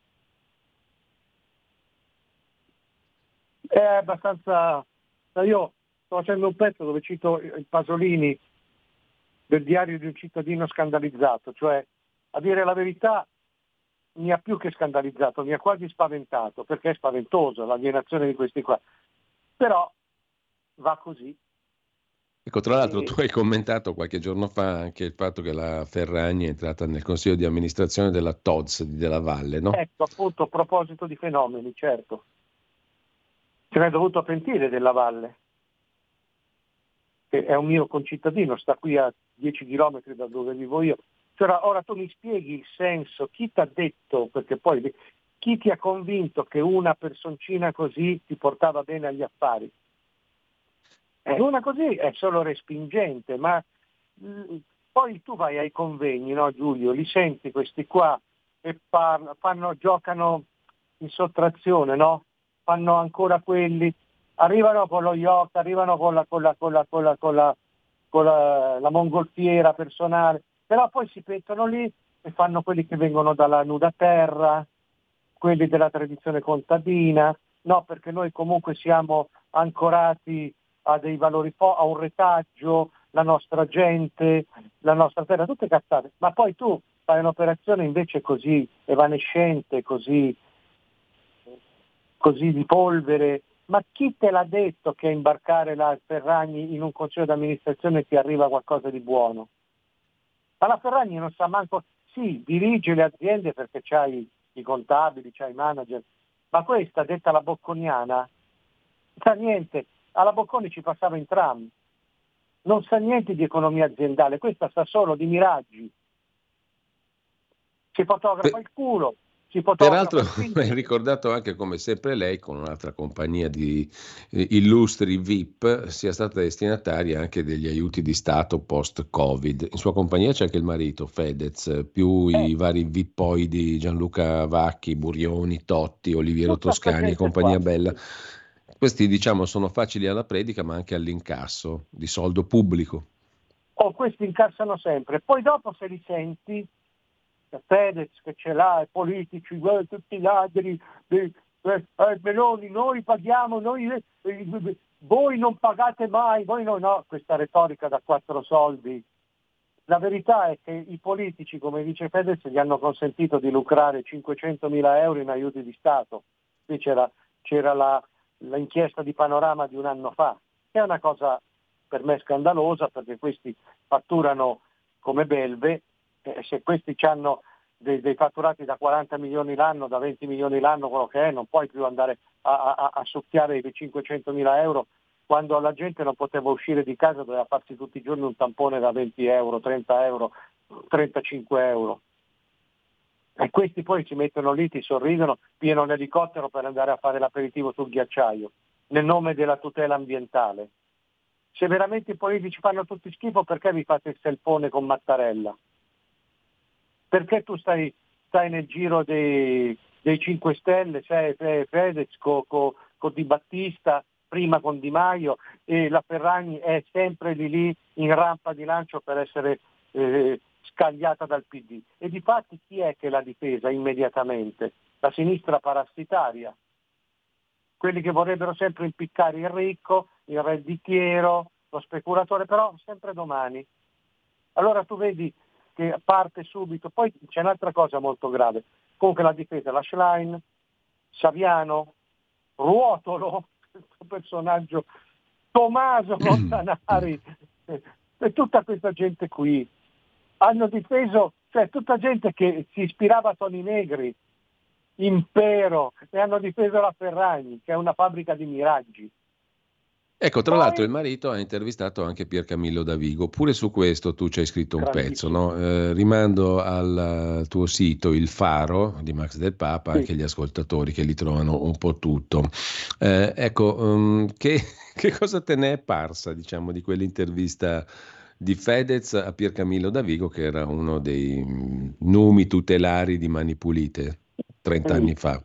È abbastanza... Io sto facendo un pezzo dove cito il Pasolini del diario di un cittadino scandalizzato, cioè a dire la verità mi ha più che scandalizzato, mi ha quasi spaventato, perché è spaventoso l'alienazione di questi qua. Però va così. Ecco, tra l'altro tu hai commentato qualche giorno fa anche il fatto che la Ferragni è entrata nel consiglio di amministrazione della TODS di Della Valle, no? Ecco, appunto, a proposito di fenomeni, certo. Se ne è dovuto pentire Della Valle, che è un mio concittadino, sta qui a 10 chilometri da dove vivo io. Cioè, ora tu mi spieghi il senso, chi ti ha detto, perché poi chi ti ha convinto che una personcina così ti portava bene agli affari? Una così è solo respingente, ma poi tu vai ai convegni, no Giulio, li senti questi qua e giocano in sottrazione, no? Fanno ancora quelli, arrivano con lo yacht, arrivano con la mongolfiera personale, però poi si mettono lì e fanno quelli che vengono dalla nuda terra, quelli della tradizione contadina, no, perché noi comunque siamo ancorati a dei valori, a un retaggio, la nostra gente, la nostra terra, tutte cazzate, ma poi tu fai un'operazione invece così evanescente, così di polvere, ma chi te l'ha detto che a imbarcare la Ferragni in un consiglio d'amministrazione ti arriva qualcosa di buono? Ma la Ferragni non sa manco, sì, dirige le aziende perché c'hai i contabili, c'hai i manager, ma questa, detta la bocconiana, sa niente. Alla Bocconi ci passava in tram, non sa niente di economia aziendale, questa sa solo di miraggi. Si fotografa il culo, si fotografa. Peraltro hai ricordato anche come sempre lei, con un'altra compagnia di illustri VIP, sia stata destinataria anche degli aiuti di Stato post-Covid. In sua compagnia c'è anche il marito Fedez, più i vari VIP poi di Gianluca Vacchi, Burioni, Totti, Oliviero Toscani e compagnia bella. Questi, diciamo, sono facili alla predica ma anche all'incasso di soldo pubblico. Questi incassano sempre, poi dopo se li senti, Fedez che ce l'ha, i politici, tutti i ladri, Meloni, noi paghiamo, voi non pagate mai, voi no, questa retorica da 4 soldi. La verità è che i politici, come dice Fedez, gli hanno consentito di lucrare 500.000 euro in aiuti di Stato. Qui c'era l'inchiesta di Panorama di un anno fa, che è una cosa per me scandalosa, perché questi fatturano come belve. Se questi hanno dei fatturati da 40 milioni l'anno, da 20 milioni l'anno, quello che è, non puoi più andare a succhiare i 500.000 euro quando la gente non poteva uscire di casa, doveva farsi tutti i giorni un tampone da 20 euro, 30 euro, 35 euro. E questi poi si mettono lì, ti sorridono, pieno l'elicottero per andare a fare l'aperitivo sul ghiacciaio, nel nome della tutela ambientale. Se veramente i politici fanno tutti schifo, perché vi fate il selfone con Mattarella? Perché tu stai nel giro dei 5 Stelle, Fedez con Di Battista, prima con Di Maio, e la Ferragni è sempre lì in rampa di lancio per essere scagliata dal PD. E difatti chi è che l'ha difesa immediatamente? La sinistra parassitaria. Quelli che vorrebbero sempre impiccare il ricco, il redditiero, lo speculatore, però sempre domani. Allora tu vedi che parte subito. Poi c'è un'altra cosa molto grave. Comunque la difesa, la Schlein, Saviano, Ruotolo, questo personaggio, Tommaso Montanari, e tutta questa gente qui hanno difeso, cioè tutta gente che si ispirava a Toni Negri, Impero, e hanno difeso la Ferragni, che è una fabbrica di miraggi. Ecco, tra l'altro il marito ha intervistato anche Pier Camillo Davigo, pure su questo tu ci hai scritto un pezzo, no? Rimando al tuo sito, Il Faro di Max Del Papa, anche gli ascoltatori che li trovano un po' tutto. Che cosa te ne è parsa, diciamo, di quell'intervista di Fedez a Pier Camillo Davigo, che era uno dei numi tutelari di Mani Pulite 30 anni fa?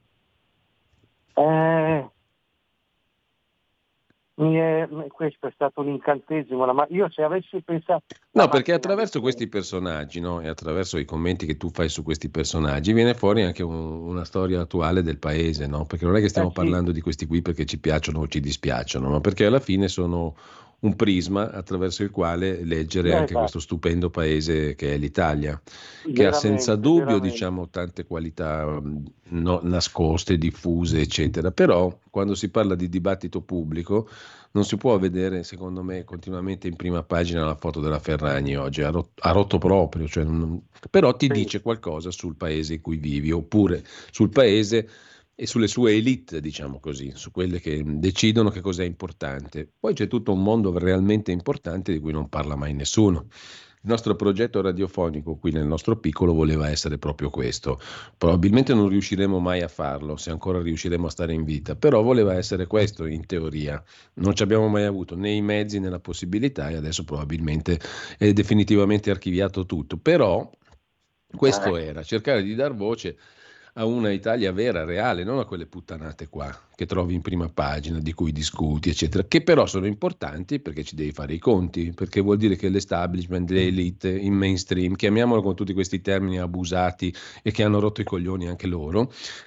Questo è stato un incantesimo, ma io se avessi pensato... No, perché attraverso questi personaggi, no, e attraverso i commenti che tu fai su questi personaggi viene fuori anche una storia attuale del paese, no? Perché non è che stiamo parlando di questi qui perché ci piacciono o ci dispiacciono, ma perché alla fine sono un prisma attraverso il quale leggere anche questo stupendo paese che è l'Italia, che ha senza dubbio, diciamo, tante qualità nascoste, diffuse, eccetera. Però quando si parla di dibattito pubblico non si può vedere, secondo me, continuamente in prima pagina la foto della Ferragni oggi, ha rotto proprio, cioè però ti dice qualcosa sul paese in cui vivi, oppure sul paese e sulle sue elite, diciamo così, su quelle che decidono che cos'è importante. Poi c'è tutto un mondo realmente importante di cui non parla mai nessuno. Il nostro progetto radiofonico qui nel nostro piccolo voleva essere proprio questo. Probabilmente non riusciremo mai a farlo, se ancora riusciremo a stare in vita, però voleva essere questo in teoria. Non ci abbiamo mai avuto né i mezzi né la possibilità, e adesso probabilmente è definitivamente archiviato tutto. Però questo era, cercare di dar voce a una Italia vera, reale, non a quelle puttanate qua che trovi in prima pagina, di cui discuti, eccetera, che però sono importanti perché ci devi fare i conti, perché vuol dire che l'establishment, le elite, il mainstream, chiamiamolo con tutti questi termini abusati e che hanno rotto i coglioni anche loro,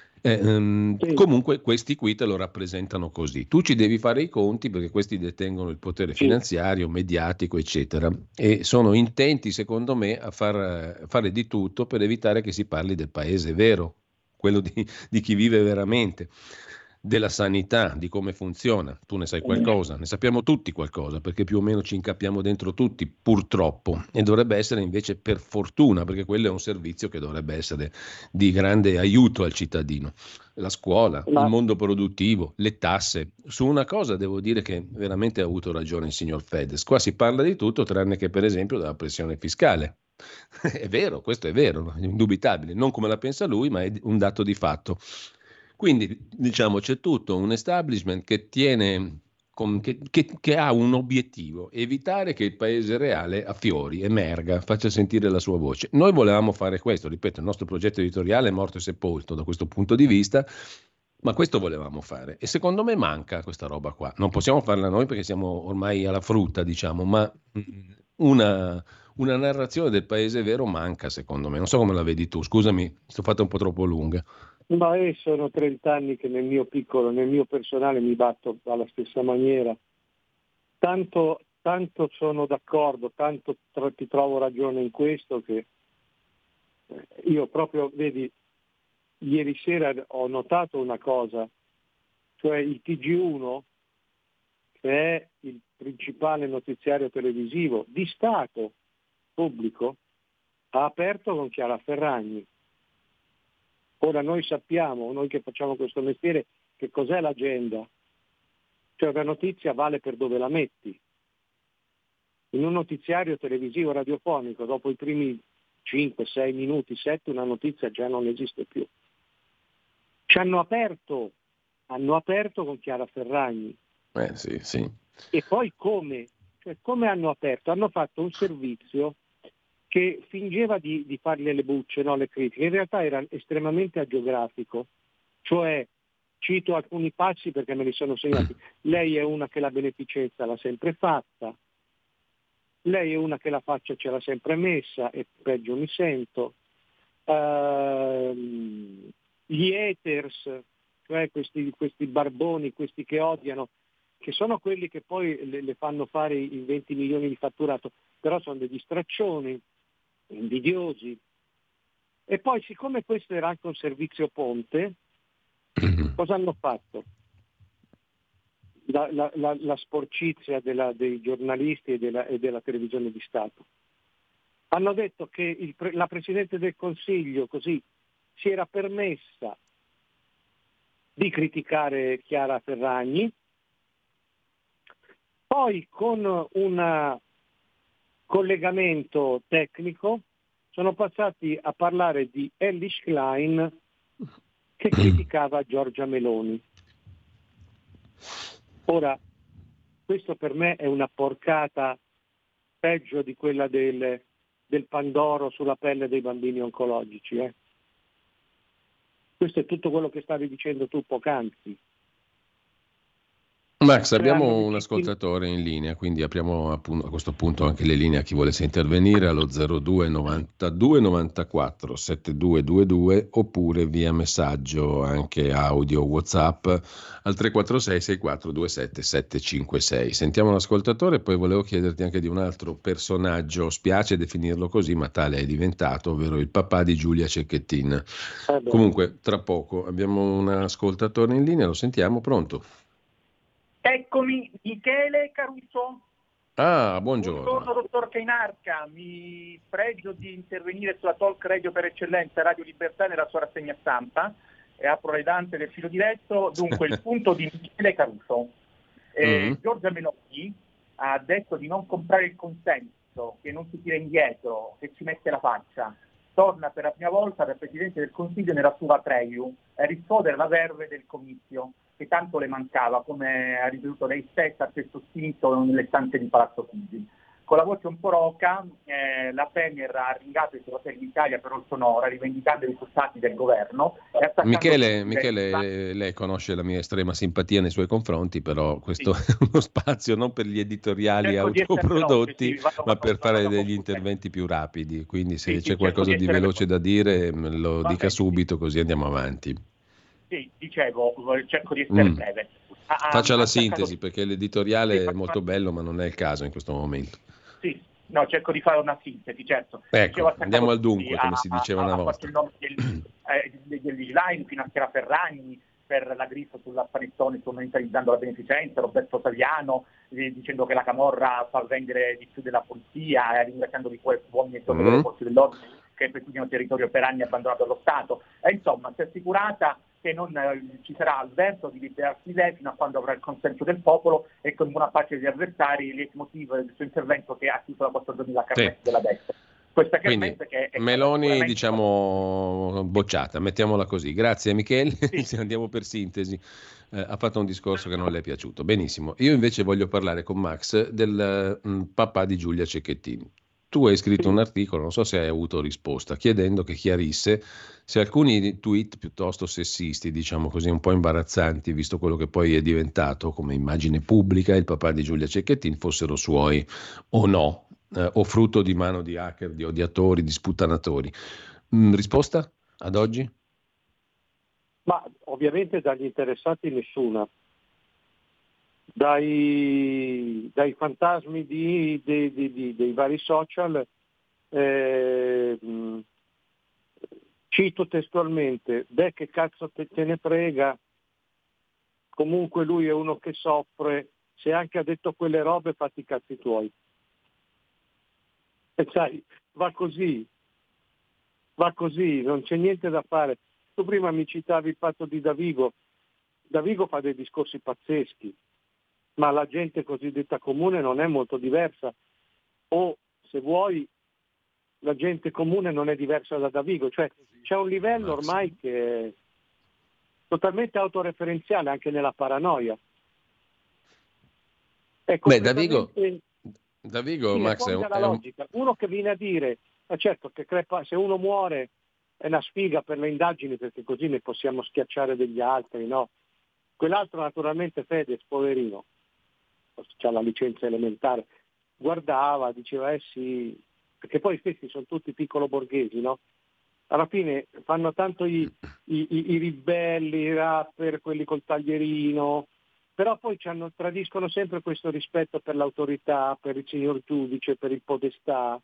comunque questi qui te lo rappresentano così. Tu ci devi fare i conti perché questi detengono il potere finanziario, mediatico, eccetera, e sono intenti, secondo me, a fare di tutto per evitare che si parli del paese vero, quello di chi vive veramente, della sanità, di come funziona. Tu ne sai qualcosa, ne sappiamo tutti qualcosa, perché più o meno ci incappiamo dentro tutti, purtroppo, e dovrebbe essere invece per fortuna, perché quello è un servizio che dovrebbe essere di grande aiuto al cittadino. La scuola, il mondo produttivo, le tasse. Su una cosa devo dire che veramente ha avuto ragione il signor Fedez. Qua si parla di tutto tranne che per esempio della pressione fiscale. È vero, questo è vero, indubitabile, non come la pensa lui, ma è un dato di fatto. Quindi, diciamo, c'è tutto un establishment che tiene, che ha un obiettivo: evitare che il paese reale affiori, emerga, faccia sentire la sua voce. Noi volevamo fare questo, ripeto, il nostro progetto editoriale è morto e sepolto da questo punto di vista, ma questo volevamo fare e secondo me manca questa roba qua. Non possiamo farla noi perché siamo ormai alla frutta, diciamo, ma una narrazione del paese vero manca, secondo me. Non so come la vedi tu, scusami, sto fatta un po' troppo lunga. Ma sono 30 anni che nel mio piccolo, nel mio personale mi batto alla stessa maniera. Tanto sono d'accordo, tanto ti trovo ragione in questo, che io proprio, vedi, ieri sera ho notato una cosa, cioè il TG1, che è il principale notiziario televisivo di Stato pubblico, ha aperto con Chiara Ferragni. Ora noi sappiamo, noi che facciamo questo mestiere, che cos'è l'agenda. Cioè una notizia vale per dove la metti. In un notiziario televisivo radiofonico, dopo i primi 5, 6 minuti, 7, una notizia già non esiste più. Ci hanno aperto con Chiara Ferragni. Sì. E poi come? Cioè, come hanno aperto? Hanno fatto un servizio che fingeva di fargli le bucce, no, le critiche. In realtà era estremamente agiografico. Cioè, cito alcuni passi perché me li sono segnati. Lei è una che la beneficenza l'ha sempre fatta. Lei è una che la faccia ce l'ha sempre messa e peggio mi sento. Gli haters, cioè questi barboni, questi che odiano, che sono quelli che poi le fanno fare i 20 milioni di fatturato, però sono degli straccioni, invidiosi. E poi, siccome questo era anche un servizio ponte, cosa hanno fatto? La sporcizia dei giornalisti e della televisione di Stato. Hanno detto che la Presidente del Consiglio così si era permessa di criticare Chiara Ferragni, poi con un collegamento tecnico sono passati a parlare di Ellis Klein che criticava Giorgia Meloni. Ora, questo per me è una porcata peggio di quella del Pandoro sulla pelle dei bambini oncologici. Questo è tutto quello che stavi dicendo tu poc'anzi. Max, abbiamo un ascoltatore in linea, quindi apriamo a questo punto anche le linee a chi volesse intervenire allo 02 92 94 7222 oppure via messaggio anche audio WhatsApp al 346 6427 756. Sentiamo l'ascoltatore e poi volevo chiederti anche di un altro personaggio, spiace definirlo così, ma tale è diventato, ovvero il papà di Giulia Cecchettin. Comunque, tra poco abbiamo un ascoltatore in linea, lo sentiamo, pronto? Eccomi, Michele Caruso. Ah, buongiorno. Buongiorno, dottor Cainarca. Mi pregio di intervenire sulla talk radio per eccellenza Radio Libertà nella sua rassegna stampa e apro le danze del filo diretto. Dunque, il punto di Michele Caruso. Giorgia Meloni ha detto di non comprare il consenso, che non si tira indietro, che ci mette la faccia. Torna per la prima volta da Presidente del Consiglio nella sua Atreju a riscuotere la verve del comizio che tanto le mancava, come ha ripetuto lei stessa a questo spinto nelle stanze di Palazzo Chigi. Con la voce un po' roca, la Premier ha ringato i suoi fratelli d'Italia per Olsonora, rivendicando i risultati del governo. Michele, lei conosce la mia estrema simpatia nei suoi confronti, però questo è uno spazio non per gli editoriali autoprodotti, ma per fare degli interventi più rapidi. Quindi se c'è qualcosa di veloce da dire, me lo dica subito, così andiamo avanti. Sì, dicevo, cerco di essere breve. Faccia la sintesi, perché l'editoriale è molto bello, ma non è il caso in questo momento. Sì, no, cerco di fare una sintesi, certo. Ecco, andiamo al dunque, come si diceva una volta. Ha fatto il nome degli Schlein, fino a Chiara Ferragni, per la griffa sulla Panettone, strumentalizzando la beneficenza, Roberto Saviano, dicendo che la Camorra fa vendere di più della polizia, ringraziando di quei uomini e donne delle forze dell'ordine che presidiano il territorio per anni abbandonato dallo Stato. E insomma, si è assicurata che non ci sarà il verso di liberarsi lei fino a quando avrà il consenso del popolo e con buona pace degli avversari, il motivo del suo intervento che ha chiuso la 4 giorni la carretta della destra. Questa Quindi che è Meloni, diciamo, bocciata, mettiamola così. Grazie Michele, Sì. andiamo per sintesi. Ha fatto un discorso che non le è piaciuto. Benissimo. Io invece voglio parlare con Max del papà di Giulia Cecchettin. Tu hai scritto un articolo, non so se hai avuto risposta, chiedendo che chiarisse se alcuni tweet piuttosto sessisti, diciamo così, un po' imbarazzanti, visto quello che poi è diventato come immagine pubblica il papà di Giulia Cecchettin, fossero suoi o no, o frutto di mano di hacker, di odiatori, di sputtanatori. Risposta ad oggi? Ma ovviamente dagli interessati nessuna. Dai fantasmi dei vari social, cito testualmente: beh, che cazzo te ne frega, comunque lui è uno che soffre, se anche ha detto quelle robe fatti i cazzi tuoi. E sai, va così, non c'è niente da fare. Tu prima mi citavi il fatto di Davigo fa dei discorsi pazzeschi, ma la gente cosiddetta comune non è molto diversa, o se vuoi la gente comune non è diversa da Davigo, cioè c'è un livello ormai che è totalmente autoreferenziale anche nella paranoia. È Davigo sì, Max, è la logica. Uno che viene a dire, certo che se uno muore è una sfiga per le indagini perché così ne possiamo schiacciare degli altri, no? Quell'altro naturalmente Fedez, poverino, c'ha la licenza elementare, guardava, diceva sì, perché poi questi sono tutti piccolo borghesi, no? Alla fine fanno tanto i ribelli, i rapper, quelli col taglierino, però poi tradiscono sempre questo rispetto per l'autorità, per il signor giudice, per il podestà,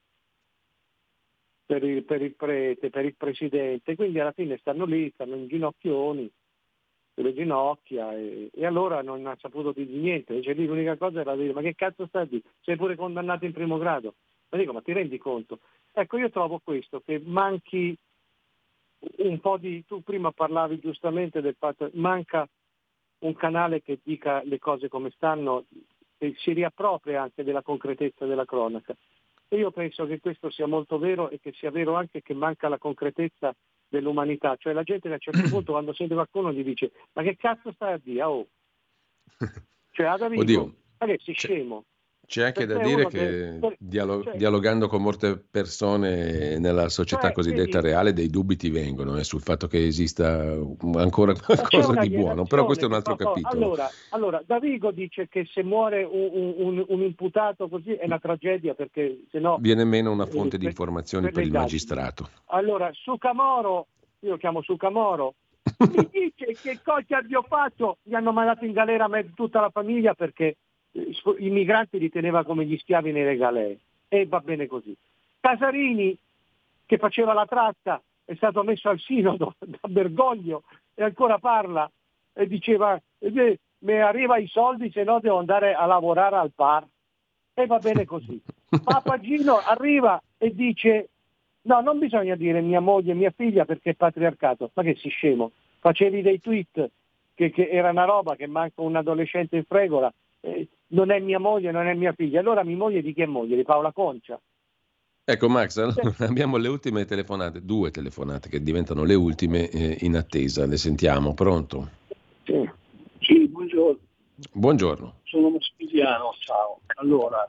per il prete, per il presidente, quindi alla fine stanno lì, stanno in ginocchioni, sulle ginocchia, e allora non ha saputo dirgli niente. Invece lì l'unica cosa era dire: ma che cazzo stai a dire? Sei pure condannato in primo grado. Ma dico, ma ti rendi conto? Ecco, io trovo questo, che manchi un po' di... Tu prima parlavi giustamente del fatto che manca un canale che dica le cose come stanno, e si riappropria anche della concretezza della cronaca. E io penso che questo sia molto vero, e che sia vero anche che manca la concretezza dell'umanità, cioè la gente che a un certo punto quando sente qualcuno gli dice: ma che cazzo stai a dire? Oh, cioè ad amico, ma che sei scemo? C'è anche da dire che dialogando con molte persone nella società cosiddetta reale dei dubbi ti vengono sul fatto che esista ancora qualcosa di buono, però questo è un altro capitolo. Allora, Davigo dice che se muore un imputato così è una tragedia, perché sennò viene meno una fonte di informazioni per il magistrato. Allora, Sucamoro, io lo chiamo Sucamoro, mi dice che cosa abbia fatto, gli hanno mandato in galera tutta la famiglia perché i migranti li teneva come gli schiavi nei galee, e va bene così. Casarini, che faceva la tratta, è stato messo al sinodo da Bergoglio e ancora parla e diceva: mi arriva i soldi, se no devo andare a lavorare al bar, e va bene così. Papagino arriva e dice: no, non bisogna dire mia moglie e mia figlia perché è patriarcato. Ma che si scemo? Facevi dei tweet che era una roba che manca un adolescente in fregola. Non è mia moglie, non è mia figlia. Allora mia moglie di chi è moglie? Di Paola Concia. Ecco Max, allora abbiamo le ultime telefonate, 2 telefonate che diventano le ultime in attesa. Le sentiamo, pronto? Sì, buongiorno. Buongiorno. Sono Massimiliano, ciao. Allora,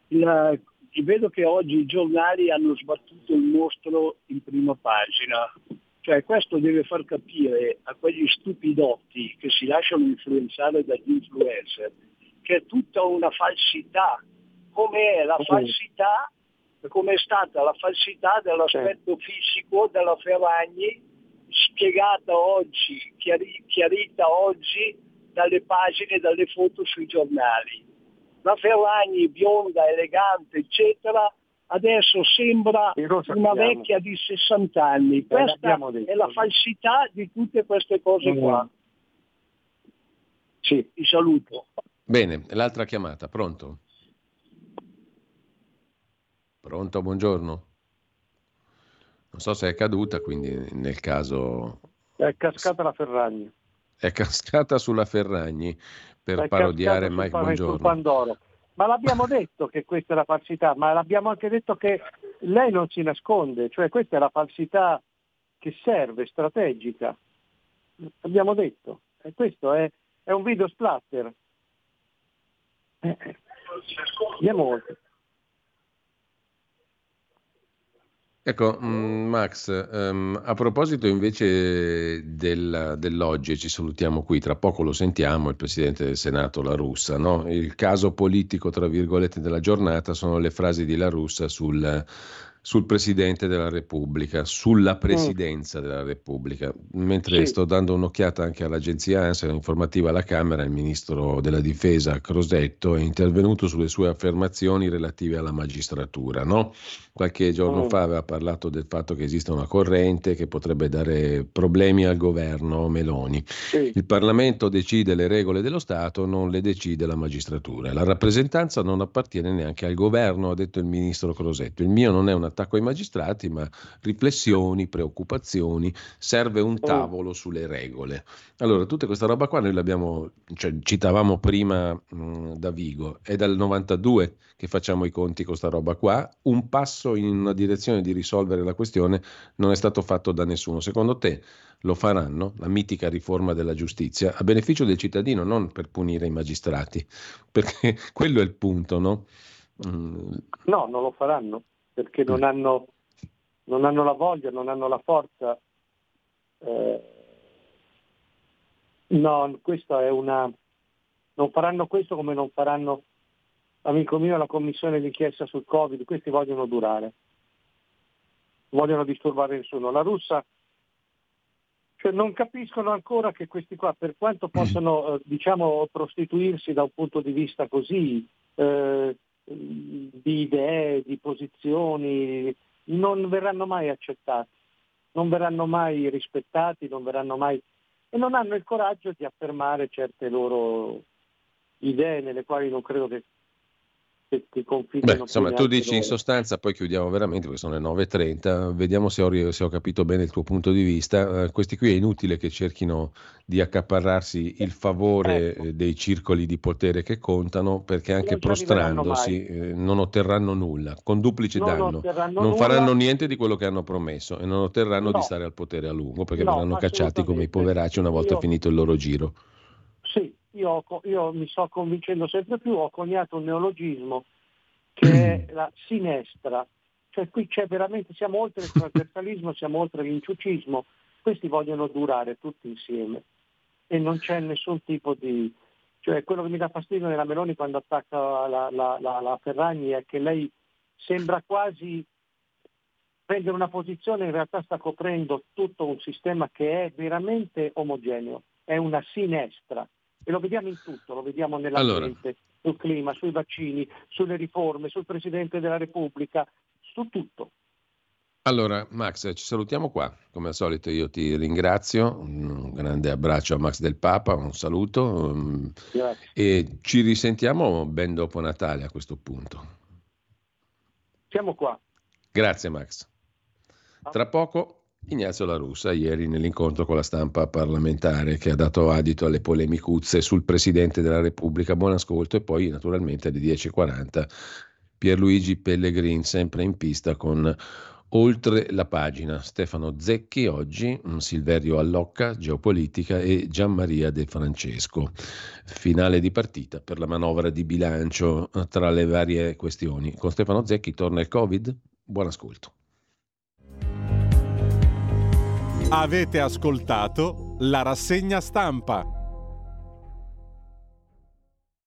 vedo che oggi i giornali hanno sbattuto il mostro in prima pagina. Cioè questo deve far capire a quegli stupidotti che si lasciano influenzare dagli influencer che è tutta una falsità, come è la falsità, come è stata la falsità dell'aspetto fisico della Ferragni, spiegata oggi, chiarita oggi dalle pagine, dalle foto sui giornali. La Ferragni bionda, elegante, eccetera, adesso sembra una vecchia di 60 anni. Questa è la falsità di tutte queste cose qua. Sì. Ti saluto. Bene, l'altra chiamata, pronto? Pronto, buongiorno. Non so se è caduta, quindi nel caso... È cascata la Ferragni. È cascata sulla Ferragni per parodiare Mike Buongiorno. Ma l'abbiamo detto che questa è la falsità, ma l'abbiamo anche detto che lei non si nasconde, cioè questa è la falsità che serve, strategica. Abbiamo detto, e questo è un video splatter. Andiamo oltre. Ecco, Max, a proposito invece dell'oggi, ci salutiamo qui, tra poco lo sentiamo, il Presidente del Senato La Russa, no? Il caso politico, tra virgolette, della giornata sono le frasi di La Russa sul Presidente della Repubblica, sulla Presidenza della Repubblica. Mentre sto dando un'occhiata anche all'agenzia ANSA, informativa alla Camera, il Ministro della Difesa Crosetto è intervenuto sulle sue affermazioni relative alla magistratura, no? Qualche giorno fa aveva parlato del fatto che esiste una corrente che potrebbe dare problemi al governo Meloni. Il Parlamento decide le regole dello Stato, non le decide la magistratura. La rappresentanza non appartiene neanche al governo, ha detto il Ministro Crosetto. Il mio non è un attacco ai magistrati, ma riflessioni, preoccupazioni, serve un tavolo sulle regole. Allora, tutta questa roba qua noi l'abbiamo, citavamo prima Davigo, è dal 92 che facciamo i conti con sta roba qua, un passo in una direzione di risolvere la questione non è stato fatto da nessuno. Secondo te lo faranno, la mitica riforma della giustizia, a beneficio del cittadino, non per punire i magistrati? Perché quello è il punto, no? No, non lo faranno, perché non hanno la voglia, non hanno la forza. No, questa è non faranno questo, come non faranno, amico mio, la commissione d'inchiesta sul Covid. Questi vogliono durare, vogliono disturbare nessuno. La Russa, cioè, non capiscono ancora che questi qua, per quanto possano prostituirsi da un punto di vista così di idee, di posizioni, non verranno mai accettati, non verranno mai rispettati, non verranno mai, e non hanno il coraggio di affermare certe loro idee nelle quali non credo che confidino. Insomma, tu dici in sostanza, poi chiudiamo veramente perché sono le 9:30, vediamo se ho capito bene il tuo punto di vista. Questi qui è inutile che cerchino di accaparrarsi il favore dei circoli di potere che contano, perché anche prostrandosi non otterranno nulla, con duplice danno, non faranno niente di quello che hanno promesso e non otterranno di stare al potere a lungo, perché verranno cacciati come i poveracci una volta finito il loro giro. Sì, io mi sto convincendo sempre più, ho coniato un neologismo che è la sinestra, cioè qui c'è veramente, siamo oltre il trasversalismo, siamo oltre l'inciucismo, questi vogliono durare tutti insieme e non c'è nessun tipo di, cioè quello che mi dà fastidio nella Meloni quando attacca la Ferragni è che lei sembra quasi prendere una posizione, in realtà sta coprendo tutto un sistema che è veramente omogeneo, è una sinestra. E lo vediamo in tutto, lo vediamo nell'ambiente, sul clima, sui vaccini, sulle riforme, sul Presidente della Repubblica, su tutto. Allora, Max, ci salutiamo qua. Come al solito io ti ringrazio, un grande abbraccio a Max Del Papa, un saluto. Grazie. E ci risentiamo ben dopo Natale a questo punto. Siamo qua. Grazie, Max. Tra poco Ignazio La Russa, ieri nell'incontro con la stampa parlamentare, che ha dato adito alle polemicuzze sul Presidente della Repubblica. Buon ascolto. E poi naturalmente alle 10:40 Pierluigi Pellegrin, sempre in pista con Oltre la pagina. Stefano Zecchi oggi, Silverio Allocca, Geopolitica, e Gianmaria De Francesco. Finale di partita per la manovra di bilancio tra le varie questioni. Con Stefano Zecchi torna il Covid. Buon ascolto. Avete ascoltato la rassegna stampa.